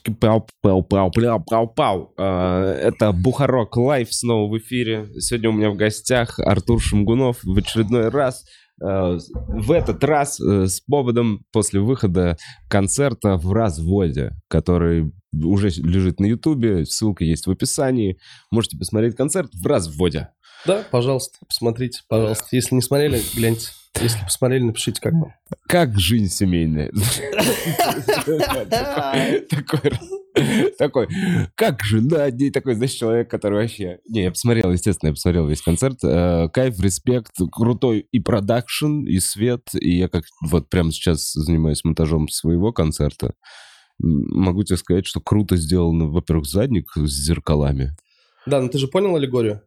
Пау-пау-пау-пау-пау. Это Бухарок Лайв снова в эфире. Сегодня у меня в гостях Артур Шамгунов в очередной раз. В этот раз с поводом после выхода концерта в разводе, который уже лежит на Ютубе, ссылка есть в описании. Можете посмотреть концерт в разводе. Да, пожалуйста, посмотрите, пожалуйста. Если не смотрели, гляньте. Если посмотрели, напишите, как вам. Как жизнь семейная. Такой, как жена, такой, знаешь, человек, который вообще... Не, я посмотрел, естественно, я посмотрел весь концерт. Кайф, респект, крутой и продакшн, и свет. И я как вот прямо сейчас занимаюсь монтажом своего концерта. Могу тебе сказать, что круто сделано, во-первых, задник с зеркалами. Да, но ты же понял аллегорию?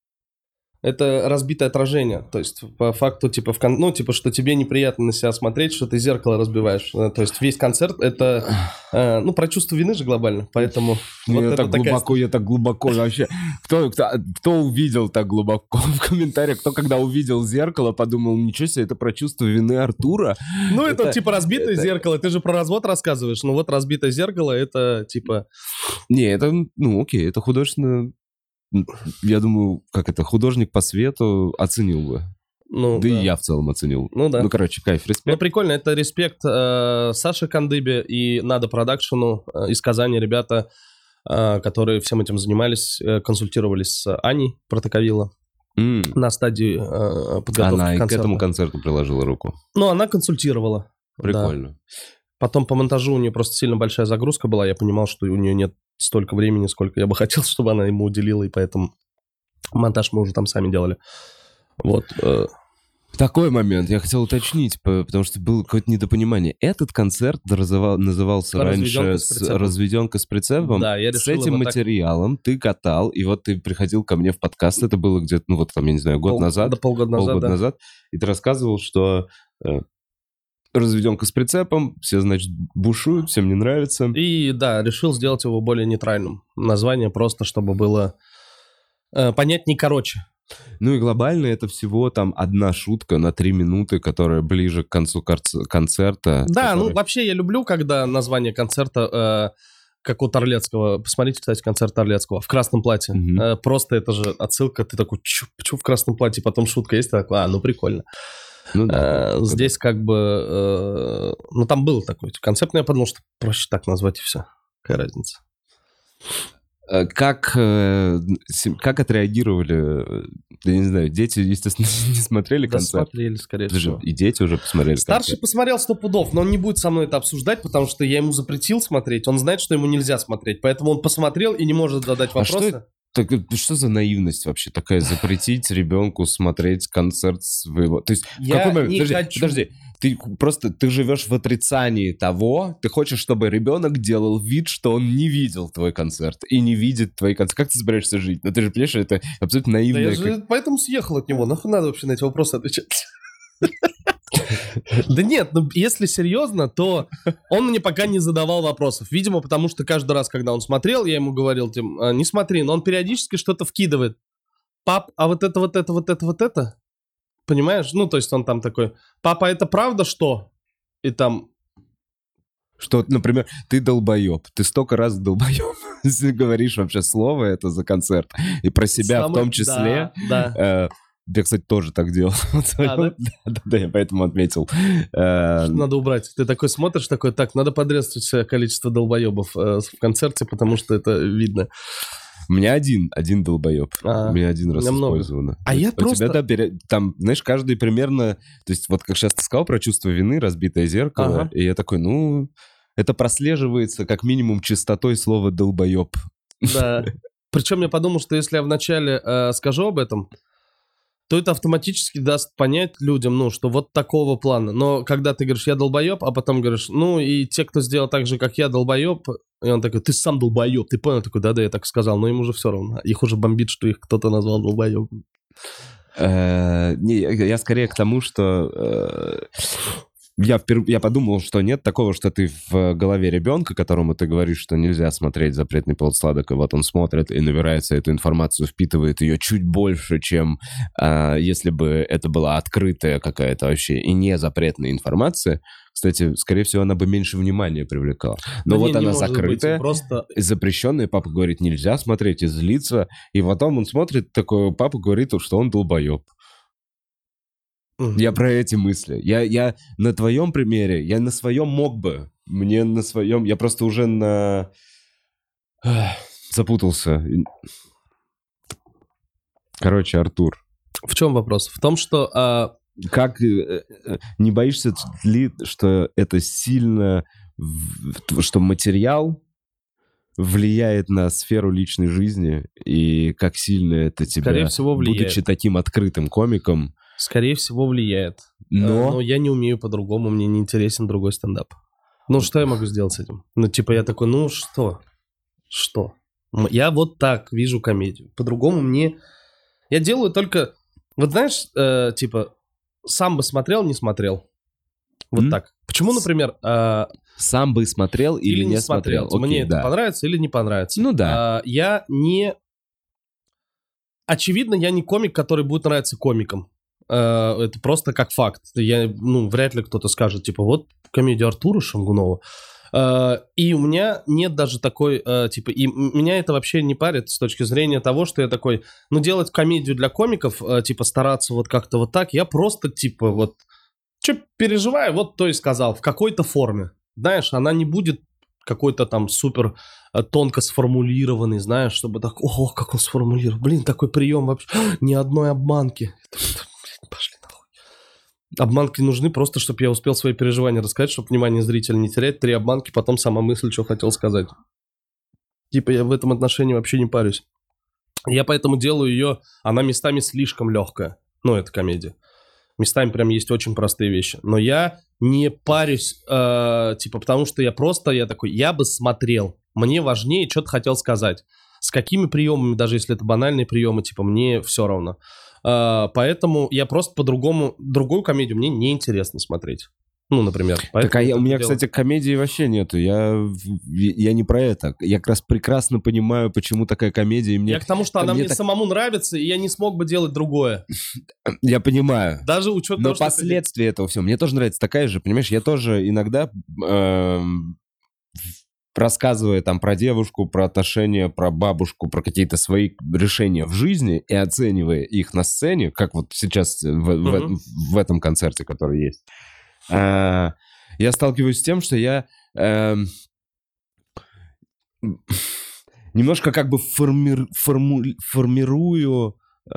Это разбитое отражение, то есть по факту, типа, что тебе неприятно на себя смотреть, что ты зеркало разбиваешь. То есть весь концерт это, про чувство вины же глобально, поэтому... Я так глубоко вообще... Кто увидел так глубоко в комментариях, кто когда увидел зеркало, подумал, ничего себе, это про чувство вины Артура? Ну, это типа разбитое зеркало, ты же про развод рассказываешь, ну вот разбитое зеркало, это типа... Не, это, окей, это художественно... Я думаю, художник по свету оценил бы. Да и я в целом оценил. Ну да. Короче, кайф, респект. Ну прикольно, это респект Саше Кандыбе и Надо Продакшену из Казани, ребята, которые всем этим занимались, консультировались с Аней Протоковила на стадии подготовки она концерта. Она и к этому концерту приложила руку. Ну, она консультировала. Прикольно. Да. Потом по монтажу у нее просто сильно большая загрузка была, я понимал, что у нее нет столько времени, сколько я бы хотел, чтобы она ему уделила, и поэтому монтаж мы уже там сами делали. Вот. Такой момент я хотел уточнить, потому что было какое-то недопонимание. Этот концерт назывался раньше «Разведенка с прицепом». Да, я решил с этим материалом ты катал, и вот ты приходил ко мне в подкаст, это было где-то, я не знаю, полгода назад, и ты рассказывал, что... Разведенка с прицепом, все, значит, бушуют, всем не нравится. И, да, решил сделать его более нейтральным. Название просто, чтобы было понятней, короче. Ну и глобально это всего там одна шутка на 3 минуты, которая ближе к концу концерта. Да, вообще я люблю, когда название концерта... как у Торлецкого. Посмотрите, кстати, концерт Торлецкого в красном платье. Просто это же отсылка. Ты такой, чё в красном платье? Потом шутка есть. Ты такой, прикольно. Ну, да, здесь как бы... там был такой концепт, но я подумал, что проще так назвать и все. Какая разница? Как отреагировали, я не знаю, дети, естественно, не смотрели концерт? Смотрели, скорее всего. И дети уже посмотрели Старший посмотрел 100 пудов, но он не будет со мной это обсуждать, потому что я ему запретил смотреть. Он знает, что ему нельзя смотреть, поэтому он посмотрел и не может задать вопросы. Что за наивность вообще такая, запретить ребенку смотреть концерт своего? То есть, в какой момент? Подожди, ты живешь в отрицании того, ты хочешь, чтобы ребенок делал вид, что он не видел твой концерт и не видит твои концерты. Как ты собираешься жить? Ну ты же понимаешь, это абсолютно наивно. Да я же поэтому съехал от него. Нахуй надо вообще на эти вопросы отвечать? Да нет, если серьезно, то он мне пока не задавал вопросов. Видимо, потому что каждый раз, когда он смотрел, я ему говорил, не смотри, но он периодически что-то вкидывает. Пап, а вот это? Понимаешь? То есть он там такой, папа, это правда что? И там... Что, например, ты долбоеб. Ты столько раз долбоеб говоришь вообще слово это за концерт. И про себя в том числе... Да. Я, кстати, тоже так делал. Да, я поэтому отметил. Надо убрать. Ты такой смотришь, так, надо подрезать количество долбоебов в концерте, потому что это видно. У меня один долбоеб. У меня один раз использовано. А я просто... У тебя, там, знаешь, каждый примерно... То есть вот как сейчас ты сказал про чувство вины, разбитое зеркало, и я такой, это прослеживается как минимум чистотой слова долбоеб. Да. Причем я подумал, что если я вначале скажу об этом, то это автоматически даст понять людям, что вот такого плана. Но когда ты говоришь, я долбоеб, а потом говоришь, и те, кто сделал так же, как я, долбоеб, и он такой, ты сам долбоеб, ты понял? Такой, да, я так сказал, но им уже все равно. Их уже бомбит, что их кто-то назвал долбоебом. Не, я скорее к тому, что Я подумал, что нет такого, что ты в голове ребенка, которому ты говоришь, что нельзя смотреть «Запретный плод сладок», и вот он смотрит и набирается эту информацию, впитывает ее чуть больше, чем если бы это была открытая какая-то вообще и не запретная информация. Кстати, скорее всего, она бы меньше внимания привлекала. Но вот она закрытая, просто запрещенная, папа говорит, нельзя смотреть, и злится. И потом он смотрит, такой, папа говорит, что он долбоеб. Я про эти мысли. Я на твоем примере, я на своем мог бы. Мне на своем... Я просто уже запутался. Короче, Артур. В чем вопрос? В том, что... Как... Не боишься ли, что это сильно... Что материал влияет на сферу личной жизни? И как сильно это тебя... Скорее всего, влияет. Будучи таким открытым комиком... Скорее всего, влияет. Но я не умею по-другому, мне не интересен другой стендап. Ну, что я могу сделать с этим? Ну, типа, я такой, ну, что? Что? Я вот так вижу комедию. По-другому мне... Я делаю только... Вот знаешь, типа, сам бы смотрел, не смотрел. Вот так. Почему, например... Сам бы смотрел или не смотрел? Мне это понравится или не понравится. Ну да. Я не... Очевидно, я не комик, который будет нравиться комикам. Это просто как факт. Вряд ли кто-то скажет, типа, вот комедия Артура Шамгунова. И у меня нет даже такой, и меня это вообще не парит с точки зрения того, что я такой, делать комедию для комиков, стараться вот как-то вот так, я просто, что переживаю, вот то и сказал, в какой-то форме. Знаешь, она не будет какой-то там супер тонко сформулированный, знаешь, чтобы так, ого, как он сформулировал, блин, такой прием вообще, ни одной обманки. Пошли нахуй. Обманки нужны просто, чтобы я успел свои переживания рассказать, чтобы внимание зрителя не терять. 3 обманки, потом сама мысль, что хотел сказать. Я в этом отношении вообще не парюсь. Я поэтому делаю ее, она местами слишком легкая. Это комедия. Местами прям есть очень простые вещи. Но я не парюсь, потому что я такой, я бы смотрел. Мне важнее, что ты хотел сказать. С какими приемами, даже если это банальные приемы, мне все равно. Поэтому я просто по-другому... Другую комедию мне неинтересно смотреть. Например. У меня, кстати, комедии вообще нету. Я не про это. Я как раз прекрасно понимаю, почему такая комедия. Я к тому, что она мне самому нравится, и я не смог бы делать другое. Я понимаю. Даже учет того, но последствия этого всего. Мне тоже нравится такая же, понимаешь? Я тоже иногда... рассказывая там про девушку, про отношения, про бабушку, про какие-то свои решения в жизни и оценивая их на сцене, как вот сейчас в этом концерте, который есть, я сталкиваюсь с тем, что я немножко как бы формирую...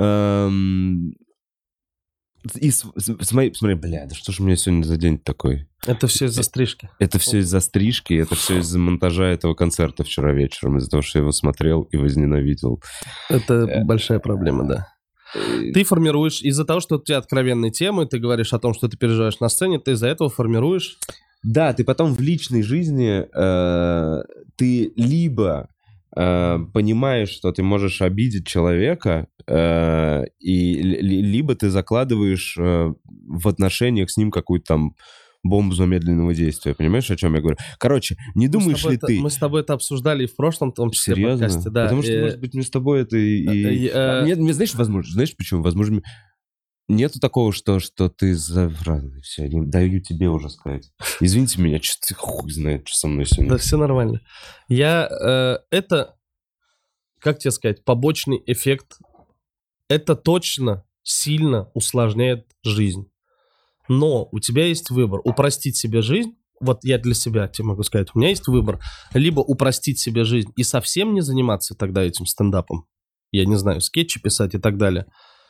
Смотри, бля, да что же у меня сегодня за день такой? Это все из-за стрижки. Это все из-за стрижки, это все из-за монтажа этого концерта вчера вечером, из-за того, что я его смотрел и возненавидел. Это большая проблема, да. Ты формируешь, из-за того, что у тебя откровенные темы, ты говоришь о том, что ты переживаешь на сцене, ты из-за этого формируешь... Да, ты потом в личной жизни, ты либо... понимаешь, что ты можешь обидеть человека, и либо ты закладываешь в отношениях с ним какую-то там бомбу замедленного действия. Понимаешь, о чем я говорю? Короче, не думаешь ли ты... Мы с тобой это обсуждали и в прошлом, в том числе, серьезно? подкасте. Да. Потому что, может быть, мы с тобой это и... Мне, знаешь, возможно, знаешь почему? Возможно, нету такого, что ты все, не даю тебе уже сказать. Извините меня, что ты хуй знает, что со мной сегодня. Да все нормально. Это, как тебе сказать, побочный эффект. Это точно сильно усложняет жизнь. Но у тебя есть выбор. Упростить себе жизнь. Вот я для себя тебе могу сказать. У меня есть выбор. Либо упростить себе жизнь и совсем не заниматься тогда этим стендапом. Я не знаю, скетчи писать и так далее.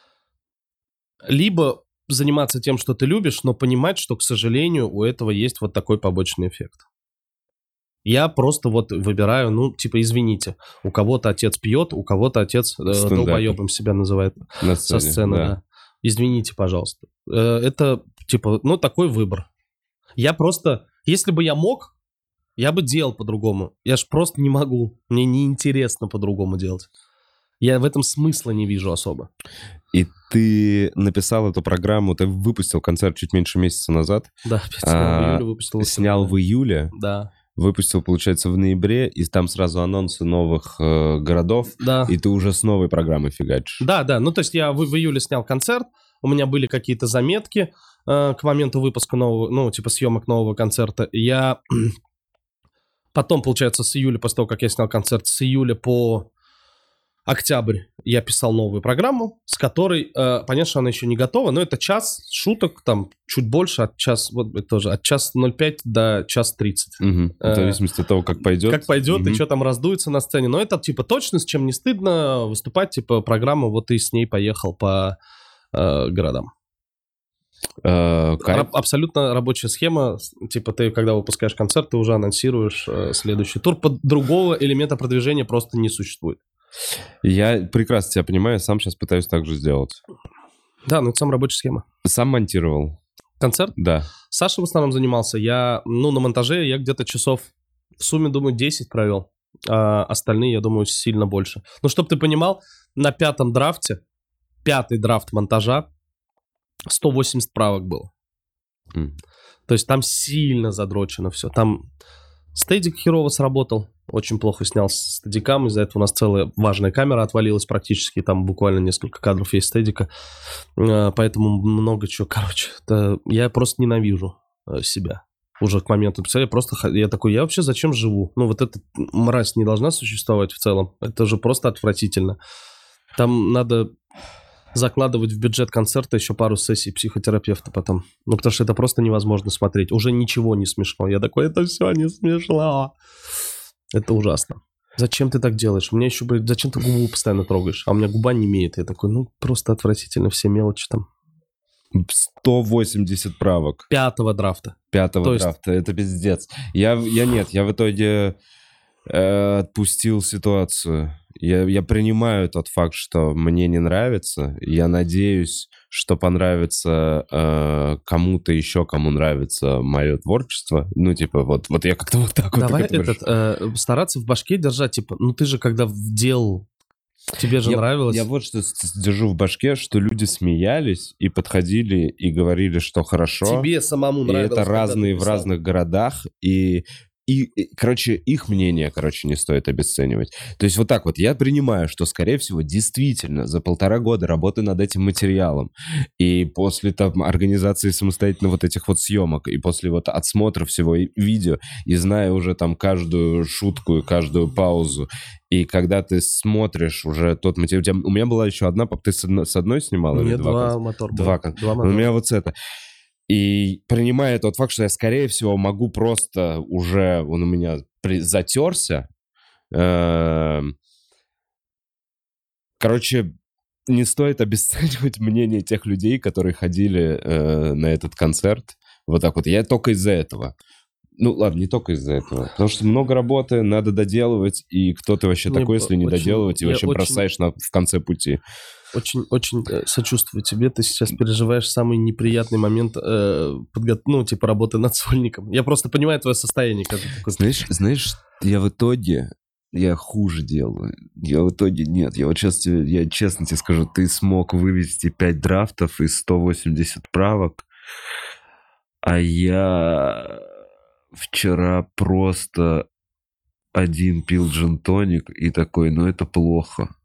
Либо заниматься тем, что ты любишь, но понимать, что, к сожалению, у этого есть вот такой побочный эффект. Я просто вот выбираю, извините, у кого-то отец пьет, у кого-то отец долбоебом себя называет на со сцене, сцены. Да. Извините, пожалуйста. Это, такой выбор. Я просто, если бы я мог, я бы делал по-другому. Я ж просто не могу. Мне неинтересно по-другому делать. Я в этом смысла не вижу особо. И ты написал эту программу, ты выпустил концерт чуть меньше месяца назад. Да, 5 июля выпустил. Снял в июле. Да. Выпустил, получается, в ноябре, и там сразу анонсы новых городов, Да. и ты уже с новой программой фигачишь. Да, ну то есть я в июле снял концерт, у меня были какие-то заметки к моменту выпуска нового, ну типа съемок нового концерта. Я потом, получается, с июля, после того, как я снял концерт, с июля по октябрь я писал новую программу, с которой, понятно, что она еще не готова, но это час шуток, там, чуть больше, от час, вот это тоже, от час 05 до час 30. Угу. В зависимости от того, как пойдет. Как пойдет, и что там раздуется на сцене. Но это, типа, точно, с чем не стыдно выступать, типа, программа, вот ты с ней поехал по городам. Абсолютно рабочая схема. Типа, ты, когда выпускаешь концерт, ты уже анонсируешь следующий тур. Другого элемента продвижения просто не существует. Я прекрасно тебя понимаю, сам сейчас пытаюсь так же сделать. Да, ну это сам рабочая схема. Сам монтировал. Концерт? Да. Саша в основном занимался. Я, на монтаже я где-то часов в сумме, думаю, 10 провел. А остальные, я думаю, сильно больше. Ну, чтобы ты понимал, на 5-м драфте, 5-й драфт монтажа, 180 правок было. То есть там сильно задрочено все. Там стедик херово сработал. Очень плохо снял с стедикам, из-за этого у нас целая важная камера отвалилась практически, там буквально несколько кадров есть стедика, поэтому много чего, короче, я просто ненавижу себя уже к моменту писания, я такой, я вообще зачем живу? Ну вот эта мразь не должна существовать в целом, это же просто отвратительно. Там надо закладывать в бюджет концерта еще пару сессий психотерапевта потом. Ну, потому что это просто невозможно смотреть. Уже ничего не смешно. Я такой, это все не смешно. Это ужасно. Зачем ты так делаешь? У меня еще, зачем ты губу постоянно трогаешь? А у меня губа не имеет. Я такой, просто отвратительно, все мелочи там. 180 правок. 5-го драфта. 5-го драфта, это пиздец. Я в итоге отпустил ситуацию. Я принимаю тот факт, что мне не нравится. Я надеюсь, что понравится кому-то еще, кому нравится мое творчество. Ну, типа, вот я как-то вот так Давай вот. Давай стараться в башке держать, типа, ты же когда делал, тебе же нравилось. Я вот что держу в башке, что люди смеялись и подходили и говорили, что хорошо. Тебе самому нравилось. И это разные в разных городах, и, короче, их мнение, не стоит обесценивать. То есть вот так вот я принимаю, что, скорее всего, действительно за 1,5 года работы над этим материалом, и после там организации самостоятельно вот этих вот съемок, и после вот отсмотра всего видео, и зная уже там каждую шутку и каждую паузу, и когда ты смотришь уже тот материал... У меня была еще одна... Ты с одной снимал? Нет, два мотора. Два мотора. У меня вот это... И принимая тот факт, что я, скорее всего, могу просто уже... Он у меня затерся. Короче, не стоит обесценивать мнение тех людей, которые ходили на этот концерт. Вот так вот. Я только из-за этого. Ну, ладно, не только из-за этого. Потому что много работы, надо доделывать. И кто ты вообще такой, если не доделывать, и вообще бросаешь в конце пути? Очень сочувствую тебе. Ты сейчас переживаешь самый неприятный момент работы над сольником. Я просто понимаю твое состояние. Знаешь, я хуже делаю. Я в итоге нет. Я честно тебе скажу, ты смог вывести 5 драфтов и 180 правок, а я вчера просто один пил джин-тоник и такой, это плохо.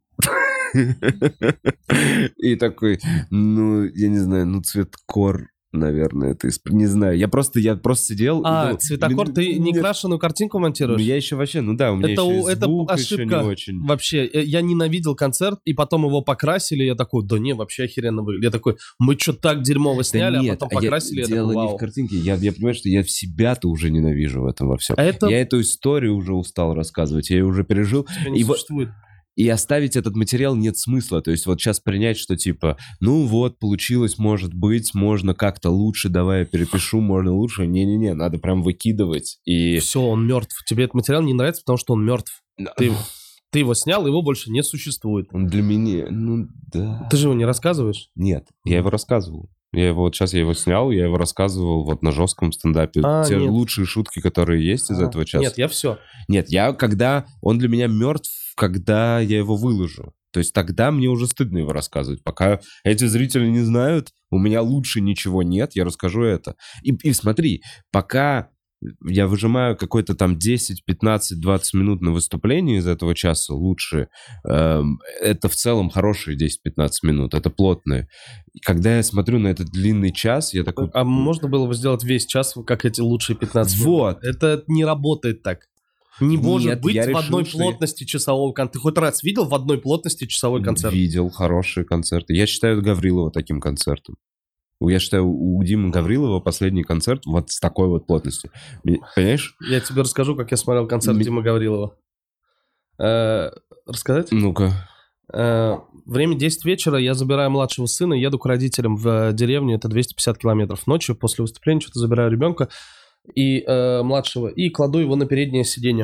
И такой, я не знаю, цветкор, наверное, это не знаю. Я просто сидел... цветокор, ты не крашеную картинку монтируешь? Я еще вообще, у меня еще звук еще не очень. Вообще, я ненавидел концерт, и потом его покрасили, я такой, вообще охеренно выглядит. Я такой, мы что так дерьмово сняли, а потом покрасили, дело не в картинке, я понимаю, что я себя-то уже ненавижу в этом во всем. Я эту историю уже устал рассказывать, я ее уже пережил. Не существует. И оставить этот материал нет смысла. То есть вот сейчас принять, что типа, получилось, может быть, можно как-то лучше, давай я перепишу, можно лучше. Не-не-не, надо прям выкидывать. И... Все, он мертв. Тебе этот материал не нравится, потому что он мертв. Ты его снял, его больше не существует. Он для меня, да. Ты же его не рассказываешь? Нет, я его рассказывал. Сейчас я его снял, я его рассказывал вот на жестком стендапе. Те лучшие шутки, которые есть из этого часа. Нет, я все. Нет, когда он для меня мертв, когда я его выложу. То есть тогда мне уже стыдно его рассказывать. Пока эти зрители не знают, у меня лучше ничего нет, я расскажу это. И смотри, пока я выжимаю какой-то там 10, 15, 20 минут на выступление из этого часа лучше, это в целом хорошие 10-15 минут, это плотные. И когда я смотрю на этот длинный час, я такой... А можно было бы сделать весь час, как эти лучшие 15 минут? Вот. Это не работает так. Не может Нет, быть я в решил, одной что плотности часового концерта. Ты хоть раз видел в одной плотности часовой концерт? Видел хорошие концерты. Я считаю Гаврилова таким концертом. Я считаю, у Димы Гаврилова последний концерт вот с такой вот плотностью. Понимаешь? Я тебе расскажу, как я смотрел концерт Димы Гаврилова. Рассказать? Ну-ка. Время 10 вечера, я забираю младшего сына, еду к родителям в деревню, это 250 километров. Ночью после выступления что-то забираю ребенка и младшего, и кладу его на переднее сиденье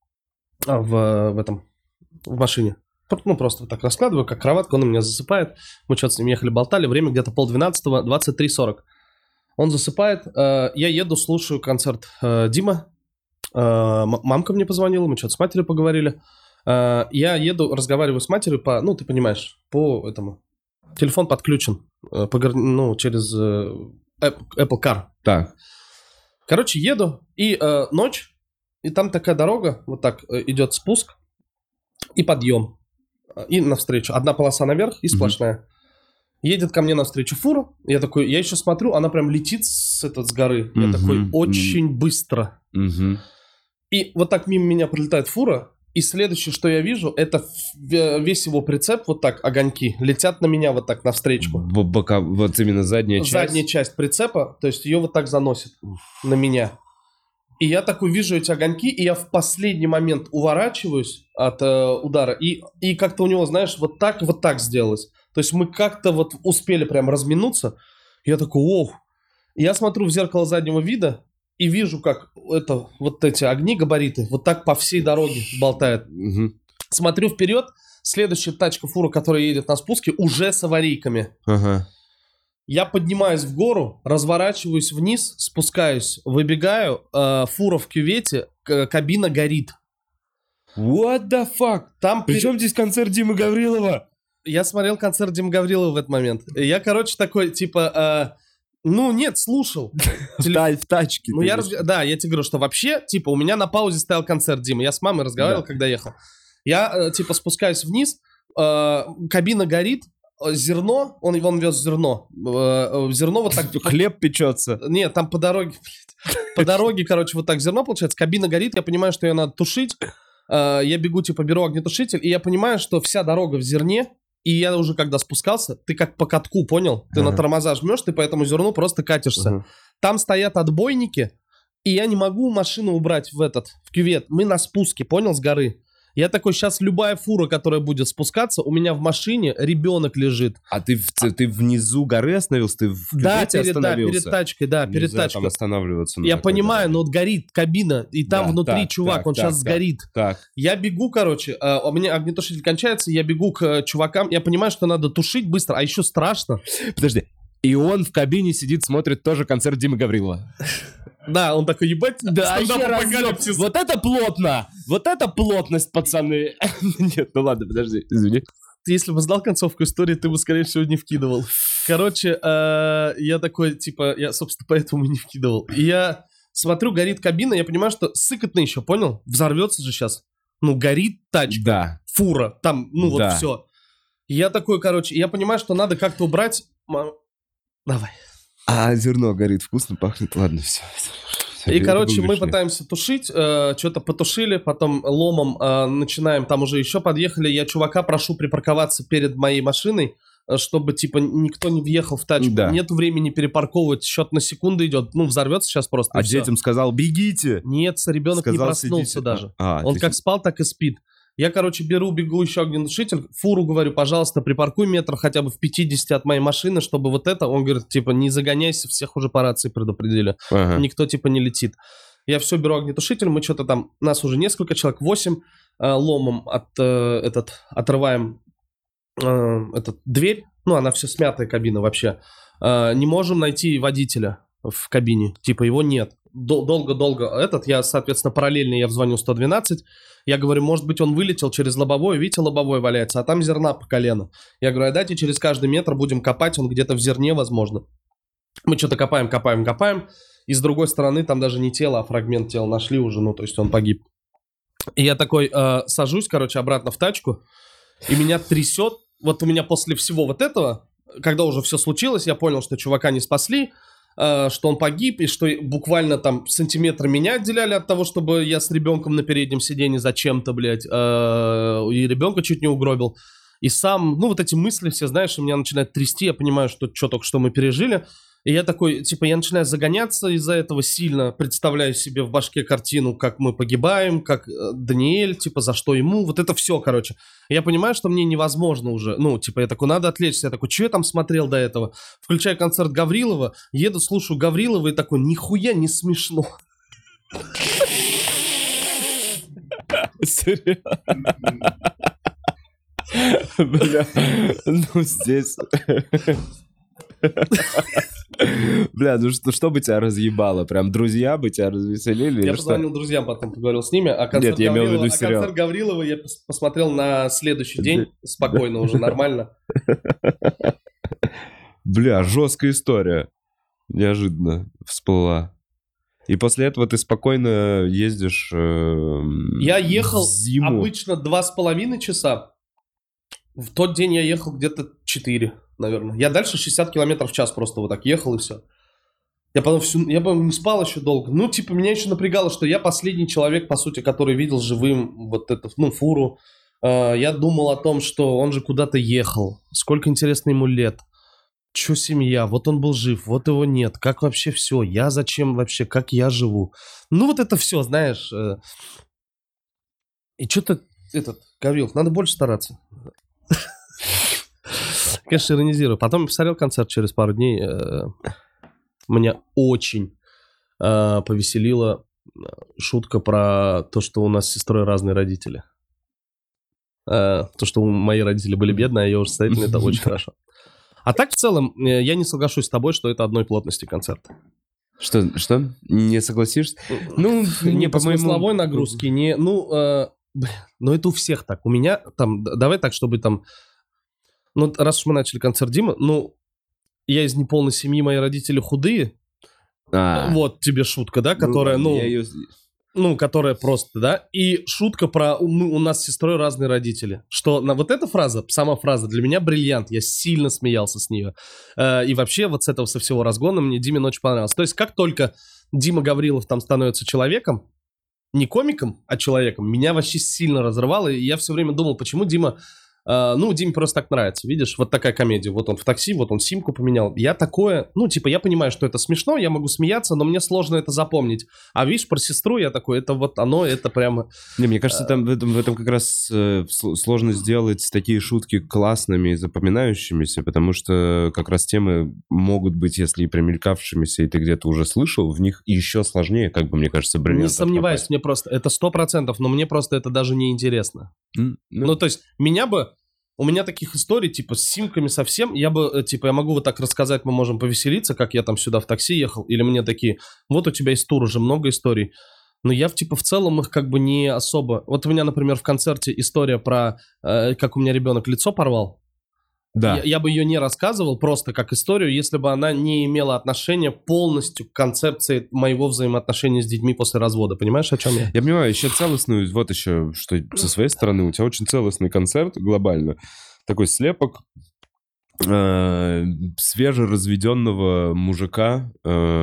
в машине. Ну, просто вот так раскладываю, как кроватку, он у меня засыпает. Мы что-то с ним ехали, болтали, время где-то 11:30, 23:40. Он засыпает, я еду, слушаю концерт Дима. Мамка мне позвонила, мы что-то с матерью поговорили. Я еду, разговариваю с матерью по, ну, ты понимаешь, по этому. Телефон подключен, через Apple Car. Так. Короче, еду, и ночь, и там такая дорога, вот так идет спуск и подъем. И навстречу. Одна полоса наверх и сплошная. Едет ко мне навстречу фура. Я такой, я еще смотрю, она прям летит с горы. Я такой, очень быстро. И вот так мимо меня пролетает фура. И следующее, что я вижу, это весь его прицеп, вот так, огоньки, летят на меня вот так навстречу. Вот именно задняя часть? Задняя часть прицепа, то есть ее вот так заносит на меня. И я такой вижу эти огоньки, и я в последний момент уворачиваюсь от удара. И как-то у него, знаешь, вот так сделалось. То есть мы как-то вот успели прям разминуться. Я такой, ох. Я смотрю в зеркало заднего вида и вижу, как вот эти огни, габариты, вот так по всей дороге болтают. Смотрю вперед, следующая тачка, фура, которая едет на спуске, уже с аварийками. Я поднимаюсь в гору, разворачиваюсь вниз, спускаюсь, выбегаю, фура в кювете, кабина горит. What the fuck? Причем здесь концерт Димы Гаврилова? Я смотрел концерт Димы Гаврилова в этот момент. Я, короче, такой, типа, нет, слушал. В тачке. Да, я тебе говорю, что вообще, типа, у меня на паузе стоял концерт Димы. Я с мамой разговаривал, когда ехал. Я, типа, спускаюсь вниз, кабина горит, зерно, он вез зерно. Зерно вот так... Хлеб печется. Нет, там по дороге, по дороге, короче, вот так зерно получается. Кабина горит, я понимаю, что ее надо тушить. Я бегу, типа, беру огнетушитель, и я понимаю, что вся дорога в зерне. И я уже, когда спускался, ты как по катку, понял? Ты на тормоза жмешь, ты по этому зерну просто катишься. Там стоят отбойники, и я не могу машину убрать в кювет. Мы на спуске, понял, с горы. Я такой, сейчас любая фура, которая будет спускаться, у меня в машине ребенок лежит. А ты внизу горы остановился? Ты в кювете остановился? Перед тачкой, перед тачкой. Там останавливаться. Я понимаю, но вот горит кабина, и там внутри чувак, он сейчас сгорит. Я бегу, короче, у меня огнетушитель кончается, я бегу к чувакам, я понимаю, что надо тушить быстро, а еще страшно. Подожди, и он в кабине сидит, смотрит тоже концерт Димы Гаврилова. Да, он такой, ебать, да, вот это плотно! Вот это плотность, пацаны! Нет, ну ладно, подожди, извини. Ты, если бы знал концовку истории, ты бы, скорее всего, не вкидывал. Короче, я такой, типа, я, собственно, поэтому и не вкидывал. И я смотрю, горит кабина, я понимаю, что сыкотно еще, понял? Взорвется же сейчас. Ну, горит тачка, да. Фура, там, ну вот все. Я такой, короче, я понимаю, что надо как-то убрать... Давай. А зерно горит, вкусно пахнет, ладно, все. И, короче, мы пытаемся тушить, что-то потушили, потом ломом начинаем, там уже еще подъехали, я чувака прошу припарковаться перед моей машиной, чтобы, типа, никто не въехал в тачку. Да. Нет времени перепарковывать, счет на секунду идет, ну, взорвется сейчас просто. А детям сказал, бегите! Нет, ребенок не проснулся сидите. Даже. Он как спал, так и спит. Я, короче, бегу еще огнетушитель, фуру говорю, пожалуйста, припаркуй метр хотя бы в 50 от моей машины, чтобы вот это, он говорит, типа, не загоняйся, всех уже по рации предупредили, никто, типа, не летит. Я все беру огнетушитель, мы что-то там, нас уже несколько человек, 8, ломом отрываем дверь, ну, она все смятая кабина вообще, не можем найти водителя в кабине, типа, его нет. долго-долго я, соответственно, параллельно я звоню 112, я говорю, может быть, он вылетел через лобовое, видите, лобовое валяется, а там зерна по колено. Я говорю, а дайте через каждый метр будем копать, он где-то в зерне, возможно. Мы что-то копаем, и с другой стороны там даже не тело, а фрагмент тела нашли уже, ну, то есть он погиб. И я такой сажусь, короче, обратно в тачку, и меня трясет. Вот у меня после всего вот этого, когда уже все случилось, я понял, что чувака не спасли, что он погиб, и что буквально там сантиметры меня отделяли от того, чтобы я с ребенком на переднем сиденье зачем-то, блядь, и ребенка чуть не угробил. И сам, ну, вот эти мысли все, знаешь, меня начинает трясти, я понимаю, что только что мы пережили. И я такой, типа, я начинаю загоняться из-за этого сильно, представляю себе в башке картину, как мы погибаем, как Даниэль, типа, за что ему, вот это все, короче. Я понимаю, что мне невозможно уже, ну, типа, я такой, надо отвлечься, я такой, что я там смотрел до этого? Включаю концерт Гаврилова, еду, слушаю Гаврилова и такой, нихуя не смешно. Серьезно? Бля, ну здесь... Бля, ну что бы тебя разъебало? Прям друзья бы тебя развеселили? Я позвонил друзьям, потом поговорил с ними, а концерт, Нет, я имел в виду сериал. Концерт Гаврилова я посмотрел на следующий день, спокойно уже, нормально. Бля, жесткая история. Неожиданно всплыла. И после этого ты спокойно ездишь Я ехал зиму. Обычно 2,5 часа. В тот день я ехал где-то 4, наверное. Я дальше 60 километров в час просто вот так ехал и все. Я потом не спал еще долго. Ну, типа, меня еще напрягало, что я последний человек, по сути, который видел живым вот эту, ну, фуру. Я думал о том, что он же куда-то ехал. Сколько, интересно, ему лет. Че семья? Вот он был жив, вот его нет. Как вообще все? Я зачем вообще? Как я живу? Ну, вот это все, знаешь. И что-то, Гаврилов, надо больше стараться. Конечно, иронизирую. Потом я посмотрел концерт через пару дней. Меня очень повеселила шутка про то, что у нас с сестрой разные родители. То, что мои родители были бедные, а ее уже состоятельные, это очень хорошо. А так, в целом, я не соглашусь с тобой, что это одной плотности концерт. Что? Не согласишься? Ну, не по смысловой нагрузке, не... Ну, это у всех так. У меня там... Давай так, чтобы там... Ну, раз уж мы начали концерт Димы, ну, я из неполной семьи, мои родители худые. Вот тебе шутка, да, которая, которая просто, да. И шутка про у нас с сестрой разные родители. Что вот эта фраза, сама фраза для меня бриллиант. Я сильно смеялся с нее. И вообще вот с этого со всего разгона мне Димин очень понравился. То есть как только Дима Гаврилов там становится человеком, не комиком, а человеком, меня вообще сильно разрывало. И я все время думал, почему Дима... Диме просто так нравится, видишь, вот такая комедия, вот он в такси, вот он симку поменял, я такое, я понимаю, что это смешно, я могу смеяться, но мне сложно это запомнить, а видишь, про сестру я такой, это вот оно, это прямо... Не, мне кажется, там в этом как раз сложно сделать такие шутки классными и запоминающимися, потому что как раз темы могут быть, если и примелькавшимися, и ты где-то уже слышал, в них еще сложнее, как бы, мне кажется, бриллиант. Не сомневаюсь, мне просто, это 100%, но мне просто это даже не интересно. Ну, то есть, у меня таких историй, типа, с симками совсем, я могу вот так рассказать, мы можем повеселиться, как я там сюда в такси ехал, или мне такие, вот у тебя есть тур, уже много историй, но я, в целом их как бы не особо... Вот у меня, например, в концерте история про, как у меня ребенок лицо порвал. Да. Я бы ее не рассказывал просто как историю, если бы она не имела отношения полностью к концепции моего взаимоотношения с детьми после развода. Понимаешь, о чем я? Я понимаю, еще целостную, вот еще, что со своей стороны, у тебя очень целостный концерт глобально. Такой слепок свежеразведенного мужика,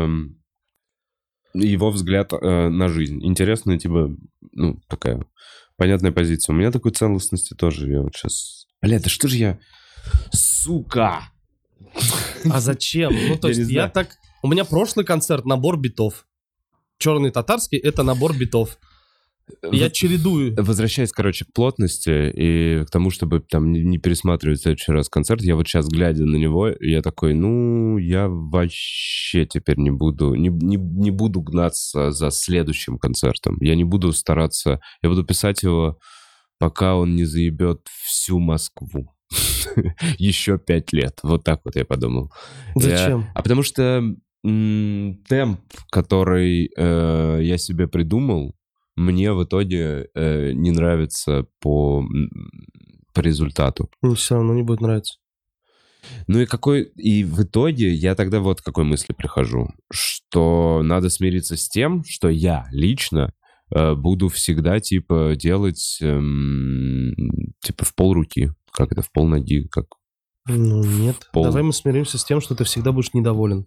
его взгляд на жизнь. Интересная, такая понятная позиция. У меня такой целостности тоже. Я вот сейчас... Бля, да что же я... Сука! А зачем? То есть я так... У меня прошлый концерт, набор битов. Черный татарский — это набор битов. Я чередую. Возвращаясь, к плотности и к тому, чтобы там не пересматривать в следующий раз концерт, я вот сейчас, глядя на него, я такой, я вообще теперь не буду гнаться за следующим концертом. Я не буду стараться... Я буду писать его, пока он не заебет всю Москву. Еще 5 лет. Вот так вот я подумал. Зачем? Потому что темп, который я себе придумал, мне в итоге не нравится по результату. Мне все равно не будет нравиться. Ну и в итоге я тогда вот к какой мысли прихожу, что надо смириться с тем, что я лично буду всегда, типа, делать, типа, в полруки, как это, в полноги, как... Ну, нет. Давай мы смиримся с тем, что ты всегда будешь недоволен.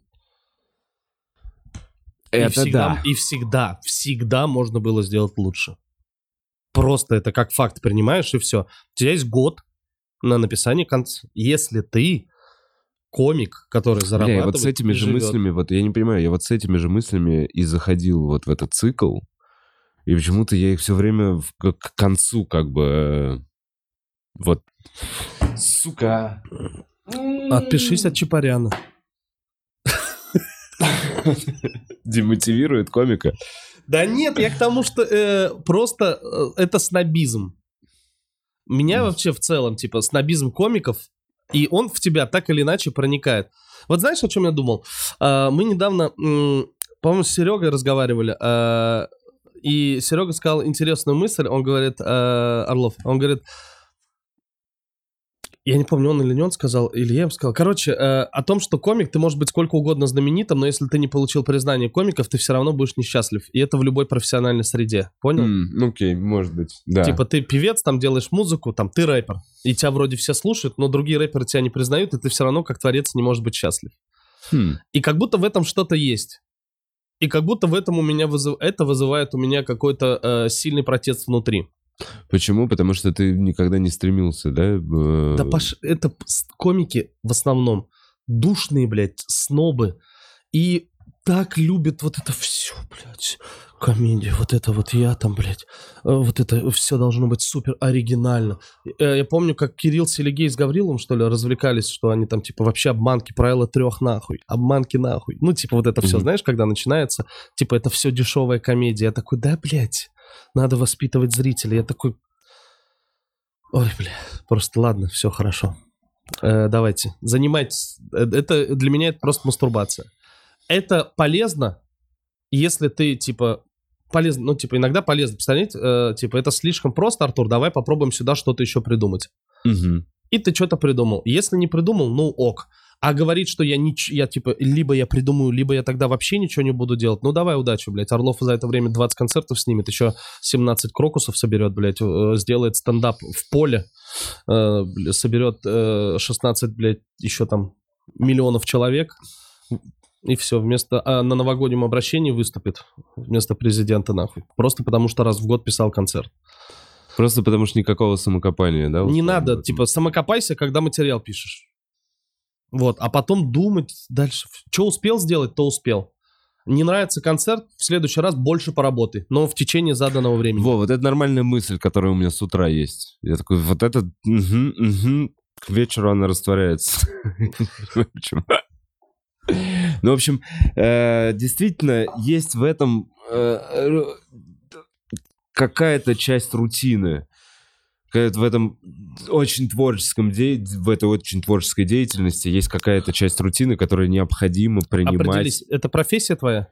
Это И всегда можно было сделать лучше. Просто это как факт принимаешь, и все. У тебя есть год на написание конца. Если ты комик, который зарабатывает... вот с этими же мыслями, вот я не понимаю, я вот с этими же мыслями и заходил вот в этот цикл, и почему-то я их все время к концу как бы... Вот... Сука! Отпишись от Чапаряна. Демотивирует комика. Да нет, я к тому, что просто это снобизм. Меня вообще в целом, типа, снобизм комиков, и он в тебя так или иначе проникает. Вот знаешь, о чем я думал? Мы недавно, по-моему, с Серегой разговаривали, и Серега сказал интересную мысль, он говорит, Орлов, он говорит, я не помню, он или не он сказал, или я им сказал. Короче, о том, что комик, ты можешь быть сколько угодно знаменитым, но если ты не получил признание комиков, ты все равно будешь несчастлив. И это в любой профессиональной среде. Понял? Окей, может быть, да. Типа ты певец, там делаешь музыку, там ты рэпер. И тебя вроде все слушают, но другие рэперы тебя не признают, и ты все равно как творец не можешь быть счастлив. И как будто в этом что-то есть. И как будто в этом это вызывает у меня какой-то сильный протест внутри. Почему? Потому что ты никогда не стремился, да? Да, Паш, это комики в основном душные, блядь, снобы. И так любят вот это все, блядь, комедия, вот это вот я там, блядь, вот это все должно быть супер оригинально. Я помню, как Кирилл Селегей с Гавриловым, что ли, развлекались, что они там, типа, вообще обманки, правила 3 нахуй, обманки нахуй. Ну, типа, вот это все, знаешь, когда начинается, типа, это все дешевая комедия. Я такой, да, блядь, надо воспитывать зрителей. Я такой, ой, бля, просто ладно, все хорошо. Давайте, занимайтесь. Это для меня это просто мастурбация. Это полезно, если ты, типа, полезно, ну, типа, иногда полезно. Представляете, типа, это слишком просто, Артур, давай попробуем сюда что-то еще придумать. И ты что-то придумал. Если не придумал, ну ок. А говорить, что я типа, либо я придумаю, либо я тогда вообще ничего не буду делать. Ну давай, удачи, блядь. Орлов за это время 20 концертов снимет, еще 17 крокусов соберет, блядь, сделает стендап в поле, соберет 16, блядь, еще там миллионов человек. И все, на новогоднем обращении выступит вместо президента, нахуй. Просто потому, что раз в год писал концерт. Просто потому, что никакого самокопания, да? Не надо, типа, самокопайся, когда материал пишешь. Вот, а потом думать дальше. Что успел сделать, то успел. Не нравится концерт, в следующий раз больше поработай, но в течение заданного времени. Вот это нормальная мысль, которая у меня с утра есть. Я такой, вот это, к вечеру она растворяется. Ну, в общем, действительно, есть в этом какая-то часть рутины. В этом очень в этой очень творческой деятельности есть какая-то часть рутины, которую необходимо принимать. Определись, это профессия твоя?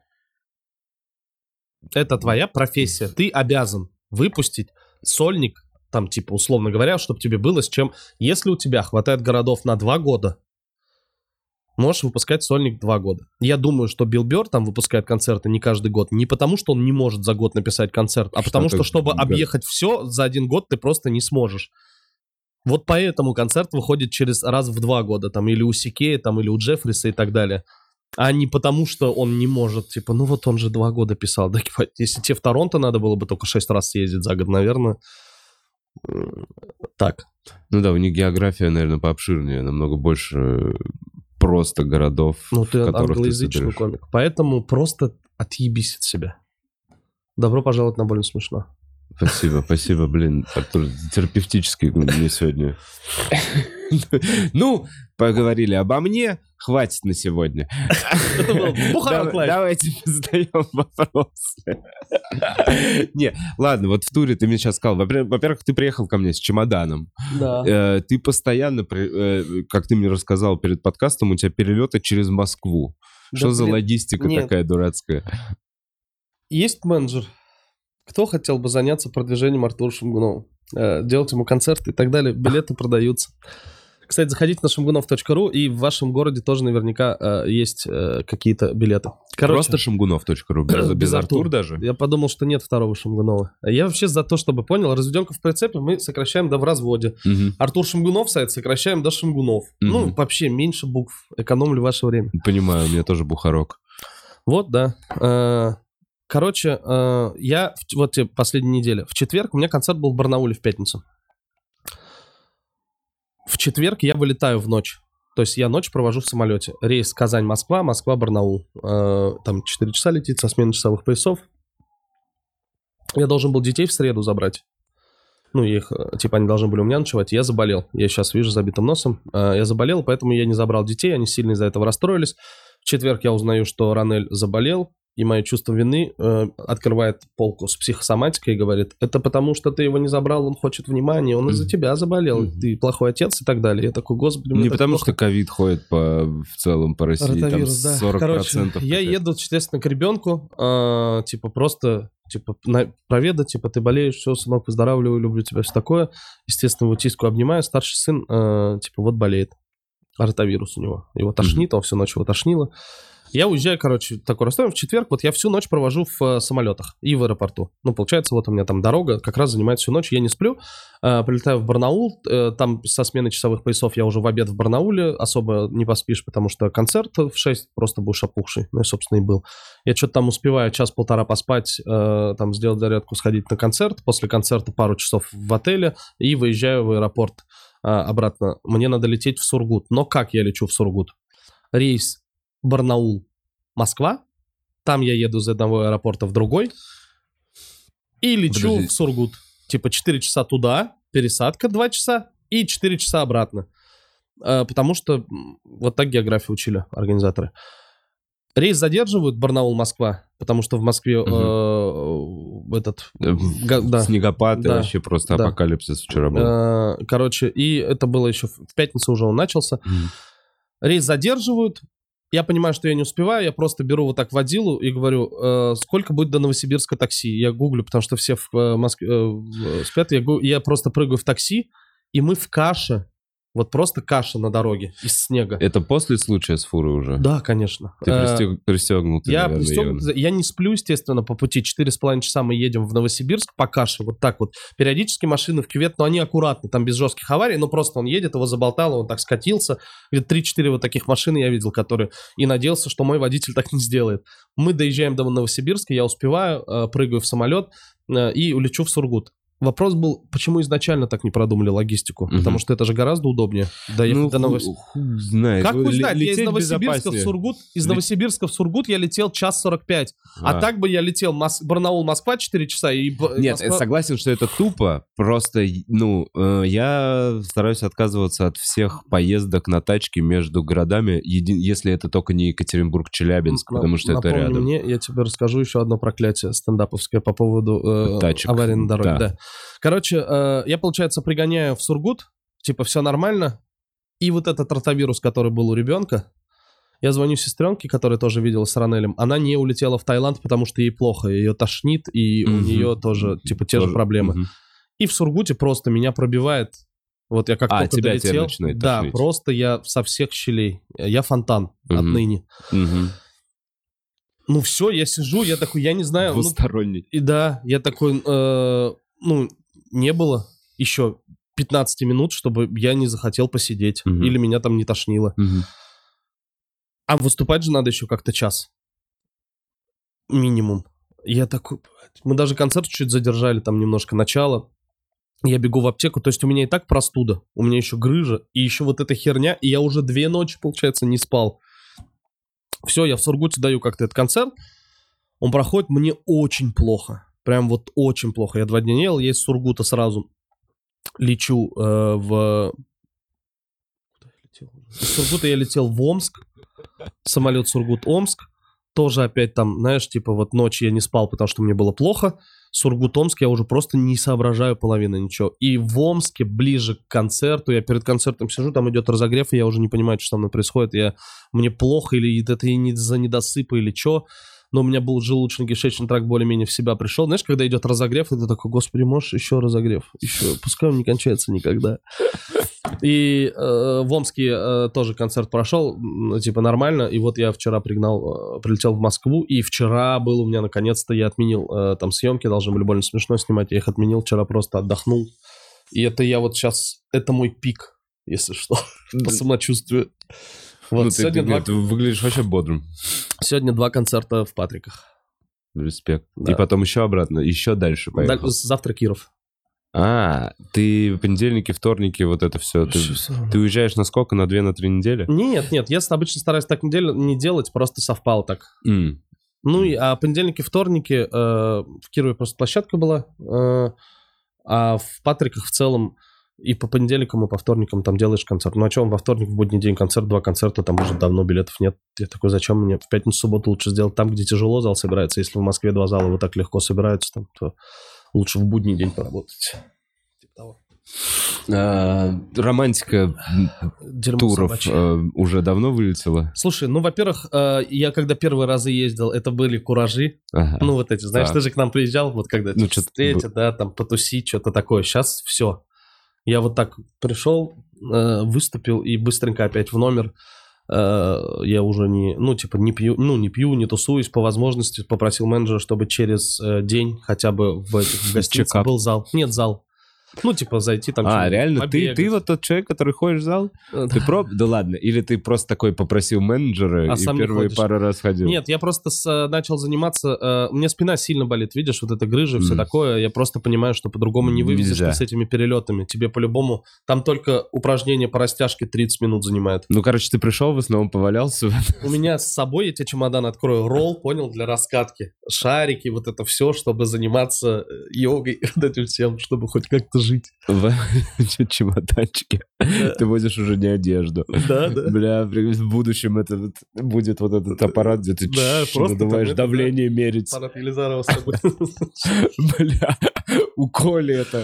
Это твоя профессия. Ты обязан выпустить сольник, там, типа, условно говоря, чтобы тебе было с чем. Если у тебя хватает городов на 2 года, можешь выпускать сольник 2 года. Я думаю, что Билл Бёрр там выпускает концерты не каждый год. Не потому, что он не может за год написать концерт, а потому что, чтобы объехать все за 1 год, ты просто не сможешь. Вот поэтому концерт выходит раз в 2 года. Там, или у Сикея, там, или у Джеффриса и так далее. А не потому, что он не может. Типа, ну вот он же 2 года писал. Да, если тебе в Торонто надо было бы только 6 раз съездить за год, наверное. Так. Ну да, у них география, наверное, пообширнее. Намного больше... просто городов, ну, ты англоязычный комик. Поэтому просто отъебись от себя. Добро пожаловать на «Больно смешно». Спасибо, блин, Артур, терапевтический мне сегодня. Ну, поговорили обо мне, хватит на сегодня. Это был Бухарок Лайф. Давайте задаем вопросы. Не, ладно, вот в туре ты мне сейчас сказал, во-первых, ты приехал ко мне с чемоданом. Да. Ты постоянно, как ты мне рассказал перед подкастом, у тебя перелеты через Москву. Что за блин, логистика нет. такая дурацкая? Есть менеджер. Кто хотел бы заняться продвижением Артура Шамгунова? Делать ему концерты и так далее. Билеты продаются. Кстати, заходите на шамгунов.ру, и в вашем городе тоже наверняка есть какие-то билеты. Просто шамгунов.ру, без Артур даже? Я подумал, что нет второго Шамгунова. Я вообще за то, чтобы понял, разведенка в прицепе мы сокращаем до в разводе. Артур Шамгунов сайт сокращаем до Шамгунов. Ну, вообще меньше букв, экономлю ваше время. Понимаю, у меня тоже Бухарок. Вот, да. Короче, я вот тебе последнюю неделю. В четверг у меня концерт был в Барнауле в пятницу. В четверг я вылетаю в ночь. То есть я ночь провожу в самолете. Рейс Казань-Москва, Москва-Барнаул. Там 4 часа летит со смены часовых поясов. Я должен был детей в среду забрать. Ну, их, типа, они должны были у меня ночевать. Я заболел. Я сейчас вижу забитым носом. Я заболел, поэтому я не забрал детей. Они сильно из-за этого расстроились. В четверг я узнаю, что Ранель заболел. И мое чувство вины открывает полку с психосоматикой и говорит, это потому, что ты его не забрал, он хочет внимания, он из-за тебя заболел, ты плохой отец и так далее. Я такой, господи, не потому, плохо. Что ковид ходит в целом по России, ротавирус, там 40%. Да. Короче, я еду, естественно, к ребенку, типа просто, типа проведать, типа ты болеешь, все, сынок, выздоравливаю, люблю тебя, все такое. Естественно, его тиску обнимаю, старший сын, типа вот болеет, ротавирус у него, его тошнит, он всю ночь его тошнило. Я уезжаю, короче, такой расстояние в четверг, вот я всю ночь провожу в самолетах и в аэропорту. Ну, получается, вот у меня там дорога как раз занимает всю ночь, я не сплю, прилетаю в Барнаул, там со смены часовых поясов я уже в обед в Барнауле, особо не поспишь, потому что концерт в 6, просто будешь опухший, ну и, собственно, и был. Я что-то там успеваю час-полтора поспать, там сделать зарядку, сходить на концерт, после концерта пару часов в отеле и выезжаю в аэропорт обратно. Мне надо лететь в Сургут, но как я лечу в Сургут? Рейс Барнаул, Москва. Там я еду из одного аэропорта в другой. И лечу в Сургут. Типа 4 часа туда, пересадка 2 часа и 4 часа обратно. Потому что вот так географию учили организаторы. Рейс задерживают Барнаул-Москва, потому что в Москве снегопад и вообще просто апокалипсис вчера был. Короче, и это было еще в пятницу уже он начался. Рейс задерживают. Я понимаю, что я не успеваю, я просто беру вот так водилу и говорю, сколько будет до Новосибирска такси? Я гуглю, потому что все в Москве спят, я просто прыгаю в такси, и мы в каше, вот просто каша на дороге из снега. Это после случая с фурой уже? Да, конечно. Ты пристегнутый, я пристегнутый. Я не сплю, естественно, по пути. 4,5 часа мы едем в Новосибирск по каше, вот так вот. Периодически машины в кювет, но они аккуратны, там без жестких аварий, но просто он едет, его заболтало, он так скатился. 3-4 вот таких машин я видел, которые... И надеялся, что мой водитель так не сделает. Мы доезжаем до Новосибирска, я успеваю, прыгаю в самолет и улечу в Сургут. Вопрос был, почему изначально так не продумали логистику? Потому что это же гораздо удобнее доехать до Новосибирска. Как вы знаете, я из Новосибирска в Сургут, Новосибирска в Сургут я летел час 45. А так бы я летел Барнаул-Москва 4 часа и... Нет, я согласен, что это тупо. Просто, я стараюсь отказываться от всех поездок на тачке между городами, если это только не Екатеринбург-Челябинск, потому что это рядом. Мне, я тебе расскажу еще одно проклятие стендаповское по поводу аварии на дороге. Да. Короче, я, получается, пригоняю в Сургут, типа, все нормально, и вот этот ротавирус, который был у ребенка, я звоню сестренке, которая тоже виделась с Ранелем, она не улетела в Таиланд, потому что ей плохо, ее тошнит, и у нее тоже, типа, те же проблемы. И в Сургуте просто меня пробивает, вот я как только тебя долетел, да, тошнить. просто я со всех щелей, я фонтан отныне. Ну все, я сижу, я такой, я не знаю. Двусторонний. И да, я такой, не было еще 15 минут, чтобы я не захотел посидеть. Или меня там не тошнило. А выступать же надо еще как-то час. Минимум. Я такой, мы даже концерт чуть задержали, там немножко начало. Я бегу в аптеку, то есть у меня и так простуда, у меня еще грыжа, и еще вот эта херня, и я уже 2 ночи, получается, не спал. Все, я в Сургуте даю как-то этот концерт, он проходит, мне очень плохо, прям вот очень плохо. Я 2 дня не ел, я из Сургута сразу лечу в... Куда я летел? Из Сургута я летел в Омск, самолет Сургут-Омск, тоже опять там, знаешь, типа вот ночью я не спал, потому что мне было плохо, Сургут-Омск, я уже просто не соображаю половину ничего. И в Омске, ближе к концерту, я перед концертом сижу, там идет разогрев, и я уже не понимаю, что со мной происходит. Мне плохо, или это из-за недосыпа, или что. Но у меня был желудочно-кишечный тракт более-менее в себя пришел. Знаешь, когда идет разогрев, и ты такой, господи, можешь еще разогрев? Еще, пускай он не кончается никогда. И в Омске тоже концерт прошел, типа нормально. И вот я вчера прилетел в Москву, и вчера был у меня, наконец-то, я отменил там съемки, должны были больно смешно снимать, я их отменил, вчера просто отдохнул. И это я вот сейчас, это мой пик, если что, по самочувствию. Вот, ну, сегодня ты выглядишь вообще бодрым. Сегодня 2 концерта в Патриках. Респект. Да. И потом еще обратно, еще дальше поехал. Завтра Киров. Ты понедельники, вторники, вот это все. Ты уезжаешь на сколько? На 2-3 недели? Нет, я обычно стараюсь так не делать, просто совпало так. Ну, а понедельники, вторники, в Кирове просто площадка была, а в Патриках в целом и по понедельникам, и по вторникам там делаешь концерт. Ну, а что, во вторник, в будний день концерт, 2 концерта, там уже давно билетов нет. Я такой, зачем мне в пятницу, субботу лучше сделать там, где тяжело зал собирается. Если в Москве 2 зала вот так легко собираются, там, то лучше в будний день поработать. Типа того. Романтика туров уже давно вылетела? Слушай, ну, во-первых, я когда первые разы ездил, это были куражи. Ну, вот эти, знаешь, ты же к нам приезжал, вот когда тебя встретят, да, там, потусить, что-то такое. Сейчас все. Я вот так пришел, выступил и быстренько опять в номер. Я уже не пью, не тусуюсь по возможности. Попросил менеджера, чтобы через день хотя бы в гостинице был зал. Нет, зал. Ну, типа, зайти там... реально? Ты вот тот человек, который ходишь в зал? Ты Да ладно. Или ты просто такой попросил менеджера и первые пару раз ходил? Нет, я просто начал заниматься... У меня спина сильно болит, видишь, вот эта грыжа, все такое. Я просто понимаю, что по-другому не вывезешь с этими перелетами. Тебе по-любому... Там только упражнения по растяжке 30 минут занимают. Ну, короче, ты пришел, в основном повалялся. У меня с собой, я тебе чемодан открою, ролл, понял, для раскатки. Шарики, вот это все, чтобы заниматься йогой, этим всем, чтобы хоть как-то жить. В чемоданчике. Ты возишь уже не одежду. Да. Бля, в будущем это будет вот этот аппарат, где ты надуваешь давление мерить. Аппарат Елизарова с тобой. Бля, у Коли это...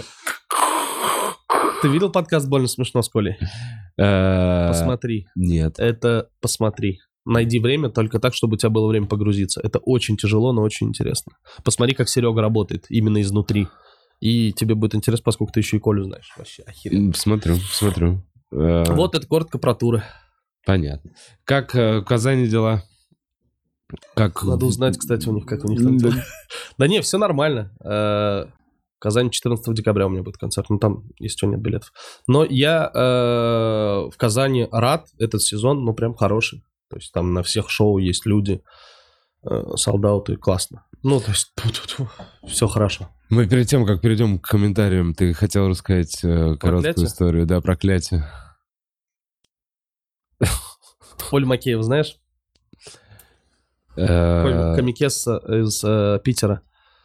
Ты видел подкаст «Больно смешно» с Колей? Посмотри. Нет. Это посмотри. Найди время только так, чтобы у тебя было время погрузиться. Это очень тяжело, но очень интересно. Посмотри, как Серега работает именно изнутри. И тебе будет интересно, поскольку ты еще и Колю знаешь. Вообще охеренно. Смотрю. Вот это коротко про туры. Понятно. Как в Казани дела? Надо узнать, кстати, как у них там дела. Да не, все нормально. В Казани 14 декабря у меня будет концерт. Ну, там, если что, нет билетов. Но я в Казани рад. Этот сезон, ну, прям хороший. То есть там на всех шоу есть люди. Солдаты, классно. Ну, то есть, все хорошо. Мы перед тем, как перейдем к комментариям, ты хотел рассказать короткую историю. Да, проклятие. Олю Макеева знаешь? Комикесса из Питера.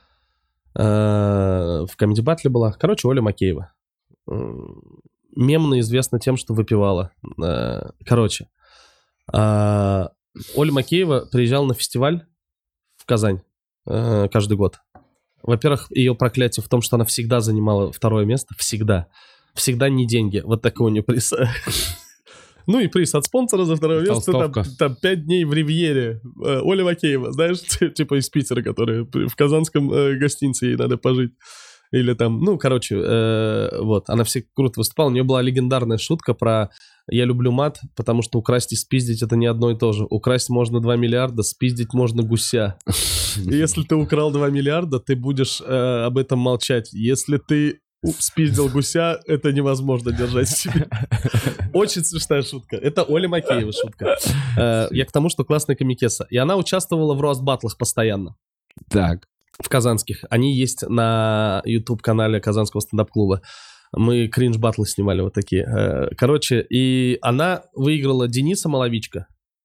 В Comedy Battle была. Короче, Оля Макеева. Мемно известна тем, что выпивала. Короче. Оля Макеева приезжала на фестиваль в Казань каждый год. Во-первых, ее проклятие в том, что она всегда занимала 2 место. Всегда. Всегда не деньги. Вот такой у нее приз. Ну и приз от спонсора за 2 место. Там 5 дней в Ривьере. Оля Макеева, знаешь, типа из Питера, которая в казанском гостинице, ей надо пожить. Или там, ну, короче, вот. Она все круто выступала. У нее была легендарная шутка про «я люблю мат, потому что украсть и спиздить — это не одно и то же. Украсть можно 2 миллиарда, спиздить можно гуся. И если ты украл 2 миллиарда, ты будешь об этом молчать. Если ты спиздил гуся, это невозможно держать в себе». Очень смешная шутка. Это Оля Макеева шутка. Я к тому, что классная комикесса. И она участвовала в рост-баттлах постоянно. Так. В казанских. Они есть на YouTube-канале Казанского стендап-клуба. Мы кринж-баттлы снимали вот такие. Короче, и она выиграла Дениса Маловичка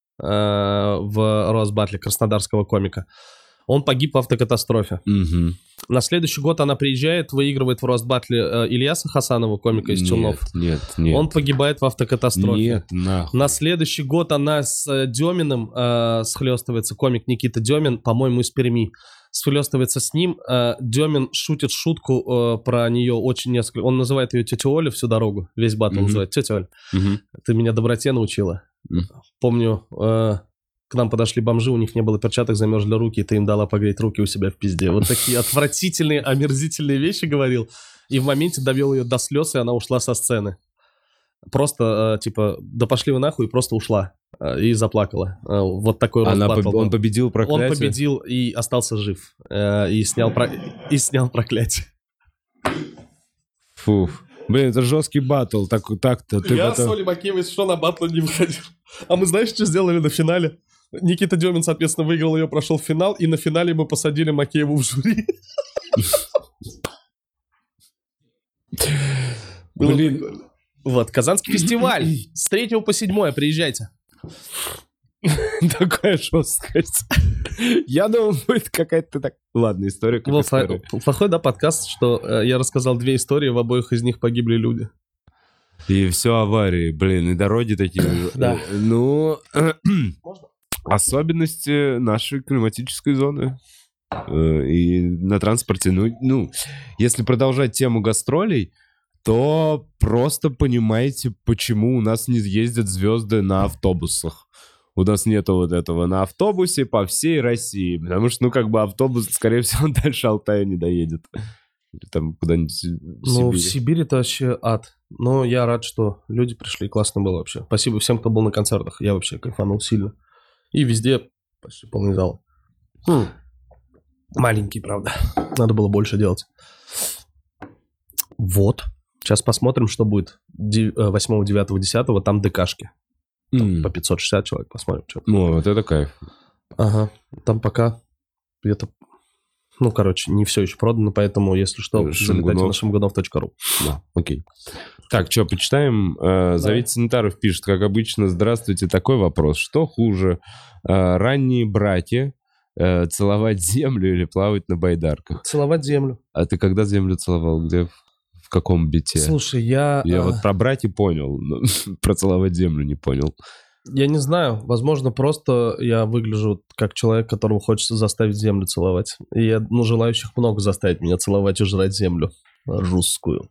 в рост-баттле краснодарского комика. Он погиб в автокатастрофе. Угу. На следующий год она приезжает, выигрывает в рост-баттле Ильяса Хасанова, комика из Челнов. Нет. Он погибает в автокатастрофе. Нет, нахуй. На следующий год она с Деминым схлестывается, комик Никита Демин, по-моему, из Перми. схлестывается с ним. Демин шутит шутку про нее очень несколько. Он называет ее тетя Оля всю дорогу. Весь батл называет тетя Оля. Ты меня доброте научила. Помню, к нам подошли бомжи, у них не было перчаток, замерзли руки, и ты им дала погреть руки у себя в пизде. Вот такие отвратительные, омерзительные вещи говорил. И в моменте довел ее до слез, и она ушла со сцены. Просто, типа, да пошли вы нахуй, и просто ушла. И заплакала. Вот такой батл. Он победил проклятие? Он победил и остался жив. И снял проклятие. Фу. Блин, это жесткий батл. Так-то. Я с Олей Макеевой что на батл не выходил. А мы знаешь, что сделали на финале? Никита Демин, соответственно, выиграл ее, прошел в финал, и на финале мы посадили Макееву в жюри. Блин. Вот, Казанский фестиваль. С 3 по 7 приезжайте. Такая жесткость. Я думал, будет какая-то так... Ладно, история как история. Плохой, да, подкаст, что я рассказал 2 истории, в обоих из них погибли люди. И все аварии, блин, и дороги такие. Да. Ну, особенности нашей климатической зоны. И на транспорте, ну, если продолжать тему гастролей, то просто понимаете, почему у нас не ездят звезды на автобусах. У нас нету вот этого на автобусе по всей России. Потому что, автобус, скорее всего, дальше Алтая не доедет. Или там куда-нибудь в Сибирь. Ну, в Сибири это вообще ад. Но я рад, что люди пришли. Классно было вообще. Спасибо всем, кто был на концертах. Я вообще кайфанул сильно. И везде почти полный зал. Маленький, правда. Надо было больше делать. Вот. Сейчас посмотрим, что будет 8, 9, 10. Там ДКшки. Там по 560 человек. Посмотрим, что. Ну, вот это кайф. Ага. Там пока где-то... не все еще продано, поэтому, если что, залетайте на шамгунов.ру. Да, окей. Так, что, почитаем? Завид Санитаров пишет, как обычно, здравствуйте, такой вопрос. Что хуже, ранние браки, целовать землю или плавать на байдарках? Целовать землю. А ты когда землю целовал? Где? В каком бите? Слушай, я вот про братья понял, но про целовать землю не понял. Я не знаю, возможно, просто я выгляжу как человек, которого хочется заставить землю целовать. И желающих много заставить меня целовать и жрать землю русскую.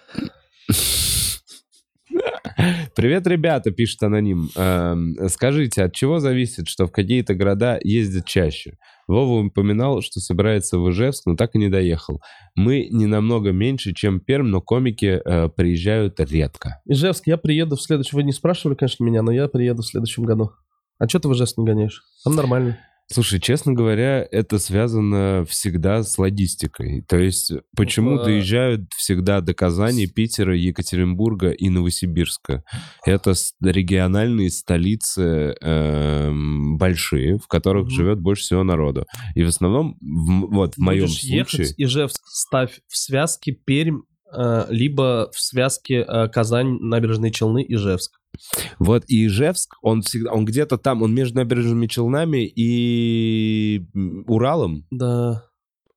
Привет, ребята, пишет аноним. Скажите, от чего зависит, что в какие-то города ездят чаще? Вова упоминал, что собирается в Ижевск, но так и не доехал. Мы не намного меньше, чем Пермь, но комики приезжают редко. Ижевск, я приеду в следующем... Вы не спрашивали, конечно, меня, но я приеду в следующем году. А что ты в Ижевск не гоняешь? Там нормально. Слушай, честно говоря, это связано всегда с логистикой. То есть, почему доезжают всегда до Казани, Питера, Екатеринбурга и Новосибирска? Это региональные столицы большие, в которых живет больше всего народу. И в основном, в моем случае... Ехать, Ижевск ставь в связке Пермь, либо в связке Казань, Набережные Челны, Ижевск. Вот, и Ижевск, он где-то там, он между Набережными Челнами и Уралом. Да.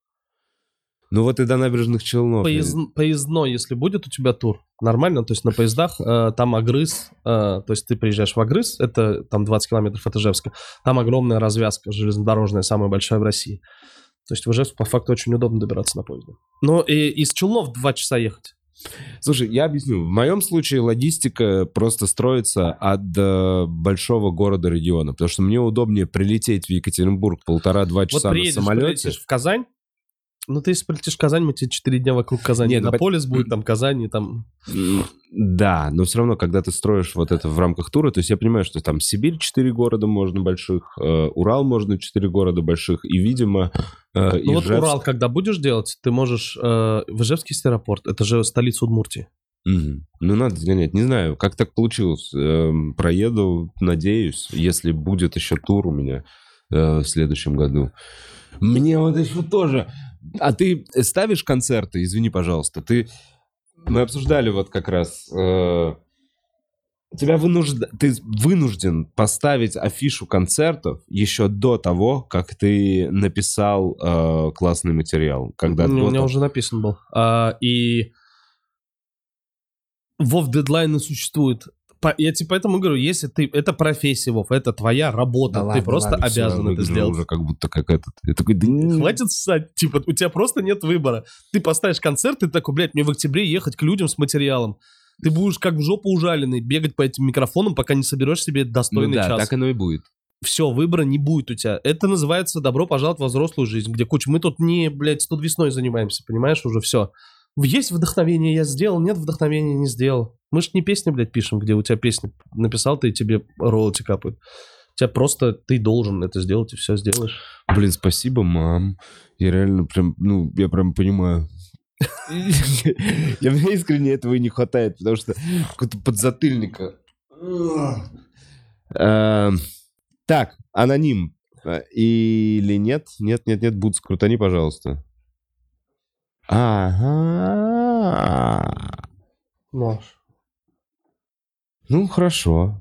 Ну вот и до Набережных Челнов. Поездной, если будет у тебя тур, нормально, то есть на поездах, там Агрыз, то есть ты приезжаешь в Агрыз, это там 20 километров от Ижевска, там огромная развязка железнодорожная, самая большая в России. То есть в Ижевск по факту очень удобно добираться на поезде. Но и из Челнов 2 часа ехать. Слушай, я объясню. В моем случае логистика просто строится от большого города-региона, потому что мне удобнее прилететь в Екатеринбург 1,5-2 часа на самолете. Прилетишь в Казань, ты если прилетишь в Казань, мы тебе 4 дня вокруг Казани. Нет, Иннополис будет, там Казань и там... Да, но все равно, когда ты строишь вот это в рамках тура, то есть я понимаю, что там Сибирь 4 города можно больших, Урал можно 4 города больших, и, видимо, Ижевск... вот Урал, когда будешь делать, ты можешь... в Ижевск есть аэропорт, это же столица Удмуртии. Ну, надо сгонять. Не знаю, как так получилось. Проеду, надеюсь, если будет еще тур у меня в следующем году. Мне вот еще тоже... А ты ставишь концерты? Извини, пожалуйста. Мы обсуждали вот как раз... Ты вынужден поставить афишу концертов еще до того, как ты написал классный материал. У меня уже написан был. И Вов дедлайны существуют. Я тебе поэтому говорю, если ты... Это профессия, Вов, это твоя работа. Да ты ладно, просто ладно, всё, обязан это выгляжу сделать. уже как будто как этот. Я такой, да не... Хватит ссать, типа, у тебя просто нет выбора. Ты поставишь концерт, ты такой, блядь, мне в октябре ехать к людям с материалом. Ты будешь как в жопу ужаленный бегать по этим микрофонам, пока не соберешь себе Ну достойный да, час. так оно и будет. Все, выбора не будет у тебя. Это называется добро пожаловать во взрослую жизнь, где куча... Мы тут не, блядь, тут весной занимаемся, понимаешь, уже все. Есть вдохновение, я сделал, нет вдохновения, не сделал. Мы ж не песни, блядь, пишем, где у тебя песни написал ты, и тебе роялти капают. У тебя просто ты должен это сделать, и все сделаешь. Блин, спасибо, мам. Я реально прям, ну, я прям понимаю. Мне искренне этого и не хватает, потому что какой-то подзатыльника. Так, аноним. Или нет? Нет, Бутс, крутани, пожалуйста. Ага. Нож. Ну, хорошо.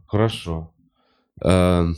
А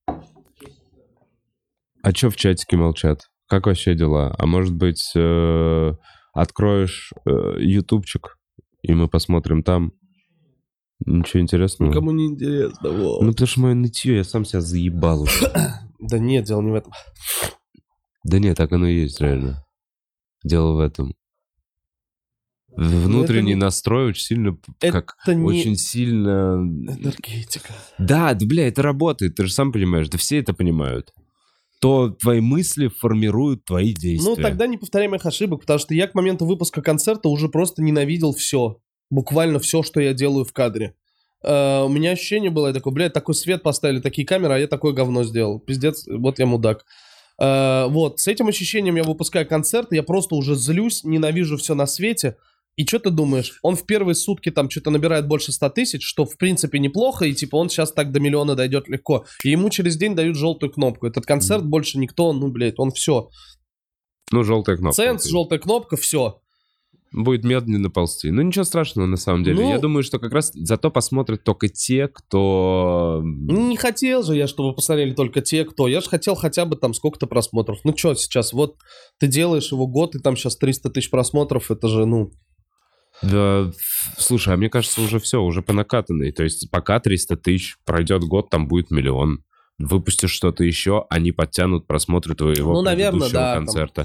чё в чатике молчат? Как вообще дела? А может быть, откроешь ютубчик, и мы посмотрим там? Ничего интересного? Никому не интересно, Вов. Ну, потому что мое нытье, я сам себя заебал уже. Да нет, дело не в этом. Да нет, так оно и есть, реально. Дело в этом. Внутренний настрой очень сильно, как не очень сильно... энергетика. Да, бля, это работает, ты же сам понимаешь, да все это понимают. То твои мысли формируют твои действия. Ну, тогда не повторяй моих ошибок, потому что я к моменту выпуска концерта уже просто ненавидел все. Буквально все, что я делаю в кадре. У меня ощущение было, я такой, блядь, такой свет поставили, такие камеры, а я такое говно сделал. Пиздец, вот я мудак. Вот, с этим ощущением я выпускаю концерт, я просто уже злюсь, ненавижу все на свете. И что ты думаешь? Он в первые сутки там что-то набирает больше 100 тысяч, что в принципе неплохо, и типа он сейчас так до миллиона дойдет легко. И ему через день дают желтую кнопку. Этот концерт больше никто, ну, блядь, он все. Ну, желтая кнопка. Ценз, желтая кнопка, все. Будет медленно ползти. Ну, ничего страшного, на самом деле. Ну, я думаю, что как раз зато посмотрят только те, кто... Не хотел же я, чтобы посмотрели только те, кто... Я же хотел хотя бы там сколько-то просмотров. Ну, что сейчас, вот ты делаешь его год, и там сейчас 300 тысяч просмотров, это же, ну... Да, слушай, а мне кажется, уже все, уже по накатанной. То есть пока 300 тысяч, пройдет год, там будет 1 миллион. Выпустишь что-то еще, они подтянут просмотры твоего Ну, наверное, предыдущего да, концерта.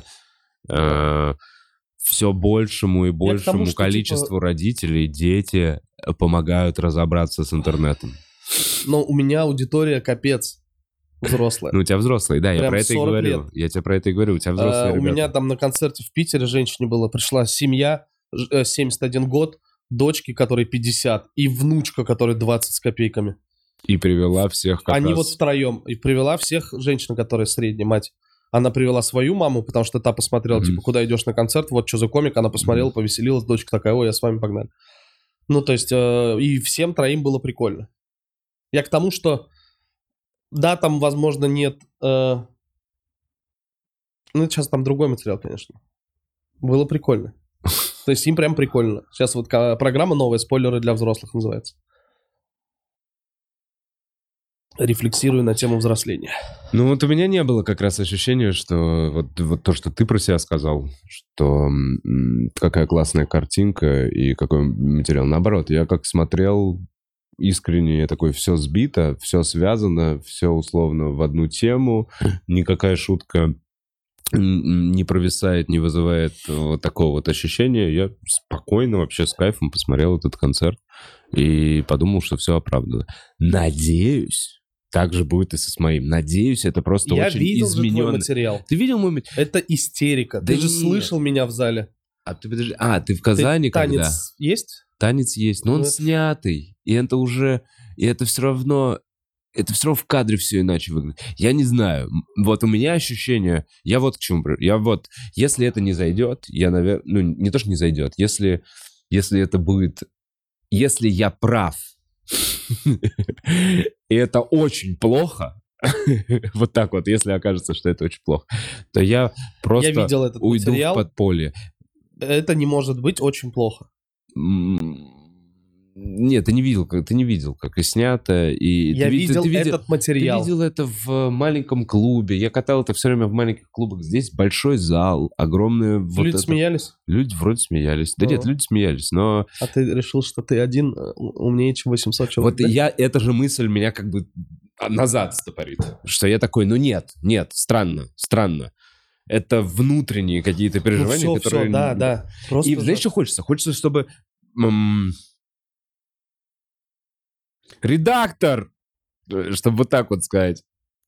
Все большему и большему что, количеству родителей дети помогают разобраться с интернетом. Но у меня аудитория капец взрослая. Ну, у тебя взрослые, да, я Прям про это и 40 говорю. лет. Я тебе про это и говорю, у тебя взрослые У ребята. меня там на концерте в Питере женщине было, пришла семья, 71 год, дочки, которой 50, и внучка, которой 20 с копейками. И привела всех как Они раз... вот втроем. И привела всех женщин, которые средняя мать. Она привела свою маму, потому что та посмотрела, типа, куда идешь на концерт, вот что за комик. Она посмотрела, повеселилась, дочка такая, ой, я с вами погнали. Ну, то есть, и всем троим было прикольно. Я к тому, что, да, там, возможно, нет... Ну, сейчас там другой материал, конечно. Было прикольно. То есть, им прям прикольно. Сейчас вот программа новая, спойлеры для взрослых называется. Рефлексирую на тему взросления. Ну вот у меня не было как раз ощущения, что вот то, что ты про себя сказал, что какая классная картинка и какой материал. Наоборот, я как смотрел искренне, я такой, все сбито, все связано, все условно в одну тему, никакая шутка не провисает, не вызывает вот такого вот ощущения. Я спокойно, вообще с кайфом посмотрел этот концерт и подумал, что все оправдано. Надеюсь, так же будет и с моим. Надеюсь, это просто я очень видел измененный... же твой материал. Ты видел мой материал? Это истерика. Да ты же нет. слышал меня в зале. А ты подожди. А, ты в Казани когда? Танец есть? Танец есть, но он Ну, это- снятый. И это уже... И это все равно... Это все равно в кадре все иначе выглядит. Я не знаю. Вот у меня ощущение... Я вот к чему... Я вот... Если это не зайдет, я, наверное... Ну, не то, что не зайдет. Если это будет... Если я прав, и это очень плохо, вот так вот, если окажется, что это очень плохо, то я просто Я видел этот уйду материал. в подполье. Это не может быть очень плохо. Нет, ты не видел, как и снято. И Я видел этот материал. Ты видел это в маленьком клубе. Я катал это все время в маленьких клубах. Здесь большой зал, огромный... Люди смеялись? Люди вроде смеялись. Да нет, люди смеялись, но... А ты решил, что ты один умнее, чем 800 человек? Вот эта же мысль меня как бы назад стопорит. Что я такой, ну нет, странно. Это внутренние какие-то переживания, которые... Все, да. Просто и знаешь, что хочется? Хочется, чтобы... редактор, чтобы вот так вот сказать.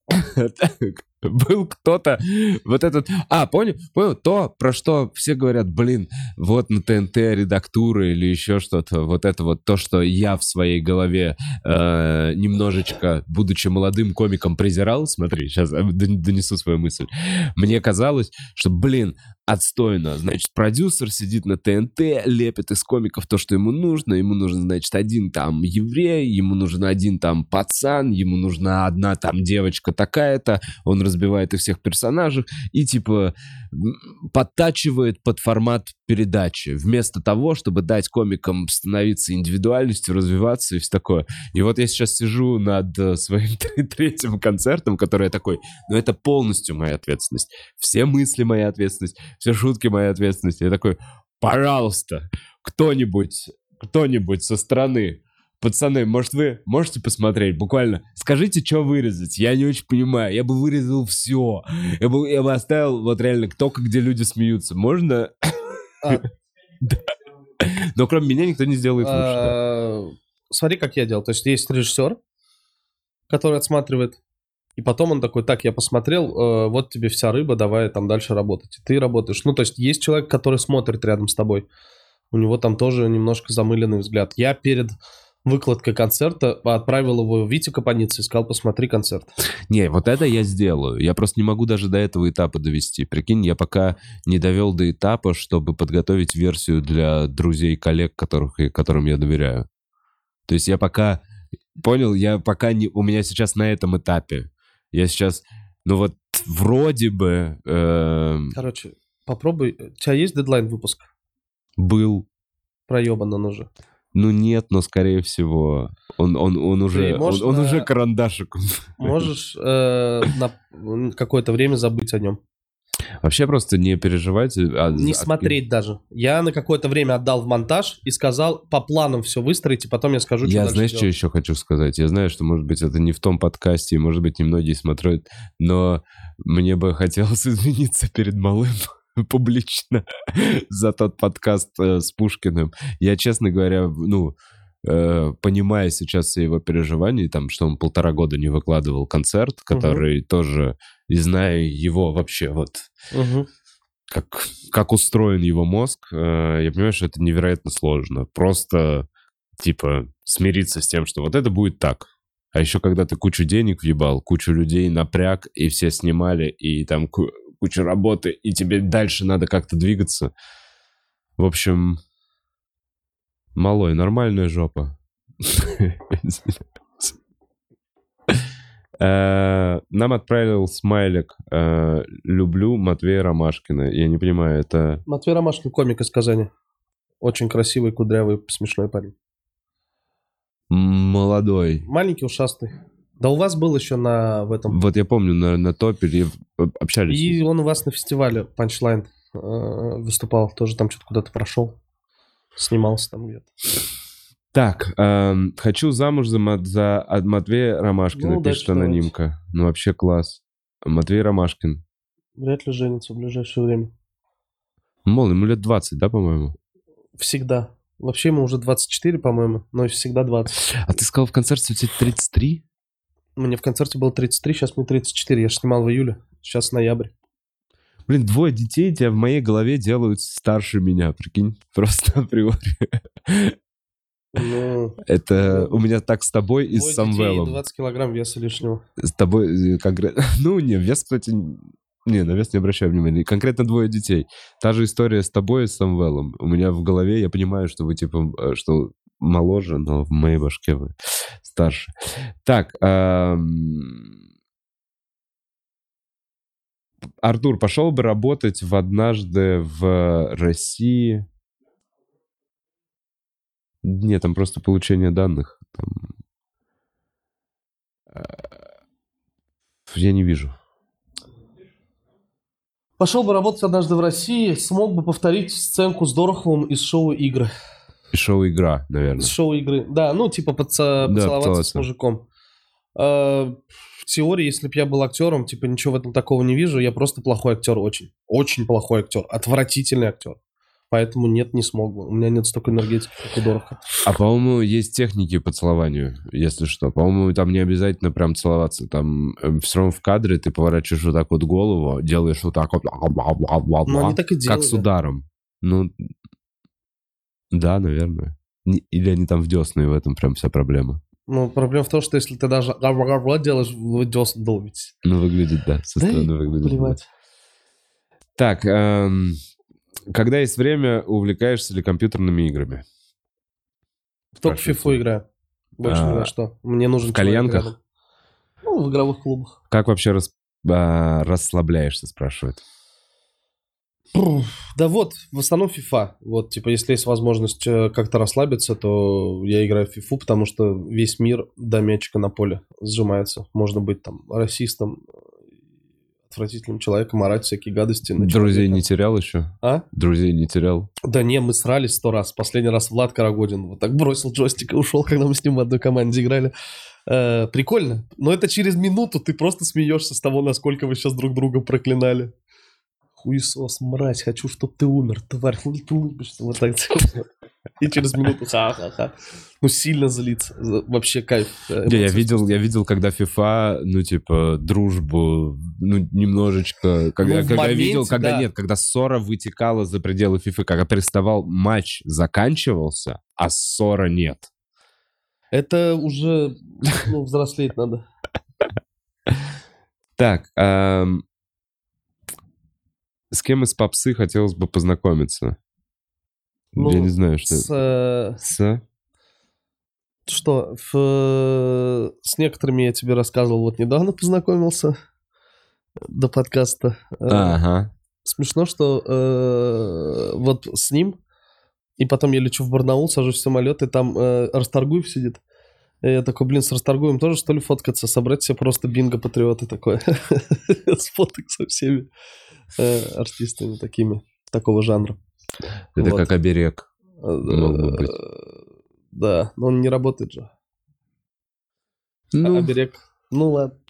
Был кто-то, вот этот... понял, то, про что все говорят, блин, вот на ТНТ редактура или еще что-то, вот это вот то, что я в своей голове немножечко, будучи молодым комиком, презирал. Смотри, сейчас донесу свою мысль. Мне казалось, что, блин, отстойно. Значит, продюсер сидит на ТНТ, лепит из комиков то, что ему нужно. Ему нужен, значит, один там еврей, ему нужен один там пацан, ему нужна одна там девочка такая-то. Он разбивает их всех персонажей и, типа, подтачивает под формат передачи. Вместо того, чтобы дать комикам становиться индивидуальностью, развиваться и все такое. И вот я сейчас сижу над своим третьим концертом, который я такой, это полностью моя ответственность. Все мысли моя ответственность, все шутки моя ответственность. Я такой, пожалуйста, кто-нибудь со стороны, пацаны, может, вы можете посмотреть? Буквально скажите, что вырезать. Я не очень понимаю. Я бы вырезал все. Я бы оставил вот реально только где люди смеются. Можно? Но кроме меня никто не сделает лучше. Смотри, как я делал. То есть есть режиссер, который отсматривает. И потом он такой, так, я посмотрел, вот тебе вся рыба, давай там дальше работать. И ты работаешь. Ну, то есть есть человек, который смотрит рядом с тобой. У него там тоже немножко замыленный взгляд. Я перед выкладкой концерта отправил его Вите Капанице и сказал, посмотри концерт. Не, вот это я сделаю. Я просто не могу даже до этого этапа довести. Прикинь, я пока не довел до этапа, чтобы подготовить версию для друзей, коллег, которым я доверяю. То есть я пока... Понял? Я пока не... У меня сейчас на этом этапе. Я сейчас... вроде бы... Короче, попробуй... У тебя есть дедлайн выпуска? Был. Проебан он уже. Ну нет, но скорее всего он уже карандашиком. Можешь на какое-то время забыть о нем. Вообще просто не переживать. Не смотреть даже. Я на какое-то время отдал в монтаж и сказал, по планам все выстроить, и потом я скажу, что дальше знаешь, что еще хочу сказать? Я знаю, что, может быть, это не в том подкасте, и, может быть, немногие смотрят, но мне бы хотелось извиниться перед малым публично за тот подкаст с Пушкиным. Я, честно говоря, понимая сейчас все его переживания, там, что он 1,5 года не выкладывал концерт, который тоже, и зная его вообще как устроен его мозг, я понимаю, что это невероятно сложно. Просто, типа, смириться с тем, что вот это будет так. А еще когда ты кучу денег въебал, кучу людей напряг, и все снимали, и там куча работы, и тебе дальше надо как-то двигаться. В общем, малой, нормальная жопа. Нам отправил смайлик «Люблю Матвея Ромашкина». Я не понимаю, это... Матвей Ромашкин, комик из Казани. Очень красивый, кудрявый, смешной парень. Молодой. Маленький, ушастый. Да у вас был еще в этом... Вот я помню, на топе общались. И он у вас на фестивале Punchline выступал. Тоже там что-то куда-то прошел. Снимался там где-то. Так, хочу замуж за Матвея Ромашкина, пишет анонимка. Ну, вообще класс. Матвей Ромашкин. Вряд ли женится в ближайшее время. Мол, ему лет 20, да, по-моему? Всегда. Вообще ему уже 24, по-моему, но всегда 20. А ты сказал, в концерте у тебя 33? Мне в концерте было 33, сейчас мне 34. Я же снимал в июле, сейчас ноябрь. Блин, 2 детей тебя в моей голове делают старше меня, прикинь. Просто априори. Ну, это у меня так с тобой и с Самвелом. 20 килограмм веса лишнего. С тобой конкретно... Ну, не, вес, кстати... Не, на вес не обращаю внимания. Конкретно 2 детей. Та же история с тобой и с Самвелом. У меня в голове, я понимаю, что вы, типа, что моложе, но в моей башке вы старше. Так, Артур, пошел бы работать в «Однажды в России»? Нет, там просто получение данных. Я не вижу. Пошел бы работать однажды в России, смог бы повторить сценку с Дороховым из шоу «Игры». Шоу «Игра», наверное. Из шоу «Игры». Да, ну, типа поцеловаться с мужиком. В теории, если бы я был актером, типа ничего в этом такого не вижу. Я просто плохой актер, очень. Очень плохой актер. Отвратительный актер. Поэтому нет, не смог бы. У меня нет столько энергетики, как у Дорохова. А, по-моему, есть техники по целованию, если что. По-моему, там не обязательно прям целоваться. Там все равно в кадре ты поворачиваешь вот так вот голову, делаешь вот так вот. Ну, они так и делали. Как с ударом. Ну, да, наверное. Или они там в десны, и в этом прям вся проблема. Ну, проблема в том, что если ты даже делаешь, вы десны долбитесь. Ну, выглядит, да. Со стороны выглядит. Плевать. Так, когда есть время, увлекаешься ли компьютерными играми? Только в FIFA играю. Больше ни на что. Мне нужен в кальянках? человек рядом. Ну, в игровых клубах. Как вообще расслабляешься, спрашивают? Да вот, в основном FIFA. Вот, типа, если есть возможность как-то расслабиться, то я играю в FIFA, потому что весь мир до мячика на поле сжимается. Можно быть там расистом, отвратительным человеком, орать всякие гадости. Друзей не терял еще? А? Друзей не терял? Да не, мы срались 100 раз. Последний раз Влад Карагодин вот так бросил джойстик и ушел, когда мы с ним в одной команде играли. Прикольно. Но это через минуту ты просто смеешься с того, насколько вы сейчас друг друга проклинали. Хуесос, мразь, хочу, чтоб ты умер, тварь. Ну, ты улыбишься вот так. И через минуту ха-ха-ха. Ну, сильно злиться. Вообще кайф. Я видел, когда FIFA, ну, типа, дружбу, ну, немножечко... Когда видел, когда ссора вытекала за пределы FIFA, когда переставал матч, заканчивался, а ссора нет. Это уже, ну, взрослеть надо. Так, с кем из попсы хотелось бы познакомиться? Ну, я не знаю, что это. Что? С некоторыми я тебе рассказывал, вот недавно познакомился до подкаста. Ага. Смешно, что вот с ним, и потом я лечу в Барнаул, сажусь в самолет, и там Расторгуев сидит. И я такой, блин, с Расторгуем тоже, что ли, фоткаться? Собрать себе просто бинго-патриоты такое. Сфоток со всеми артистами такими, такого жанра. Это как оберег. Мог бы быть. Да, но он не работает же. Ну... Оберег. Ну ладно.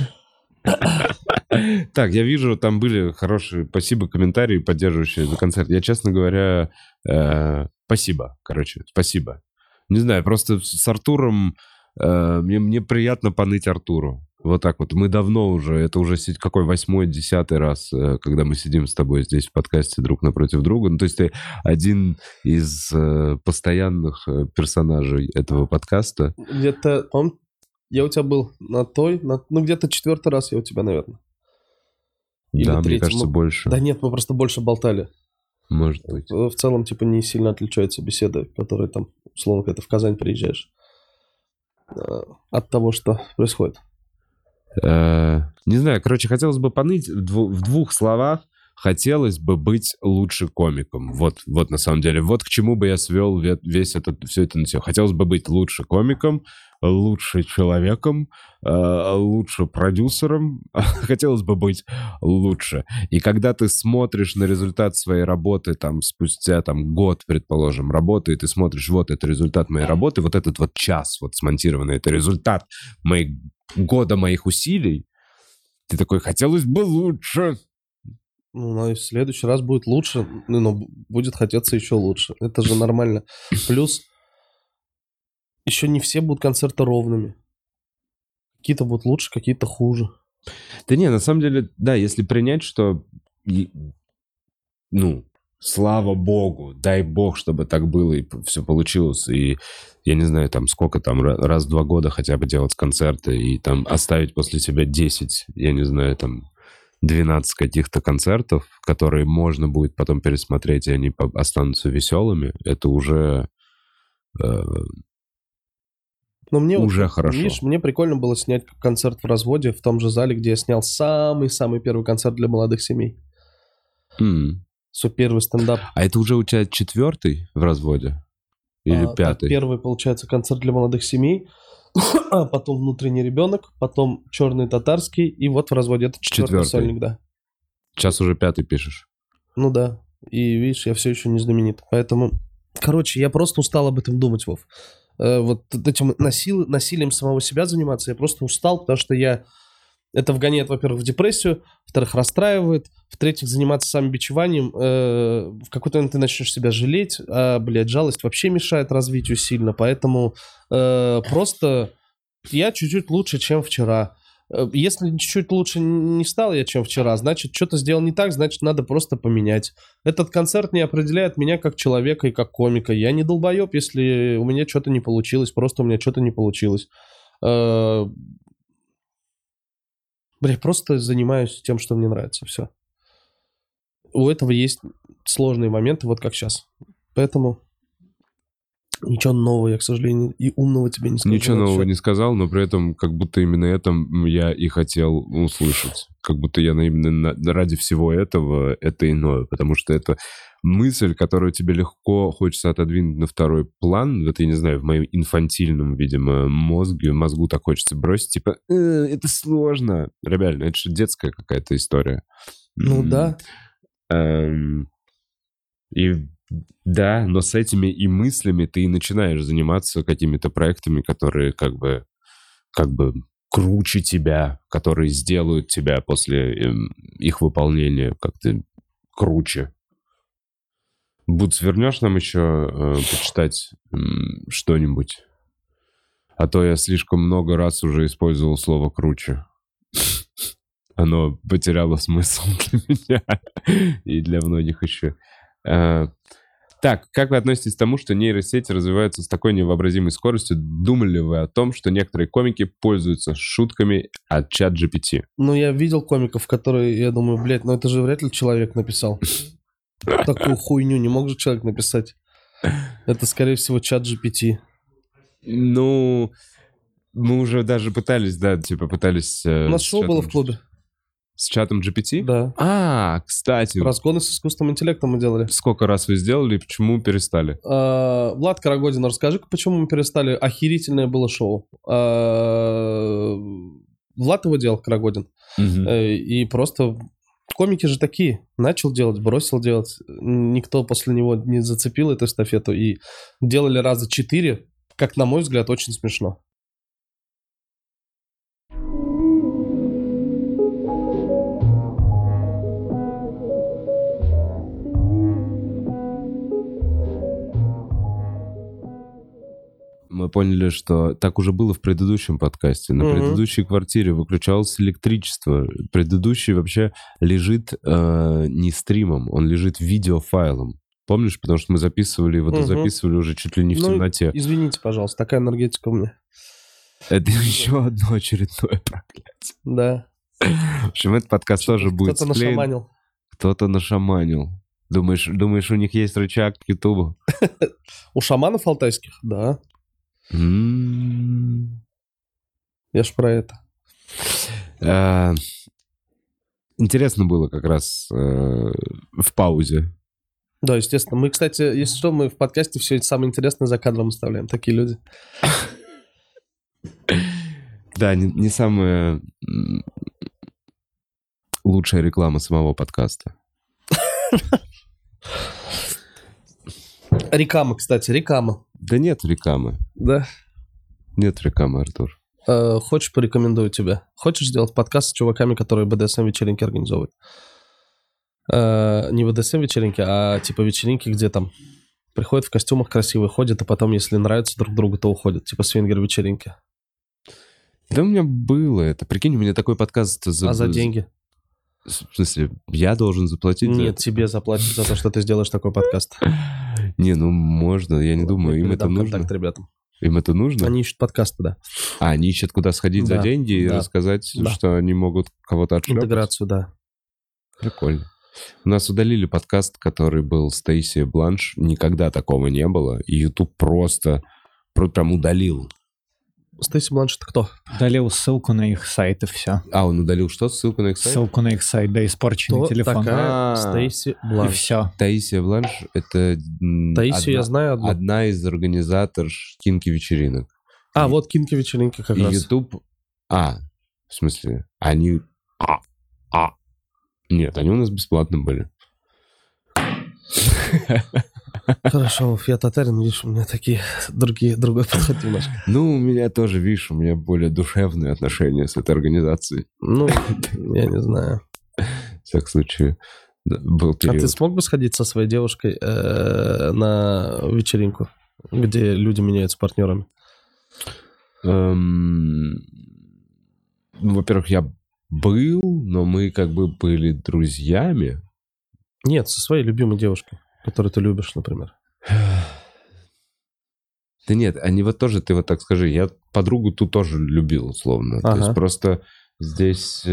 Так, я вижу, там были хорошие, спасибо, комментарии, поддерживающие за концерт. Я, честно говоря, спасибо, спасибо. Не знаю, просто с Артуром, мне приятно поныть Артуру. Вот так вот. Мы давно уже, это уже какой 8-й, 10-й раз, когда мы сидим с тобой здесь в подкасте друг напротив друга. Ну, то есть ты один из постоянных персонажей этого подкаста. Где-то, по-моему, я у тебя был ну, где-то 4-й раз я у тебя, наверное. Или да, 3-й. Мне кажется, больше. Да нет, мы просто больше болтали. Может быть. В целом, типа, не сильно отличаются беседы, которые там, условно, когда ты в Казань приезжаешь. От того, что происходит. Не знаю, хотелось бы поныть в двух словах. Хотелось бы быть лучше комиком. Вот на самом деле. Вот к чему бы я свел все это на себя. Хотелось бы быть лучше комиком, лучше человеком, лучше продюсером. Хотелось бы быть лучше. И когда ты смотришь на результат своей работы, там, спустя год, предположим, работы, и ты смотришь, вот это результат моей работы, вот этот вот час вот смонтированный, это результат года моих усилий, ты такой, хотелось бы лучше. Ну, и в следующий раз будет лучше, но будет хотеться еще лучше. Это же нормально. Плюс еще не все будут концерты ровными. Какие-то будут лучше, какие-то хуже. Да не, на самом деле, да, если принять, что, ну, слава богу, дай бог, чтобы так было и все получилось, и я не знаю, там, сколько там, раз в 2 года хотя бы делать концерты, и там оставить после себя 10, я не знаю, там, 12 каких-то концертов, которые можно будет потом пересмотреть, и они останутся веселыми, это уже... Но мне уже хорошо. Видишь, мне прикольно было снять концерт в разводе в том же зале, где я снял самый-самый первый концерт для молодых семей. Свой первый стендап. А это уже у тебя 4-й в разводе? Или Так, пятый? первый, получается, концерт для молодых семей, потом внутренний ребенок, потом черный татарский, и вот в разводе это четвертый Четвертый. сольник, да. Сейчас уже пятый пишешь. Ну да. И видишь, я все еще не знаменит. Поэтому, короче, я просто устал об этом думать, Вов. Вот этим насилием самого себя заниматься, я просто устал, потому что это вгоняет, во-первых, в депрессию, во-вторых, расстраивает, в-третьих, заниматься самобичеванием. В какой-то момент ты начнешь себя жалеть, а, блядь, жалость вообще мешает развитию сильно, поэтому просто я чуть-чуть лучше, чем вчера. Если чуть-чуть лучше не стал я, чем вчера, значит, что-то сделал не так, значит, надо просто поменять. Этот концерт не определяет меня как человека и как комика. Я не долбоеб, если у меня что-то не получилось, просто у меня что-то не получилось. Бля, просто занимаюсь тем, что мне нравится, все. У этого есть сложные моменты, вот как сейчас. Поэтому ничего нового я, к сожалению, и умного тебе не скажу. Ничего нового вообще. не сказал, но при этом как будто именно это я и хотел услышать. Как будто я именно ради всего этого это иное. Потому что это мысль, которую тебе легко хочется отодвинуть на второй план. Вот я не знаю, в моем инфантильном, видимо, мозгу так хочется бросить. Типа, это сложно. Реально, это же детская какая-то история. Ну да. И да, но с этими и мыслями ты и начинаешь заниматься какими-то проектами, которые как бы круче тебя, которые сделают тебя после их выполнения как-то круче. Будь, вернешь нам еще почитать что-нибудь? А то я слишком много раз уже использовал слово «круче». Оно потеряло смысл для меня и для многих еще. Так, как вы относитесь к тому, что нейросети развиваются с такой невообразимой скоростью? Думали ли вы о том, что некоторые комики пользуются шутками от ChatGPT? Ну, я видел комиков, которые, я думаю, блядь, ну это же вряд ли человек написал. Такую хуйню не мог же человек написать. Это, скорее всего, чат GPT. Ну, мы уже даже пытались, да, типа пытались... У нас шоу было в клубе. С чатом GPT? Да. Кстати. Разгоны с искусственным интеллектом мы делали. Сколько раз вы сделали и почему перестали? Влад Карагодин, расскажи-ка, почему мы перестали? Охерительное было шоу. Влад его делал, Карагодин. И просто комики же такие. Начал делать, бросил делать. Никто после него не зацепил эту эстафету. И делали раза 4. Как, на мой взгляд, очень смешно. Мы поняли, что так уже было в предыдущем подкасте. На предыдущей квартире выключалось электричество. Предыдущий вообще лежит не стримом, он лежит видеофайлом. Помнишь? Потому что мы записывали его, записывали уже чуть ли не в темноте. Извините, пожалуйста, такая энергетика у меня. Это еще одно очередное проклятие. Да. В общем, этот подкаст тоже будет Кто-то нашаманил. Кто-то нашаманил. Думаешь, у них есть рычаг к Ютубу? У шаманов алтайских? Да. Я ж про это. Интересно было как раз в паузе. Да, естественно. Мы, кстати, если что, мы в подкасте все самое интересное за кадром оставляем. Такие люди. Да, не самая лучшая реклама самого подкаста. Рекама, кстати, рекама. Да нет рекламы. Да. Нет рекламы, Артур. Хочешь, порекомендую тебе? Хочешь сделать подкаст с чуваками, которые БДСМ-вечеринки организовывают? Не БДСМ-вечеринки, а типа вечеринки, где там приходят в костюмах красивые, ходят, а потом, если нравятся друг другу, то уходят. Типа свингер-вечеринки. Да у меня было это. Прикинь, у меня такой подкаст... А за деньги? В смысле, я должен заплатить за Нет, это? тебе заплатят за то, что ты сделаешь такой подкаст. Не, ну можно, я не думаю, им это нужно. Контакт ребятам. Им это нужно? Они ищут подкасты, да. Они ищут, куда сходить за деньги и да. рассказать, Да. что они могут кого-то отшлепать? Интеграцию, да. Прикольно. У нас удалили подкаст, который был с Таисией Бланш. Никогда такого не было. И YouTube просто прям удалил. Стейси Бланш это кто? Удалил ссылку на их сайт и все. А, он удалил что? Ссылку на их сайт? Ссылку на их сайт, да, испорченный Кто телефон. такая А. Стейси И Бланш? все. Таисия Бланш — это Таисию я знаю одну. одна из организаторш кинки-вечеринок. А, вот Кинки вечеринки как И раз. YouTube... в смысле, они... Нет, они у нас бесплатно были. Хорошо, я татарин, видишь, у меня другой подход немножко. Ну, у меня тоже, видишь, у меня более душевные отношения с этой организацией. Ну, я не знаю. В всяком случае, да, был А ты период. смог бы сходить со своей девушкой на вечеринку, где люди меняются партнерами? Ну, во-первых, я был, но мы как бы были друзьями. Нет, со своей любимой девушкой, которую ты любишь, например. Да нет, они вот тоже, ты вот так скажи, я подругу ту тоже любил, условно. То Ага. есть просто здесь,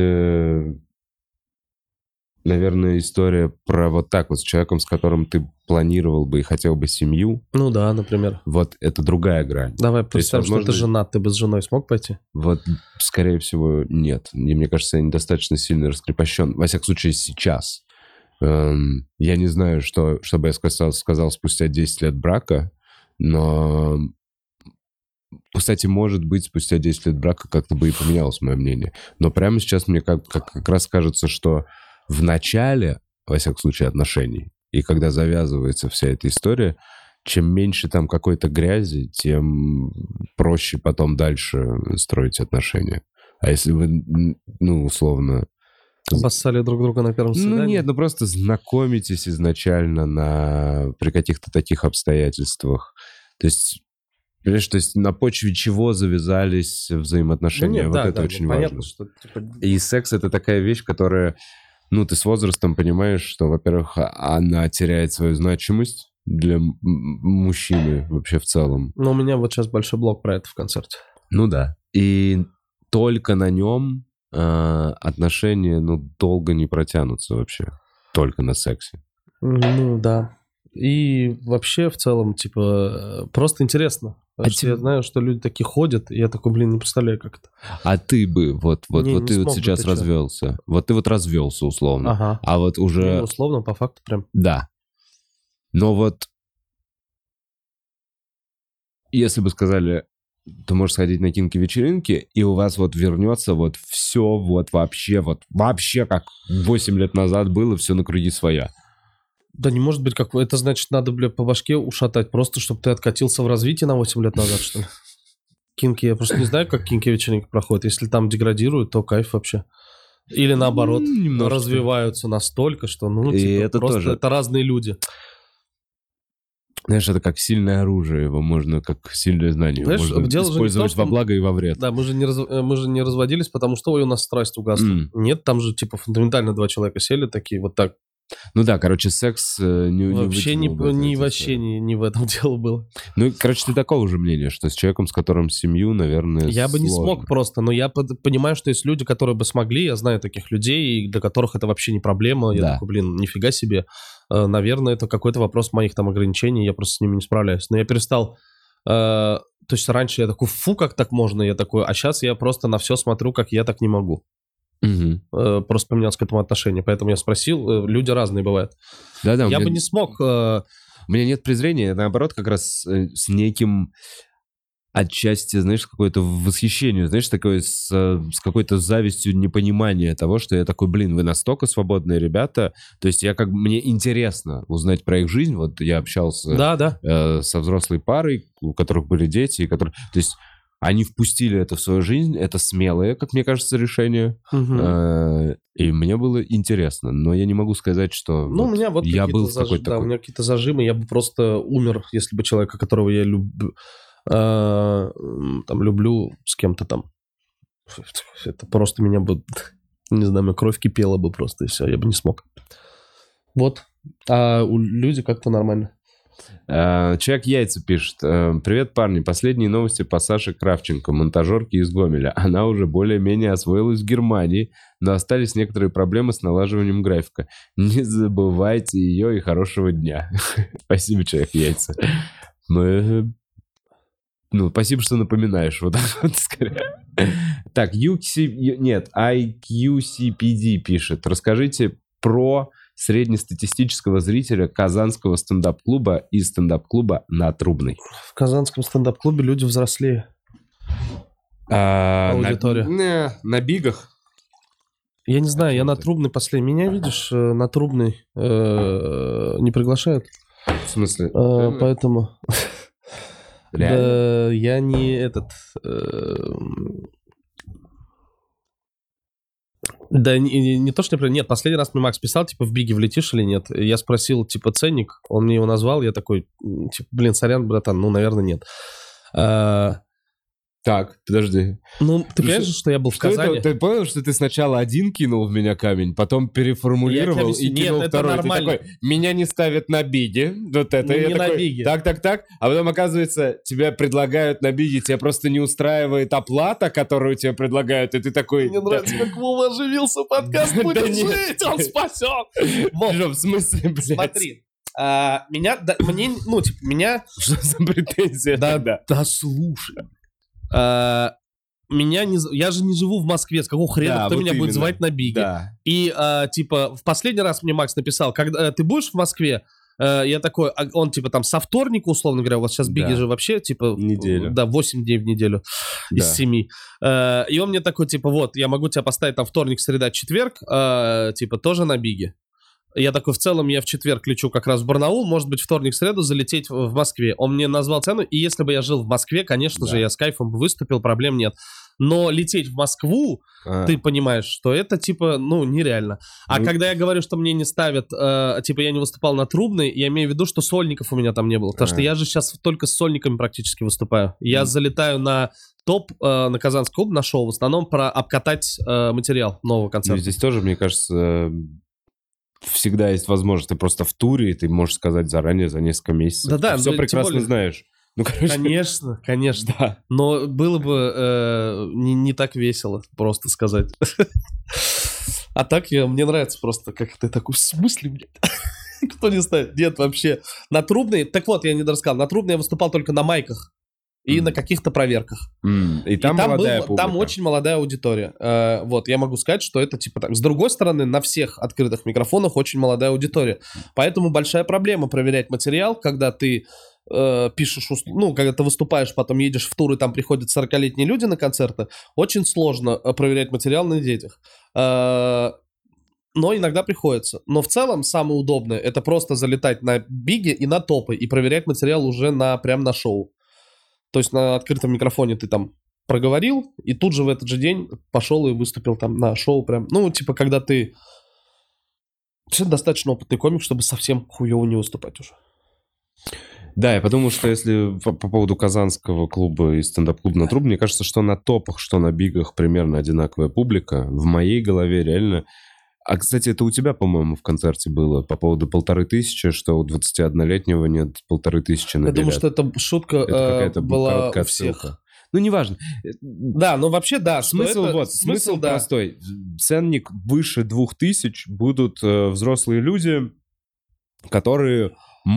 наверное, история про вот так вот с человеком, с которым ты планировал бы и хотел бы семью, Ну да, например. вот это другая грань. Давай То есть, представим, что ты возможно, женат, ты бы с женой смог пойти? Вот, скорее всего, нет. И мне кажется, я недостаточно сильно раскрепощен. Во всяком случае, сейчас. Я не знаю, что бы я сказал спустя 10 лет брака, но, кстати, может быть, спустя 10 лет брака как-то бы и поменялось мое мнение. Но прямо сейчас мне как раз кажется, что в начале, во всяком случае, отношений, и когда завязывается вся эта история, чем меньше там какой-то грязи, тем проще потом дальше строить отношения. А если вы, ну, условно... Обоссали друг друга на первом свидании? Ну нет, ну просто знакомитесь изначально при каких-то таких обстоятельствах. То есть, понимаешь, то есть на почве чего завязались взаимоотношения, вот это очень понятно, важно. что типа, И секс — это такая вещь, которая, ну, ты с возрастом понимаешь, что, во-первых, она теряет свою значимость для мужчины вообще в целом. ну, у меня вот сейчас большой блок про это в концерте. Ну да. И только на нем отношения, ну, долго не протянутся вообще. Только на сексе. Ну, да. И вообще, в целом, типа, просто интересно. Потому что я знаю, что люди такие ходят, и я такой, блин, не представляю, как это. А ты бы, вот Не ты вот смог бы, сейчас ты чё? развелся. Вот ты вот развелся, условно. Ага. А вот уже... Ну, условно, по факту прям. Да. Но вот если бы сказали, ты можешь сходить на кинки-вечеринки, и у вас вот вернется вот все вот вообще как 8 лет назад было, все на круги своя. Да не может быть, как это значит, надо, бля, по башке ушатать, просто чтобы ты откатился в развитии на 8 лет назад, что ли? Кинки, я просто не знаю, как кинки-вечеринки проходят. Если там деградируют, то кайф вообще. Или наоборот, Немножечко. развиваются настолько, что, ну, И типа, это просто тоже. это разные люди. Знаешь, это как сильное оружие, его можно, как сильное знание, его Знаешь, можно дело же не в использовать том, во что- благо и во вред. Да, мы же не разводились, потому что, ой, у нас страсть угасла. Нет, там же, типа, фундаментально два человека сели такие, вот так. Ну да, короче, секс Вообще вытянул бы это вообще историю. не в этом дело было. Ну, короче, ты такого же мнения, что с человеком, с которым семью, наверное, Я бы не сложно. смог просто, но я понимаю, что есть люди, которые бы смогли, я знаю таких людей, для которых это вообще не проблема. Я Да. такой, блин, нифига себе. Наверное, это какой-то вопрос моих там ограничений, я просто с ними не справляюсь. Но я перестал... То есть раньше я такой, фу, как так можно? Я такой, а сейчас я просто на все смотрю, как я так не могу. Мгм. Просто поменялось к этому отношение. Поэтому я спросил, люди разные бывают. Да-да, Я у бы меня- не смог... у меня нет презрения, наоборот, как раз с неким отчасти, знаешь, какое-то восхищение, знаешь, такое с какой-то завистью непонимания того, что я такой, блин, вы настолько свободные ребята, то есть я как бы, мне интересно узнать про их жизнь, вот я общался Да. со взрослой парой, у которых были дети, то есть они впустили это в свою жизнь, это смелое, как мне кажется, решение, Мгм. и мне было интересно, но я не могу сказать, что Ну, у меня вот я какие-то был в какой-то да, у такой... меня какие-то зажимы, я бы просто умер, если бы человека, которого я там люблю с кем-то там. Это просто меня бы, не знаю, мне кровь кипела бы просто, и все, я бы не смог. Вот. А у люди как-то нормально. Человек Яйца пишет. Привет, парни. Последние новости по Саше Кравченко, монтажерке из Гомеля. Она уже более-менее освоилась в Германии, но остались некоторые проблемы с налаживанием графика. Не забывайте ее и хорошего дня. Спасибо, Человек Яйца. Мы Ну, спасибо, что напоминаешь. Вот так вот скорее. Так, IQCPD пишет. Расскажите про среднестатистического зрителя казанского стендап-клуба и стендап-клуба на Трубной. В казанском стендап-клубе люди взрослее. Аудитория. На бигах. Я не знаю, я на Трубной последний. Меня, видишь, на Трубной не приглашают. В смысле? Поэтому... Реально? Да, я не этот... Да, не то, что... Нет, последний раз мне Макс писал, типа, в Биге влетишь или нет. Я спросил, типа, ценник, он мне его назвал, я такой, типа, блин, сорян, братан, ну, наверное, нет. Так, подожди. Ну, ты понимаешь, что я был в Казани? Ты понял, что ты сначала один кинул в меня камень, потом переформулировал и кинул второй. Нормально. Ты такой, меня не ставят на биге, вот это. Не я на такой, биге. Так. А потом, оказывается, тебя предлагают на биге, тебя просто не устраивает оплата, которую тебе предлагают, и ты такой... Мне нравится, как Вова оживился, подкаст Да будет нет. жить, он спасен. Вов, Что, в смысле, блядь? смотри. Меня... Что за претензия? Да слушай. Я же не живу в Москве, с какого хрена Да, кто вот меня будет именно. звать на биге? Да. И, типа, в последний раз мне Макс написал, когда ты будешь в Москве? Я такой, он, типа, там, со вторника, условно говоря, у вас сейчас биги Да. же вообще, типа... Неделю. Да, 8 дней в неделю из Да. 7. И он мне такой, типа, вот, я могу тебя поставить там вторник, среда, четверг, типа, тоже на биге. Я такой, в целом, я в четверг лечу как раз в Барнаул, может быть, вторник, среду залететь в Москве. Он мне назвал цену, и если бы я жил в Москве, конечно Да. же, я с кайфом бы выступил, проблем нет. Но лететь в Москву, ты понимаешь, что это, типа, ну, нереально. А Ну- когда я говорю, что мне не ставят, типа, я не выступал на Трубной, я имею в виду, что сольников у меня там не было. Потому что я же сейчас только с сольниками практически выступаю. Я залетаю на топ, на Казанский клуб, на шоу, в основном про обкатать материал нового Ну, концерта. здесь тоже, мне кажется, всегда есть возможность. Ты просто в туре, и ты можешь сказать заранее, за несколько месяцев. Да-да, Ты все ну, тем прекрасно более- знаешь. Ну, короче, Конечно. да. Но было бы не так весело, просто сказать. А так мне нравится просто, как ты такой, в смысле, блядь? Кто не знает? Нет, вообще. На Трубной, так вот, я не рассказал, на Трубной я выступал только на майках и на каких-то проверках. И там молодая публика. Там очень молодая аудитория. Вот, я могу сказать, что это типа так. С другой стороны, на всех открытых микрофонах очень молодая аудитория. Поэтому большая проблема проверять материал, когда ты пишешь, ну, когда ты выступаешь, потом едешь в тур, и там приходят 40-летние люди на концерты. Очень сложно проверять материал на детях. Но иногда приходится. Но в целом самое удобное — это просто залетать на биги и на топы и проверять материал уже прям на шоу. То есть на открытом микрофоне ты там проговорил, и тут же в этот же день пошел и выступил там на шоу прям. Ну, типа, когда ты достаточно опытный комик, чтобы совсем хуёво не выступать уже. Да, я подумал, что если по поводу казанского клуба и стендап-клуба на Трубной, мне кажется, что на топах, что на бигах примерно одинаковая публика. В моей голове реально... А, кстати, это у тебя, по-моему, в концерте было по поводу 1500, что у 21-летнего нет 1500 на Я думаю, билет. что эта шутка Это какая-то была короткая у всех. отсылка. Ну, неважно. Да, ну вообще да. Смысл что это- вот, смысл да. простой. Ценник выше 2000 будут взрослые люди, которые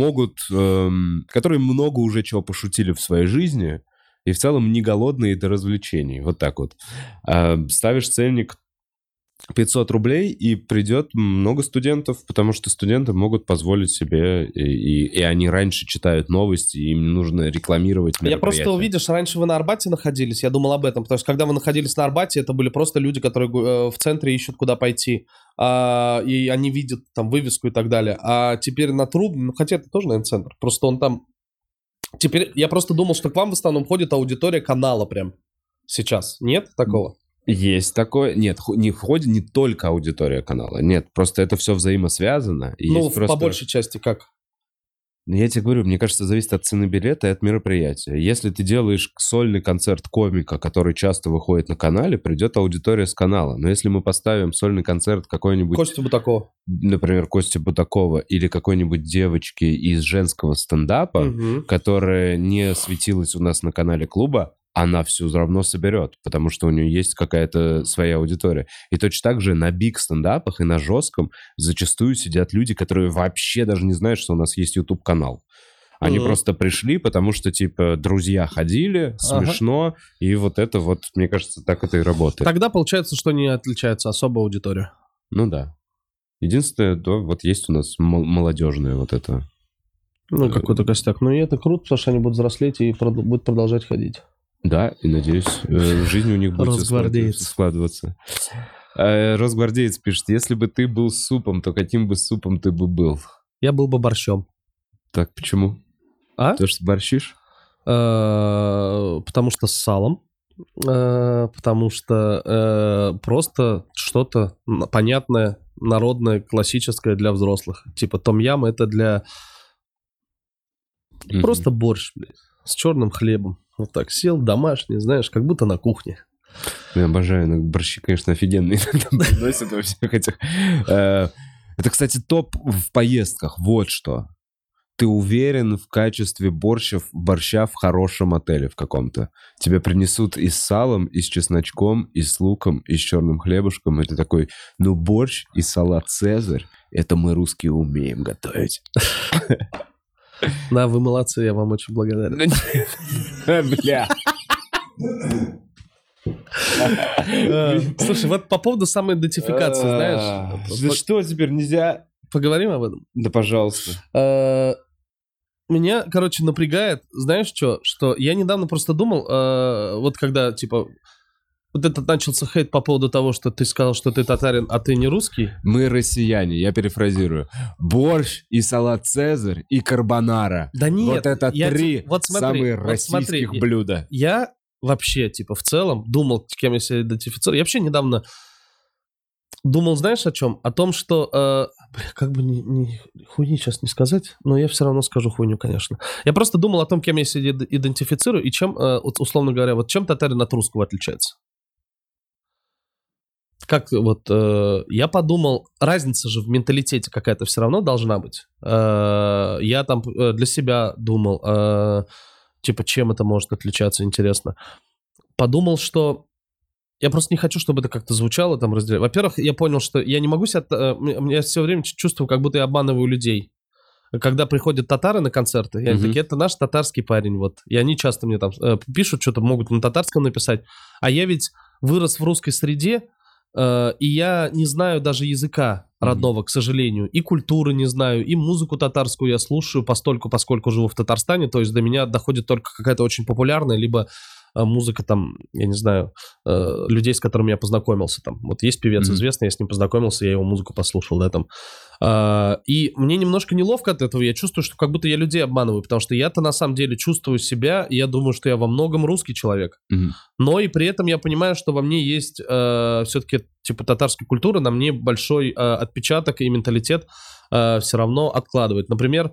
которые много уже чего пошутили в своей жизни и в целом не голодные до развлечений. Вот так вот. Ставишь ценник 500 рублей, и придет много студентов, потому что студенты могут позволить себе, и они раньше читают новости, и им не нужно рекламировать Я мероприятие. просто, видишь, раньше вы на Арбате находились, я думал об этом, потому что когда вы находились на Арбате, это были просто люди, которые в центре ищут, куда пойти, и они видят там вывеску и так далее. А теперь на Трубной, ну хотя это тоже, наверное, центр, просто он там... Теперь я просто думал, что к вам в основном ходит аудитория канала прям сейчас. Нет такого? Есть такое. Нет, не входит не только аудитория канала. Нет, просто это все взаимосвязано. И Ну, есть просто... по большей части как? Я тебе говорю, мне кажется, зависит от цены билета и от мероприятия. Если ты делаешь сольный концерт комика, который часто выходит на канале, придет аудитория с канала. Но если мы поставим сольный концерт какой-нибудь, Костю Бутакова. например, Кости Бутакова или какой-нибудь девочки из женского стендапа, Мгм. которая не светилась у нас на канале клуба, она все равно соберет, потому что у нее есть какая-то своя аудитория. И точно так же на биг-стендапах и на жестком зачастую сидят люди, которые вообще даже не знают, что у нас есть YouTube-канал. Они просто пришли, потому что, типа, друзья ходили, смешно, и вот это вот, мне кажется, так это и работает. Тогда получается, что не отличается особо аудитория. Ну да. Единственное, да, вот есть у нас молодежное вот это. Ну, какой-то костяк. Ну, и это круто, потому что они будут взрослеть и будут продолжать ходить. Да, и надеюсь, жизнь у них будет складываться. Росгвардеец пишет, если бы ты был супом, то каким бы супом ты бы был? Я был бы борщом. Так, почему? Потому что борщишь? Потому что с салом. Потому что просто что-то понятное, народное, классическое для взрослых. Типа том-ям это для... Просто борщ, блядь, с черным хлебом. Вот так сел, домашний, знаешь, как будто на кухне. Я обожаю, борщи, конечно, офигенные приносят во всех этих... Это, кстати, топ в поездках, вот что. Ты уверен в качестве борща в хорошем отеле в каком-то. Тебя принесут и с салом, и с чесночком, и с луком, и с черным хлебушком. И ты такой, ну борщ и салат «Цезарь» — это мы русские умеем готовить. Да, вы молодцы, я вам очень благодарен. Бля. Слушай, вот по поводу самоидентификации, знаешь... Да что, теперь нельзя... Поговорим об этом? Да, пожалуйста. Меня, короче, напрягает, знаешь что? Что я недавно просто думал, вот когда, типа... Вот этот начался хейт по поводу того, что ты сказал, что ты татарин, а ты не русский. Мы россияне, я перефразирую. Борщ и салат «Цезарь» и карбонара. Да нет. Вот это три самые российских блюда. Я вообще, типа, в целом думал, с кем я себя идентифицирую. Я вообще недавно думал, знаешь, о чем? О том, что... как бы хуйни сейчас не сказать, но я все равно скажу хуйню, конечно. Я просто думал о том, кем я себя идентифицирую и чем, условно говоря, вот чем татарин от русского отличается. Как вот, я подумал, разница же в менталитете какая-то все равно должна быть. Я там для себя думал, типа, чем это может отличаться, интересно. Подумал, что я просто не хочу, чтобы это как-то звучало, там, разделять. Во-первых, я понял, что я не могу себя... Я все время чувствую, как будто я обманываю людей. Когда приходят татары на концерты, и они такие, это наш татарский парень, вот. И они часто мне там пишут, что-то могут на татарском написать. А я ведь вырос в русской среде, и я не знаю даже языка родного, к сожалению, и культуры не знаю, и музыку татарскую я слушаю поскольку живу в Татарстане, то есть до меня доходит только какая-то очень популярная, либо музыка там, я не знаю, людей, с которыми я познакомился там. Вот есть певец известный, я с ним познакомился, я его музыку послушал, да, там. И мне немножко неловко от этого, я чувствую, что как будто я людей обманываю, потому что я-то на самом деле чувствую себя, и я думаю, что я во многом русский человек. Но и при этом я понимаю, что во мне есть все-таки типа татарская культура, на мне большой отпечаток и менталитет все равно откладывает. Например,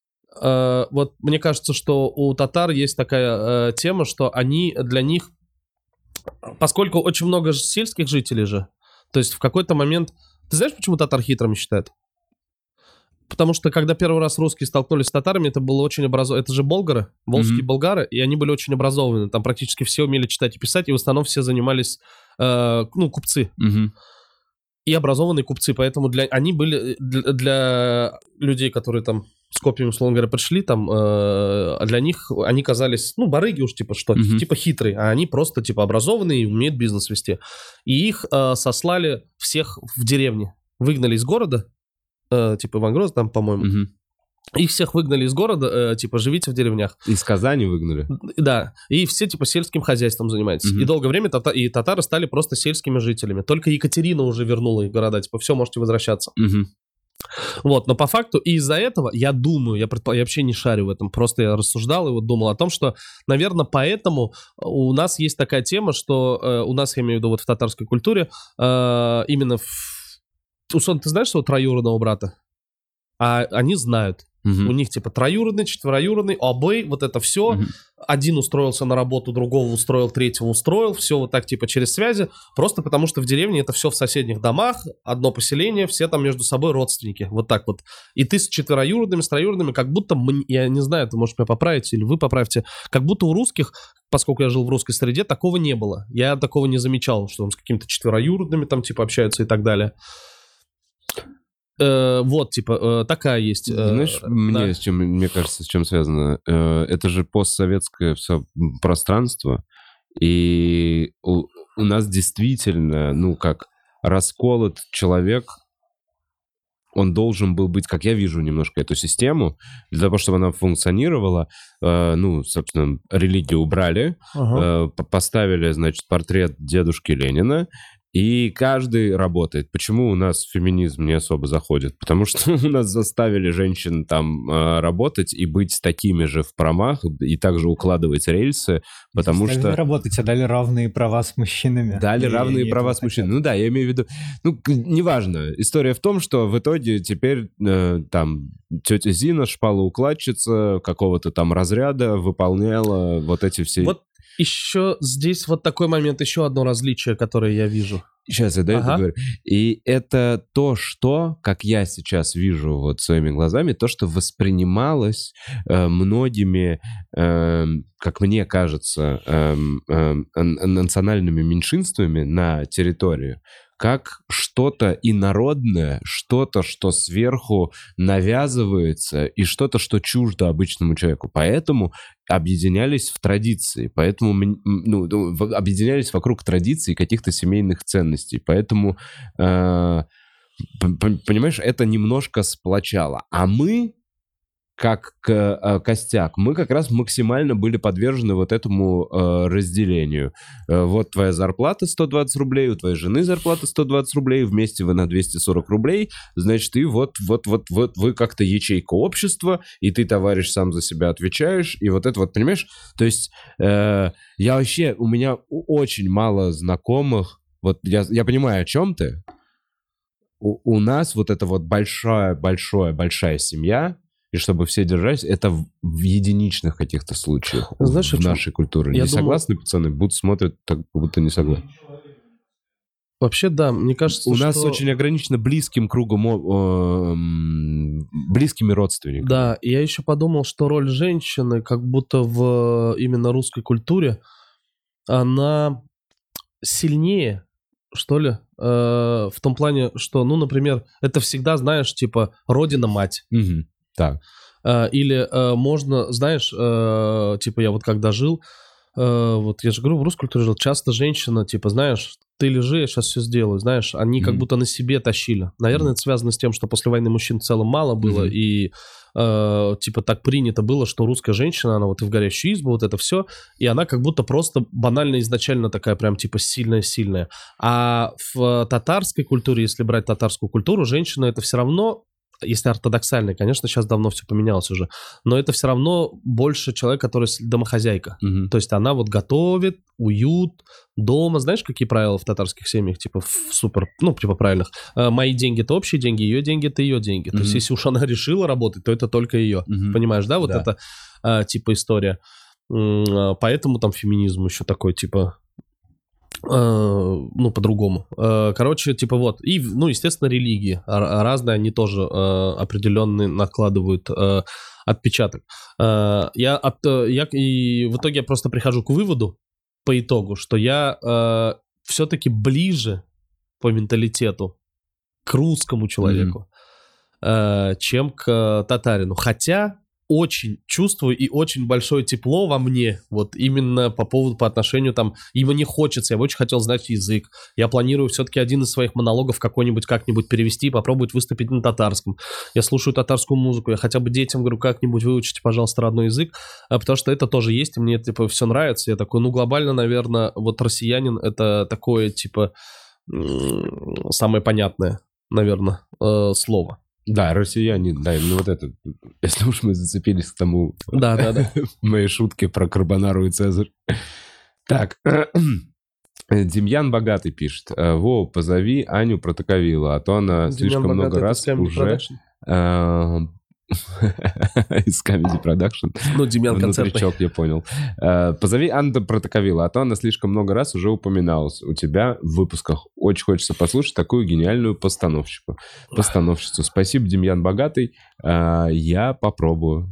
вот мне кажется, что у татар есть такая тема, что они для них, поскольку очень много сельских жителей же, то есть в какой-то момент... Ты знаешь, почему татар хитрыми считают? Потому что когда первый раз русские столкнулись с татарами, это было очень образованно. Это же болгары, волжские болгары, и они были очень образованы. Там практически все умели читать и писать, и в основном все занимались, купцы. И образованные купцы, поэтому они были для людей, которые там с копьями, условно говоря, пришли, там, для них они казались, барыги уж, типа, что, типа хитрые, а они просто, типа, образованные и умеют бизнес вести. И их сослали всех в деревне, выгнали из города, типа, Иван Грозный там, по-моему, их всех выгнали из города, типа, живите в деревнях. Из Казани выгнали? Да, и все, типа, сельским хозяйством занимаются. И долгое время татары стали просто сельскими жителями. Только Екатерина уже вернула их города, типа, все, можете возвращаться. Вот, но по факту и из-за этого, я думаю, я вообще не шарю в этом, просто я рассуждал и вот думал о том, что, наверное, поэтому у нас есть такая тема, что у нас, я имею в виду, вот в татарской культуре, именно Усон, ты знаешь своего троюродного брата? А они знают. У них типа троюродный, четвероюродный, обы, вот это все. Один устроился на работу, другого устроил, третьего устроил. Все вот так типа через связи. Просто потому что в деревне это все в соседних домах, одно поселение, все там между собой родственники. Вот так вот. И ты с четвероюродными, с троюродными, как будто, я не знаю, ты можешь меня поправить или вы поправьте, как будто у русских, поскольку я жил в русской среде, такого не было. Я такого не замечал, что он с какими-то четвероюродными там типа общаются и так далее. Вот, типа, такая есть. Знаешь, да. мне кажется, с чем связано? Это же постсоветское все пространство, и у нас действительно, ну, как расколот человек, он должен был быть, как я вижу немножко эту систему, для того, чтобы она функционировала, ну, собственно, религию убрали, Ага. поставили, значит, портрет дедушки Ленина, и каждый работает. Почему у нас феминизм не особо заходит? Потому что у нас заставили женщин там работать и быть такими же в промах, и также укладывать рельсы, потому Заставили что... работать, а дали равные права с мужчинами. Дали И равные они права этого с мужчинами. хотят. Ну да, я имею в виду... Ну, неважно. История в том, что в итоге теперь там тетя Зина, шпалоукладчица какого-то там разряда, выполняла вот эти все... Вот еще здесь вот такой момент, еще одно различие, которое я вижу. Сейчас я это говорю. И это то, что, как я сейчас вижу вот своими глазами, то, что воспринималось многими, как мне кажется, национальными меньшинствами на территории, как что-то инородное, что-то, что сверху навязывается, и что-то, что чуждо обычному человеку. Поэтому объединялись в традиции, поэтому объединялись вокруг традиций каких-то семейных ценностей. Поэтому, понимаешь, это немножко сплочало. А мы, как костяк, мы как раз максимально были подвержены вот этому разделению. Вот твоя зарплата 120 рублей, у твоей жены зарплата 120 рублей, вместе вы на 240 рублей, значит, и вот вы как-то ячейка общества, и ты, товарищ, сам за себя отвечаешь, и вот это вот, понимаешь? То есть у меня очень мало знакомых, вот я понимаю, о чем ты. У нас вот эта вот большая семья, и чтобы все держались, это в единичных каких-то случаях. Знаешь, в нашей культуре. Я Не согласны, пацаны? Будут смотрят, так будто не согласны. Вообще, да, мне кажется, У нас очень ограничено близким кругом, близкими родственниками. Да, и я еще подумал, что роль женщины, как будто в именно русской культуре, она сильнее, что ли, в том плане, что, ну, например, это всегда, знаешь, типа, родина-мать. Угу. Так. Или можно, знаешь, типа, я вот когда жил, вот я же говорю, в русской культуре жил, часто женщина, типа, знаешь, ты лежи, я сейчас все сделаю, знаешь, они как будто на себе тащили. Наверное, это связано с тем, что после войны мужчин в целом мало было, и типа так принято было, что русская женщина, она вот и в горящую избу, вот это все, и она как будто просто банально изначально такая прям типа сильная-сильная. А в татарской культуре, если брать татарскую культуру, женщина это все равно, если ортодоксальная, конечно, сейчас давно все поменялось уже, но это все равно больше человек, который домохозяйка. То есть она вот готовит, уют, дома. Знаешь, какие правила в татарских семьях? Типа супер, ну, типа правильных. Мои деньги — это общие деньги, ее деньги — это ее деньги. То есть если уж она решила работать, то это только ее. Понимаешь, да? Вот это типа история. Поэтому там феминизм еще такой, типа... ну, по-другому. Короче, типа вот. И, ну, естественно, религии. Разные, они тоже определенный накладывают отпечаток. И в итоге я просто прихожу к выводу, по итогу, что я все-таки ближе по менталитету к русскому человеку, чем к татарину. Хотя... очень чувствую и очень большое тепло во мне, вот именно по отношению там, и мне хочется, я бы очень хотел знать язык, я планирую все-таки один из своих монологов как-нибудь перевести, попробовать выступить на татарском, я слушаю татарскую музыку, я хотя бы детям говорю, как-нибудь выучите, пожалуйста, родной язык, потому что это тоже есть, и мне типа все нравится, я такой, ну глобально, наверное, вот россиянин это такое типа самое понятное, наверное, слово. Да, россияне, да, ну вот это, если уж мы зацепились к тому, да. моей шутке про карбонару и Цезарь. Так, Демьян Богатый пишет: Вова, позови Аню Протоковилу, а то она слишком много раз уже... Из Comedy Production. Ну, Демьян концертный. Внутричок, я понял. Позови Анну Протоковилу, а то она слишком много раз уже упоминалась у тебя в выпусках. Очень хочется послушать такую гениальную постановщицу. Спасибо, Демьян Богатый. Я попробую.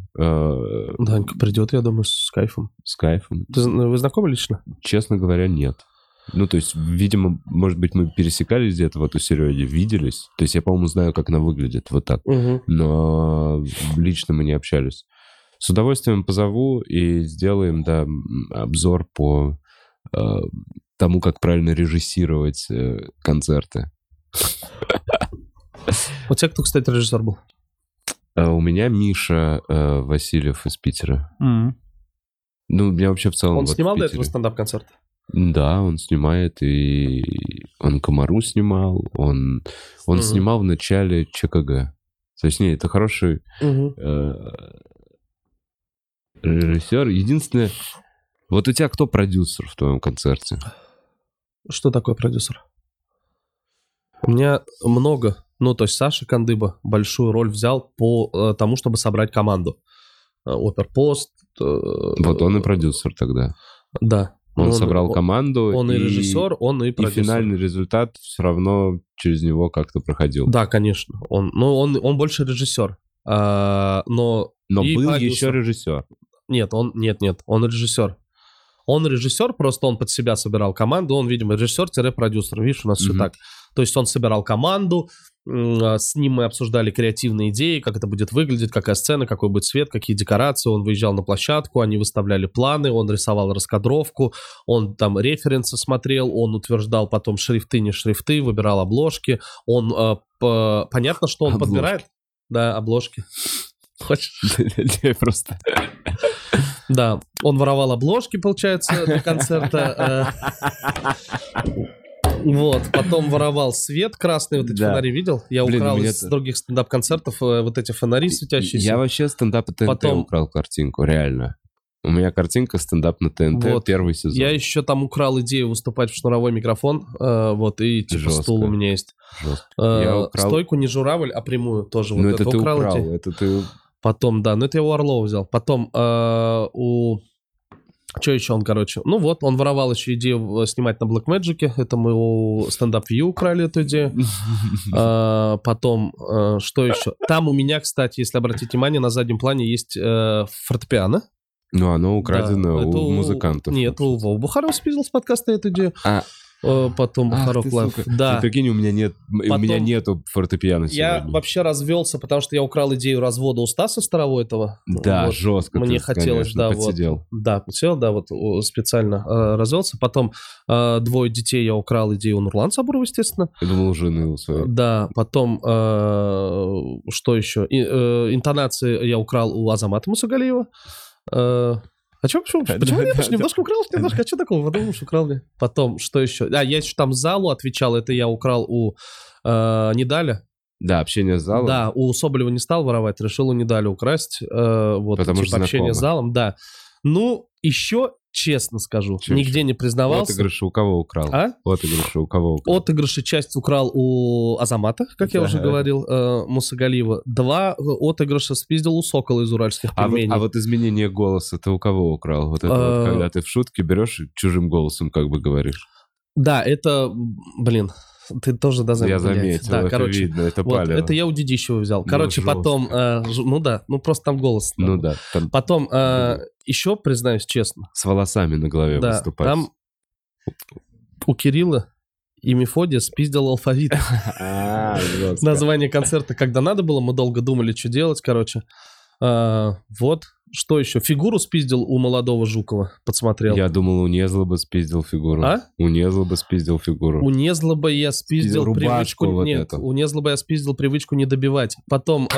Данька придет, я думаю, с кайфом. С кайфом. Вы знакомы лично? Честно говоря, нет. Ну, то есть, видимо, может быть, мы пересекались где-то в эту Сереге, виделись. То есть я, по-моему, знаю, как она выглядит, вот так. Но лично мы не общались. С удовольствием позову и сделаем, да, обзор по тому, как правильно режиссировать концерты. У тебя кто, кстати, режиссер был? У меня Миша Васильев из Питера. Ну, у меня вообще в целом... Он вот снимал в до Питере. этого стендап-концерт? Да, он снимает, и он Комару снимал, он снимал в начале ЧКГ. Точнее, это хороший режиссер. Единственное, вот у тебя кто продюсер в твоем концерте? Что такое продюсер? У меня много. Ну, то есть Саша Кандыба большую роль взял по тому, чтобы собрать команду. Оперпост. Вот он и продюсер тогда. Да. Он собрал команду. Он и режиссер, он и продюсер. И финальный результат все равно через него как-то проходил. Да, конечно. Он больше режиссер. Но был продюсер. еще режиссер. Нет, он режиссер. Он режиссер, просто он под себя собирал команду. Он, видимо, режиссер-продюсер. Видишь, у нас все так. То есть он собирал команду, с ним мы обсуждали креативные идеи, как это будет выглядеть, какая сцена, какой будет свет, какие декорации. Он выезжал на площадку, они выставляли планы, он рисовал раскадровку, он там референсы смотрел, он утверждал потом шрифты, не шрифты, выбирал обложки. Понятно, что он обложки. подбирает. Да, обложки. Хочешь? Просто... Да, он воровал обложки, получается, до концерта. Вот, потом воровал свет красный, вот эти фонари видел? Я украл из других стендап-концертов вот эти фонари светящиеся. Я вообще стендап на ТНТ украл картинку, реально. У меня картинка стендап на ТНТ, вот. Первый сезон. Я еще там украл идею выступать в шнуровой микрофон, вот, и типа жестко. Стул у меня есть. Стойку не журавль, а прямую тоже. Ну, вот это ты украл, это ты... Потом, да, это я у Орлова взял. Потом Что еще он, короче? Ну вот, он воровал еще идею снимать на Blackmagic. Это мы у Stand Up View украли эту идею. Потом, что еще? Там у меня, кстати, если обратить внимание, на заднем плане есть фортепиано. Ну, оно украдено у музыкантов. Нет, у Вова Бухарова спиздил с подкаста эту идею. Потом Бухаров Лайв. Да. Прикинь, у меня нету фортепиано сегодня. Я вообще развелся, потому что я украл идею развода у Стаса Старовойтова. Да, вот. Жестко. Мне хотелось, да, подсидел. Вот. Да, подсидел, да, вот специально развелся. Потом двое детей я украл идею у Нурлана Сабурова, естественно. Я думал, жены у своей. Да, потом, что еще? Интонации я украл у Азамата Мусагалиева. Почему я немножко украл, а что такого? Подумал, что украл мне. Потом, что еще? Я еще там залу отвечал, это я украл у Недаля. Да, общение с залом. Да, у Соболева не стал воровать, решил у Недаля украсть. Вот, потому что общение с залом, да. Ну, еще, честно скажу, нигде не признавался. Отыгрыши у кого украл? Отыгрыши у кого украл? Отыгрыши часть украл у Азамата, как я уже говорил, Мусагалиева. 2 отыгрыша спиздил у Сокола из уральских пельменей. А вот изменение голоса ты у кого украл? Вот это вот, когда ты в шутке берешь и чужим голосом как бы говоришь. Да, это, ты тоже заметил. Я заметил, да, это короче, видно, это вот, палево. Это я у Дедищева взял. Короче, потом, просто там голос. Ну да. Там... Потом, еще, признаюсь честно. С волосами на голове выступать. Там у Кирилла и Мефодия спиздил алфавит. Название концерта, когда надо было, мы долго думали, что делать, короче. Вот. Что еще? Фигуру спиздил у молодого Жукова, подсмотрел. Я думал, у Незлоба спиздил фигуру. У Незлоба спиздил фигуру. У Незлоба я спиздил привычку... Вот Нет, эту. у Незлоба я спиздил привычку не добивать. Потом...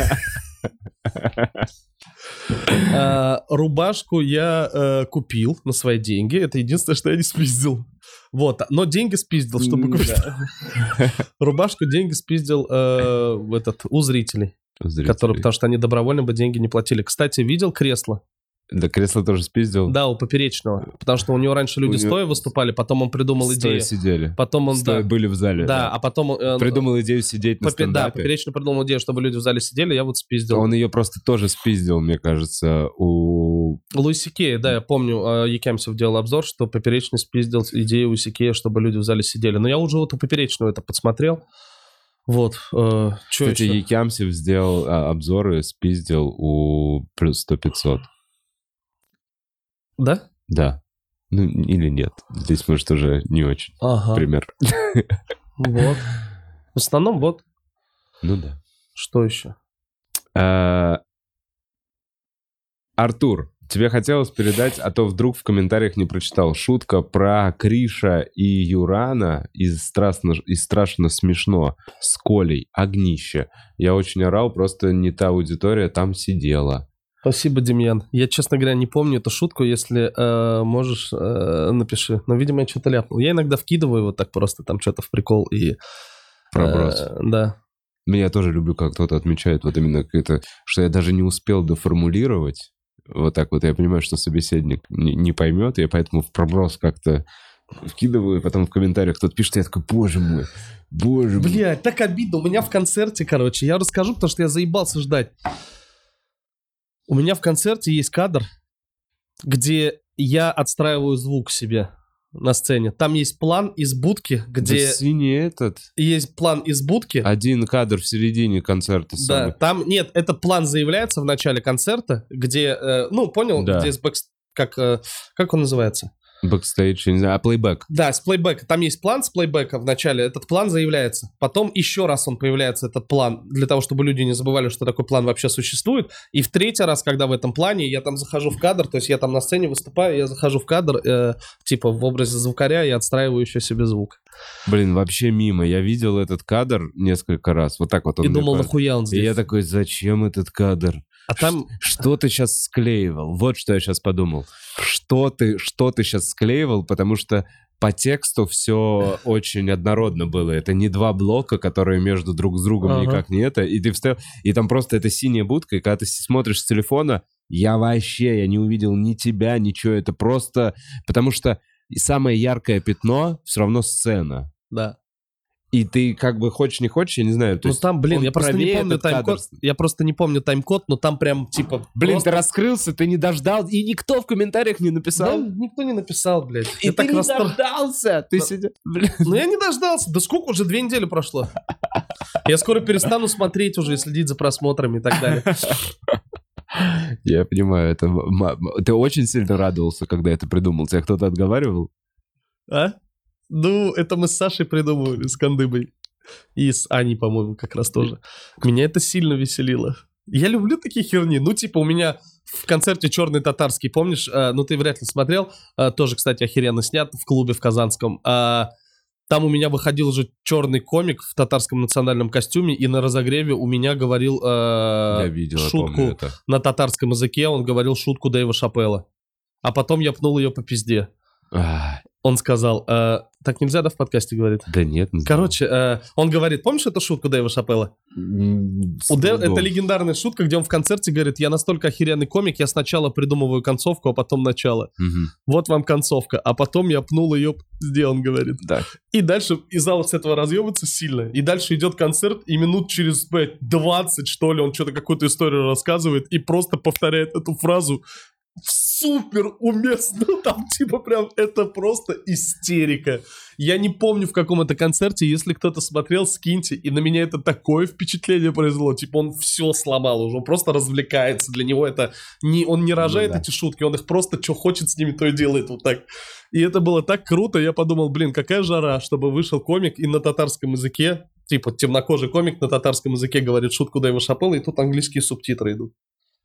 Рубашку я купил на свои деньги. Это единственное, что я не спиздил. Вот, но деньги спиздил, чтобы купить. Рубашку, деньги спиздил у зрителей. Потому что они добровольно бы деньги не платили. Кстати, видел кресло? Да, кресло тоже спиздил? Да, у Поперечного. Потому что у него раньше люди стоя выступали, потом он придумал идею. Стоя сидели. Потом он, стоя были в зале. Да, а потом... придумал идею сидеть на стендапе. Да, Поперечный придумал идею, чтобы люди в зале сидели, я вот спиздил. Он ее просто тоже спиздил, мне кажется, у... Луиси Кея, да, я помню, Якимсев делал обзор, что Поперечный спиздил идею Луиси Кея, чтобы люди в зале сидели. Но я уже вот у Поперечного это подсмотрел. Вот. Кстати, Якимсев сделал обзоры, спиздил у плюс 100-500. Да? Да. Ну, или нет. Здесь, может, уже не очень пример. Вот. В основном вот. Ну да. Что еще? Артур, тебе хотелось передать, а то вдруг в комментариях не прочитал. Шутка про Криша и Юрана из «Страшно смешно» с Колей «Огнище». Я очень орал, просто не та аудитория там сидела. Спасибо, Демьян. Я, честно говоря, не помню эту шутку. Если можешь, напиши. Но, видимо, я что-то ляпнул. Я иногда вкидываю вот так просто там что-то в прикол и... Проброс. Да. Я тоже люблю, как кто-то отмечает вот именно это, что я даже не успел доформулировать. Вот так вот я понимаю, что собеседник не поймет, я поэтому в проброс как-то вкидываю, и потом в комментариях кто-то пишет, я такой, боже мой. Блядь, так обидно. У меня в концерте, короче, я расскажу, потому что я заебался ждать. У меня в концерте есть кадр, где я отстраиваю звук себе на сцене. Там есть план из будки, где... Да синий этот. Есть план из будки. Один кадр в середине концерта. Да, самый. Там... Нет, этот план заявляется в начале концерта, где... понял? Да. Где с как он называется? Бэкстейдж, я не знаю, плейбэк. Да, с плейбэка. Там есть план с плейбэка в начале. Этот план заявляется. Потом еще раз он появляется, этот план, для того, чтобы люди не забывали, что такой план вообще существует. И в третий раз, когда в этом плане, я там захожу в кадр, то есть я там на сцене выступаю, я захожу в кадр, типа в образе звукаря, и отстраиваю еще себе звук. Блин, вообще мимо. Я видел этот кадр несколько раз. Вот так вот он. И думал, нахуя он здесь? И я такой, зачем этот кадр? А там... Что ты сейчас склеивал? Вот что я сейчас подумал. Что ты сейчас склеивал? Потому что по тексту все очень однородно было. Это не два блока, которые между друг с другом никак не это. И ты встал, и там просто это синяя будка, и когда ты смотришь с телефона, я не увидел ни тебя, ничего. Это просто... Потому что самое яркое пятно все равно сцена. Да. И ты как бы хочешь, не хочешь, я не знаю. То есть там, блин, я просто не помню тайм-код. Я просто не помню тайм-код, но там прям типа... Блин, просто... ты раскрылся, ты не дождал, и никто в комментариях не написал. Да, никто не написал, блядь. И я ты не дождался! Ты сидел... Ну я не дождался. Да сколько уже 2 недели прошло? Я скоро перестану смотреть уже и следить за просмотрами и так далее. Я понимаю, это... Ты очень сильно радовался, когда это придумал. Тебя кто-то отговаривал? А? Ну, это мы с Сашей придумывали, с Кандыбой. И с Аней, по-моему, как раз тоже. Меня это сильно веселило. Я люблю такие херни. Ну, типа, у меня в концерте «Черный татарский», помнишь? Ну, ты вряд ли смотрел. Тоже, кстати, охеренно снят в клубе в Казанском. Там у меня выходил уже черный комик в татарском национальном костюме, и на разогреве у меня говорил шутку на татарском языке. Он говорил шутку Дэйва Шапелла. А потом я пнул ее по пизде. Он сказал, так нельзя, да, в подкасте говорит? Да нет. Короче, он говорит, помнишь эту шутку Дэйва Шапелла? Это легендарная шутка, где он в концерте говорит, я настолько охеренный комик, я сначала придумываю концовку, а потом начало. Вот вам концовка. А потом я пнул ее, где он говорит. Да. И дальше из зала с этого разъебывается сильно. И дальше идет концерт, и минут через 20, что ли, он что-то какую-то историю рассказывает и просто повторяет эту фразу супер уместно, там типа прям это просто истерика. Я не помню, в каком это концерте, если кто-то смотрел, скиньте, и на меня это такое впечатление произвело, типа он все сломал уже, он просто развлекается, для него это, он не рожает эти шутки, он их просто, что хочет с ними, то и делает вот так. И это было так круто, я подумал, блин, какая жара, чтобы вышел комик и на татарском языке, типа темнокожий комик на татарском языке говорит шутку Дэйва Шапелла, и тут английские субтитры идут.